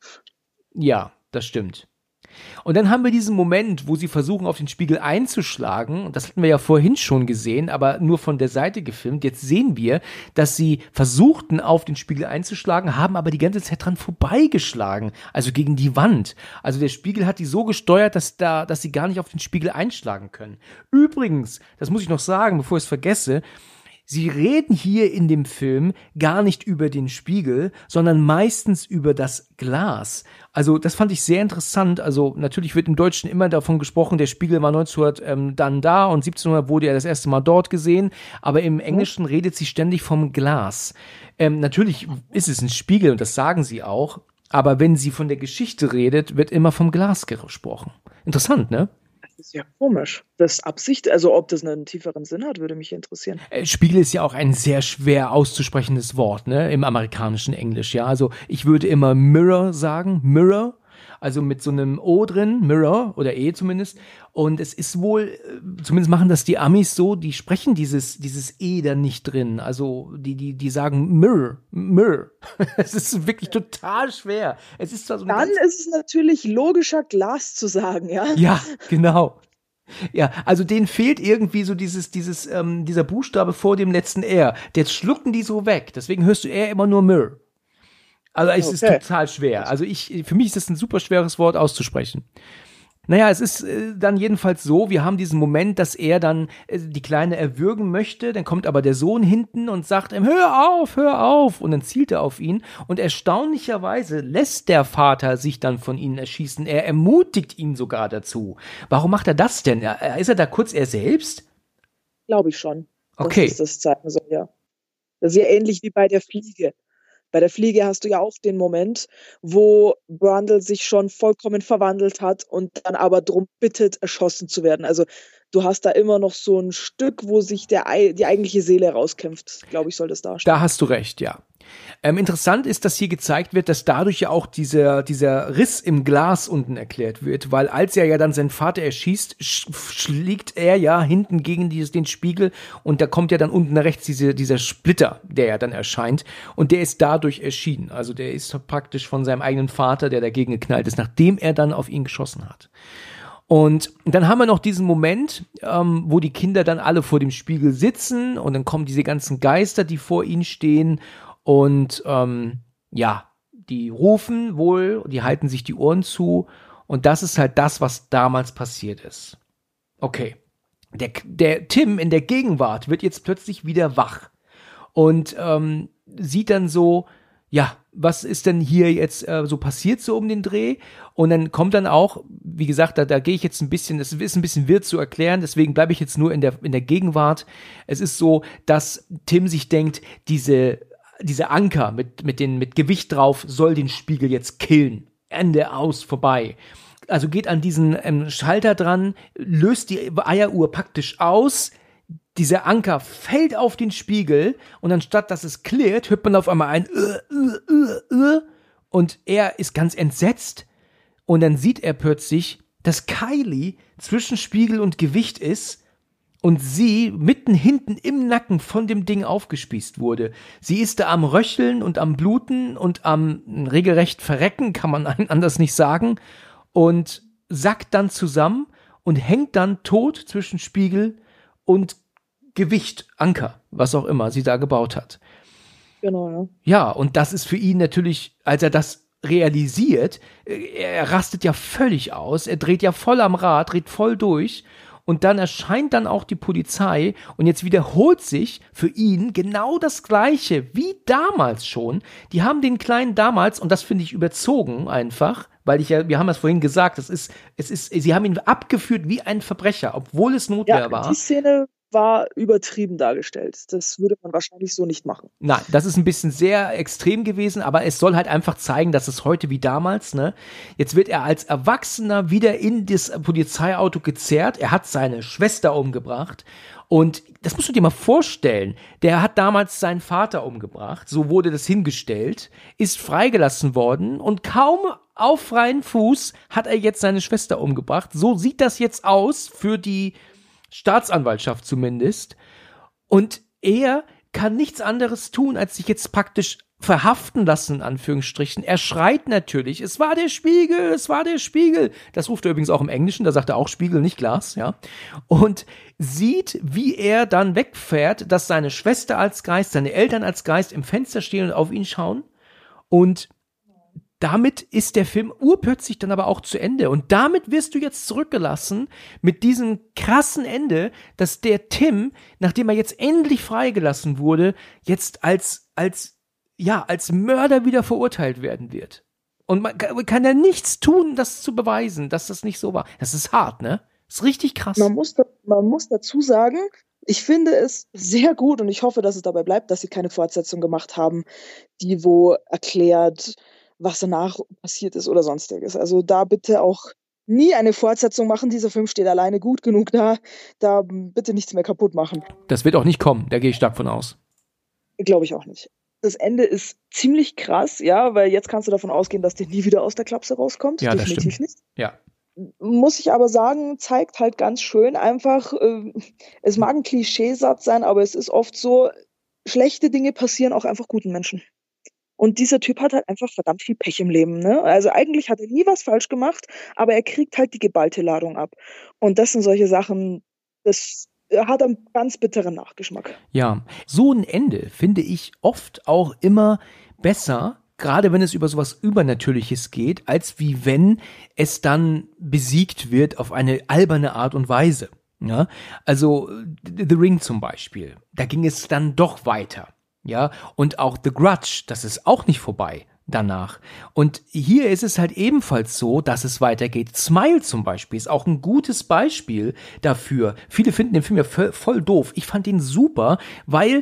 Ja, das stimmt. Und dann haben wir diesen Moment, wo sie versuchen, auf den Spiegel einzuschlagen. Das hatten wir ja vorhin schon gesehen, aber nur von der Seite gefilmt. Jetzt sehen wir, dass sie versuchten, auf den Spiegel einzuschlagen, haben aber die ganze Zeit dran vorbeigeschlagen. Also gegen die Wand. Also der Spiegel hat die so gesteuert, dass sie gar nicht auf den Spiegel einschlagen können. Übrigens, das muss ich noch sagen, bevor ich es vergesse, sie reden hier in dem Film gar nicht über den Spiegel, sondern meistens über das Glas. Also das fand ich sehr interessant. Also natürlich wird im Deutschen immer davon gesprochen, der Spiegel war 1900 dann da und 1700 wurde er das erste Mal dort gesehen. Aber im Englischen redet sie ständig vom Glas. Natürlich ist es ein Spiegel und das sagen sie auch. Aber wenn sie von der Geschichte redet, wird immer vom Glas gesprochen. Interessant, ne? Das ist ja komisch. Das Absicht, also ob das einen tieferen Sinn hat, würde mich interessieren. Spiegel ist ja auch ein sehr schwer auszusprechendes Wort, ne, im amerikanischen Englisch, ja. Also ich würde immer Mirror sagen, Mirror, also mit so einem O drin, Mirror oder E zumindest. Und es ist wohl, zumindest machen das die Amis so, die sprechen dieses E da nicht drin. Also die sagen Mirror. Es ist wirklich total schwer. Es ist zwar so dann ist es natürlich logischer, Glas zu sagen, ja. Ja, genau. Ja, also denen fehlt irgendwie so dieser Buchstabe vor dem letzten R. Jetzt schlucken die so weg. Deswegen hörst du R immer nur Mirror. Also es ist total schwer. Also für mich ist das ein super schweres Wort auszusprechen. Naja, es ist dann jedenfalls so, wir haben diesen Moment, dass er dann die Kleine erwürgen möchte, dann kommt aber der Sohn hinten und sagt ihm, hör auf, und dann zielt er auf ihn und erstaunlicherweise lässt der Vater sich dann von ihnen erschießen, er ermutigt ihn sogar dazu. Warum macht er das denn? Ist er da kurz er selbst? Glaube ich schon. Okay. Das zeigen soll, ja. Das ist ja ähnlich wie bei der Fliege. Bei der Fliege hast du ja auch den Moment, wo Brundle sich schon vollkommen verwandelt hat und dann aber drum bittet, erschossen zu werden. Also du hast da immer noch so ein Stück, wo sich die eigentliche Seele rauskämpft, glaube ich, soll das darstellen. Da hast du recht, ja. Interessant ist, dass hier gezeigt wird, dass dadurch ja auch dieser Riss im Glas unten erklärt wird, weil als er ja dann seinen Vater erschießt, schlägt er ja hinten gegen den Spiegel und da kommt ja dann unten rechts dieser Splitter, der ja dann erscheint und der ist dadurch erschienen. Also der ist praktisch von seinem eigenen Vater, der dagegen geknallt ist, nachdem er dann auf ihn geschossen hat. Und dann haben wir noch diesen Moment, wo die Kinder dann alle vor dem Spiegel sitzen und dann kommen diese ganzen Geister, die vor ihnen stehen und die rufen wohl, die halten sich die Ohren zu und das ist halt das, was damals passiert ist. Okay, der Tim in der Gegenwart wird jetzt plötzlich wieder wach und sieht dann so, ja, was ist denn hier jetzt so passiert so um den Dreh? Und dann kommt dann auch, wie gesagt, da gehe ich jetzt ein bisschen, das ist ein bisschen wirr zu erklären, deswegen bleibe ich jetzt nur in der Gegenwart. Es ist so, dass Tim sich denkt, diese Anker mit Gewicht drauf soll den Spiegel jetzt killen. Ende aus, vorbei. Also geht an diesen Schalter dran, löst die Eieruhr praktisch aus, dieser Anker fällt auf den Spiegel und anstatt dass es klirrt, hört man auf einmal ein und er ist ganz entsetzt und dann sieht er plötzlich, dass Kylie zwischen Spiegel und Gewicht ist und sie mitten hinten im Nacken von dem Ding aufgespießt wurde. Sie ist da am Röcheln und am Bluten und am regelrecht Verrecken, kann man anders nicht sagen, und sackt dann zusammen und hängt dann tot zwischen Spiegel und Gewicht, Anker, was auch immer sie da gebaut hat. Genau, ja. Ja, und das ist für ihn natürlich, als er das realisiert, er rastet ja völlig aus, er dreht ja voll am Rad, dreht voll durch und dann erscheint dann auch die Polizei und jetzt wiederholt sich für ihn genau das Gleiche wie damals schon. Die haben den Kleinen damals, und das finde ich überzogen einfach, weil wir haben das vorhin gesagt, sie haben ihn abgeführt wie ein Verbrecher, obwohl es Notwehr war. Die Szene war übertrieben dargestellt. Das würde man wahrscheinlich so nicht machen. Nein, das ist ein bisschen sehr extrem gewesen, aber es soll halt einfach zeigen, dass es heute wie damals, ne? Jetzt wird er als Erwachsener wieder in das Polizeiauto gezerrt. Er hat seine Schwester umgebracht. Und das musst du dir mal vorstellen. Der hat damals seinen Vater umgebracht. So wurde das hingestellt, ist freigelassen worden und kaum auf freien Fuß hat er jetzt seine Schwester umgebracht. So sieht das jetzt aus für die Staatsanwaltschaft zumindest. Und er kann nichts anderes tun, als sich jetzt praktisch verhaften lassen, in Anführungsstrichen. Er schreit natürlich, es war der Spiegel, es war der Spiegel. Das ruft er übrigens auch im Englischen, da sagt er auch Spiegel, nicht Glas, ja. Und sieht, wie er dann wegfährt, dass seine Schwester als Geist, seine Eltern als Geist im Fenster stehen und auf ihn schauen. Und damit ist der Film urplötzlich dann aber auch zu Ende. Und damit wirst du jetzt zurückgelassen mit diesem krassen Ende, dass der Tim, nachdem er jetzt endlich freigelassen wurde, jetzt als Mörder wieder verurteilt werden wird. Und man kann ja nichts tun, das zu beweisen, dass das nicht so war. Das ist hart, ne? Das ist richtig krass. Man muss dazu sagen, ich finde es sehr gut und ich hoffe, dass es dabei bleibt, dass sie keine Fortsetzung gemacht haben, die wo erklärt, was danach passiert ist oder sonstiges. Also da bitte auch nie eine Fortsetzung machen. Dieser Film steht alleine gut genug da. Da bitte nichts mehr kaputt machen. Das wird auch nicht kommen, da gehe ich stark von aus. Glaube ich auch nicht. Das Ende ist ziemlich krass, ja, weil jetzt kannst du davon ausgehen, dass der nie wieder aus der Klapse rauskommt. Ja, definitiv das stimmt. nicht. Ja. Muss ich aber sagen, zeigt halt ganz schön einfach, es mag ein Klischeesatz sein, aber es ist oft so, schlechte Dinge passieren auch einfach guten Menschen. Und dieser Typ hat halt einfach verdammt viel Pech im Leben, ne? Also eigentlich hat er nie was falsch gemacht, aber er kriegt halt die geballte Ladung ab. Und das sind solche Sachen, das hat einen ganz bitteren Nachgeschmack. Ja, so ein Ende finde ich oft auch immer besser, gerade wenn es über sowas Übernatürliches geht, als wie wenn es dann besiegt wird auf eine alberne Art und Weise. Ja? Also The Ring zum Beispiel, da ging es dann doch weiter. Ja, und auch The Grudge, das ist auch nicht vorbei danach. Und hier ist es halt ebenfalls so, dass es weitergeht. Smile zum Beispiel ist auch ein gutes Beispiel dafür. Viele finden den Film ja voll doof. Ich fand ihn super, weil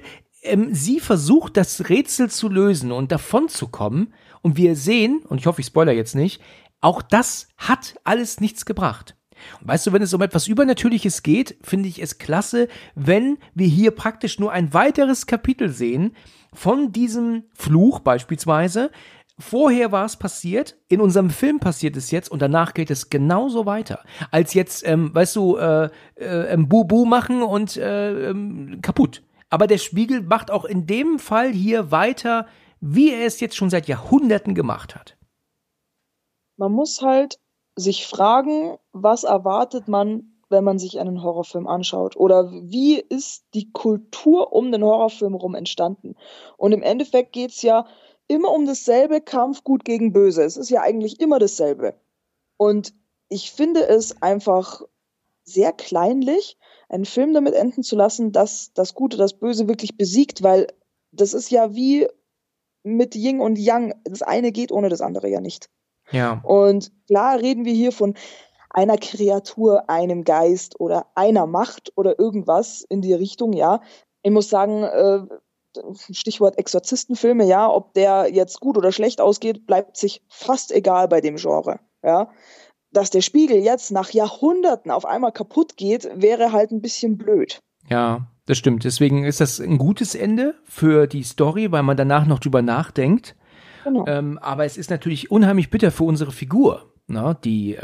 sie versucht, das Rätsel zu lösen und davon zu kommen. Und wir sehen, und ich hoffe, ich spoilere jetzt nicht, auch das hat alles nichts gebracht. Und weißt du, wenn es um etwas Übernatürliches geht, finde ich es klasse, wenn wir hier praktisch nur ein weiteres Kapitel sehen von diesem Fluch beispielsweise. Vorher war es passiert, in unserem Film passiert es jetzt und danach geht es genauso weiter. Als jetzt, weißt du, Buh machen und kaputt. Aber der Spiegel macht auch in dem Fall hier weiter, wie er es jetzt schon seit Jahrhunderten gemacht hat. Man muss halt sich fragen, was erwartet man, wenn man sich einen Horrorfilm anschaut? Oder wie ist die Kultur um den Horrorfilm rum entstanden? Und im Endeffekt geht's ja immer um dasselbe, Kampf gut gegen böse. Es ist ja eigentlich immer dasselbe. Und ich finde es einfach sehr kleinlich, einen Film damit enden zu lassen, dass das Gute das Böse wirklich besiegt, weil das ist ja wie mit Yin und Yang. Das eine geht ohne das andere ja nicht. Ja. Und klar reden wir hier von einer Kreatur, einem Geist oder einer Macht oder irgendwas in die Richtung, ja. Ich muss sagen, Stichwort Exorzistenfilme, ja, ob der jetzt gut oder schlecht ausgeht, bleibt sich fast egal bei dem Genre, ja. Dass der Spiegel jetzt nach Jahrhunderten auf einmal kaputt geht, wäre halt ein bisschen blöd. Ja, das stimmt. Deswegen ist das ein gutes Ende für die Story, weil man danach noch drüber nachdenkt. Genau. Aber es ist natürlich unheimlich bitter für unsere Figur. Ne?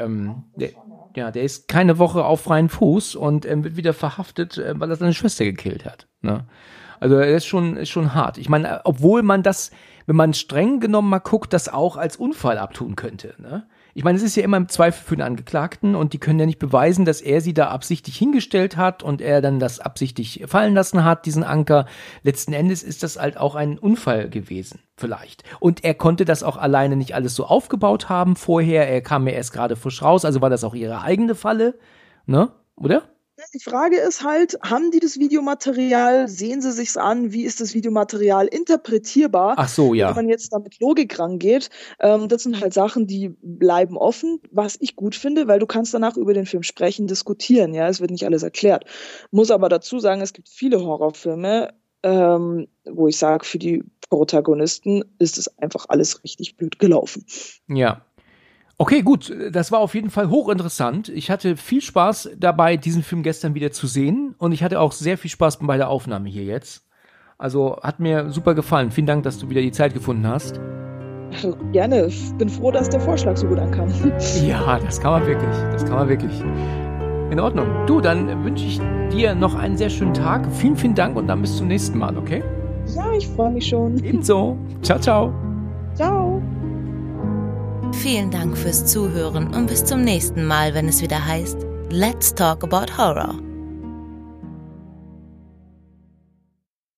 Der ist keine Woche auf freien Fuß und wird wieder verhaftet, weil er seine Schwester gekillt hat. Ne? Also er ist schon hart. Ich meine, obwohl man das, wenn man streng genommen mal guckt, das auch als Unfall abtun könnte. Ne? Ich meine, es ist ja immer im Zweifel für den Angeklagten und die können ja nicht beweisen, dass er sie da absichtlich hingestellt hat und er dann das absichtlich fallen lassen hat, diesen Anker. Letzten Endes ist das halt auch ein Unfall gewesen, vielleicht. Und er konnte das auch alleine nicht alles so aufgebaut haben vorher. Er kam ja erst gerade frisch raus, also war das auch ihre eigene Falle, ne? Oder? Die Frage ist halt, haben die das Videomaterial, sehen sie sich's an, wie ist das Videomaterial interpretierbar? Ach so, ja. Wenn man jetzt da mit Logik rangeht, das sind halt Sachen, die bleiben offen, was ich gut finde, weil du kannst danach über den Film sprechen, diskutieren, ja, es wird nicht alles erklärt. Muss aber dazu sagen, es gibt viele Horrorfilme, wo ich sage, für die Protagonisten ist es einfach alles richtig blöd gelaufen. Ja. Okay, gut, das war auf jeden Fall hochinteressant. Ich hatte viel Spaß dabei, diesen Film gestern wieder zu sehen und ich hatte auch sehr viel Spaß bei der Aufnahme hier jetzt. Also hat mir super gefallen. Vielen Dank, dass du wieder die Zeit gefunden hast. Gerne. Ich bin froh, dass der Vorschlag so gut ankam. Ja, das kann man wirklich. In Ordnung. Du, dann wünsche ich dir noch einen sehr schönen Tag. Vielen, vielen Dank und dann bis zum nächsten Mal, okay? Ja, ich freue mich schon. Ebenso. Ciao, ciao. Ciao. Vielen Dank fürs Zuhören und bis zum nächsten Mal, wenn es wieder heißt Let's Talk About Horror.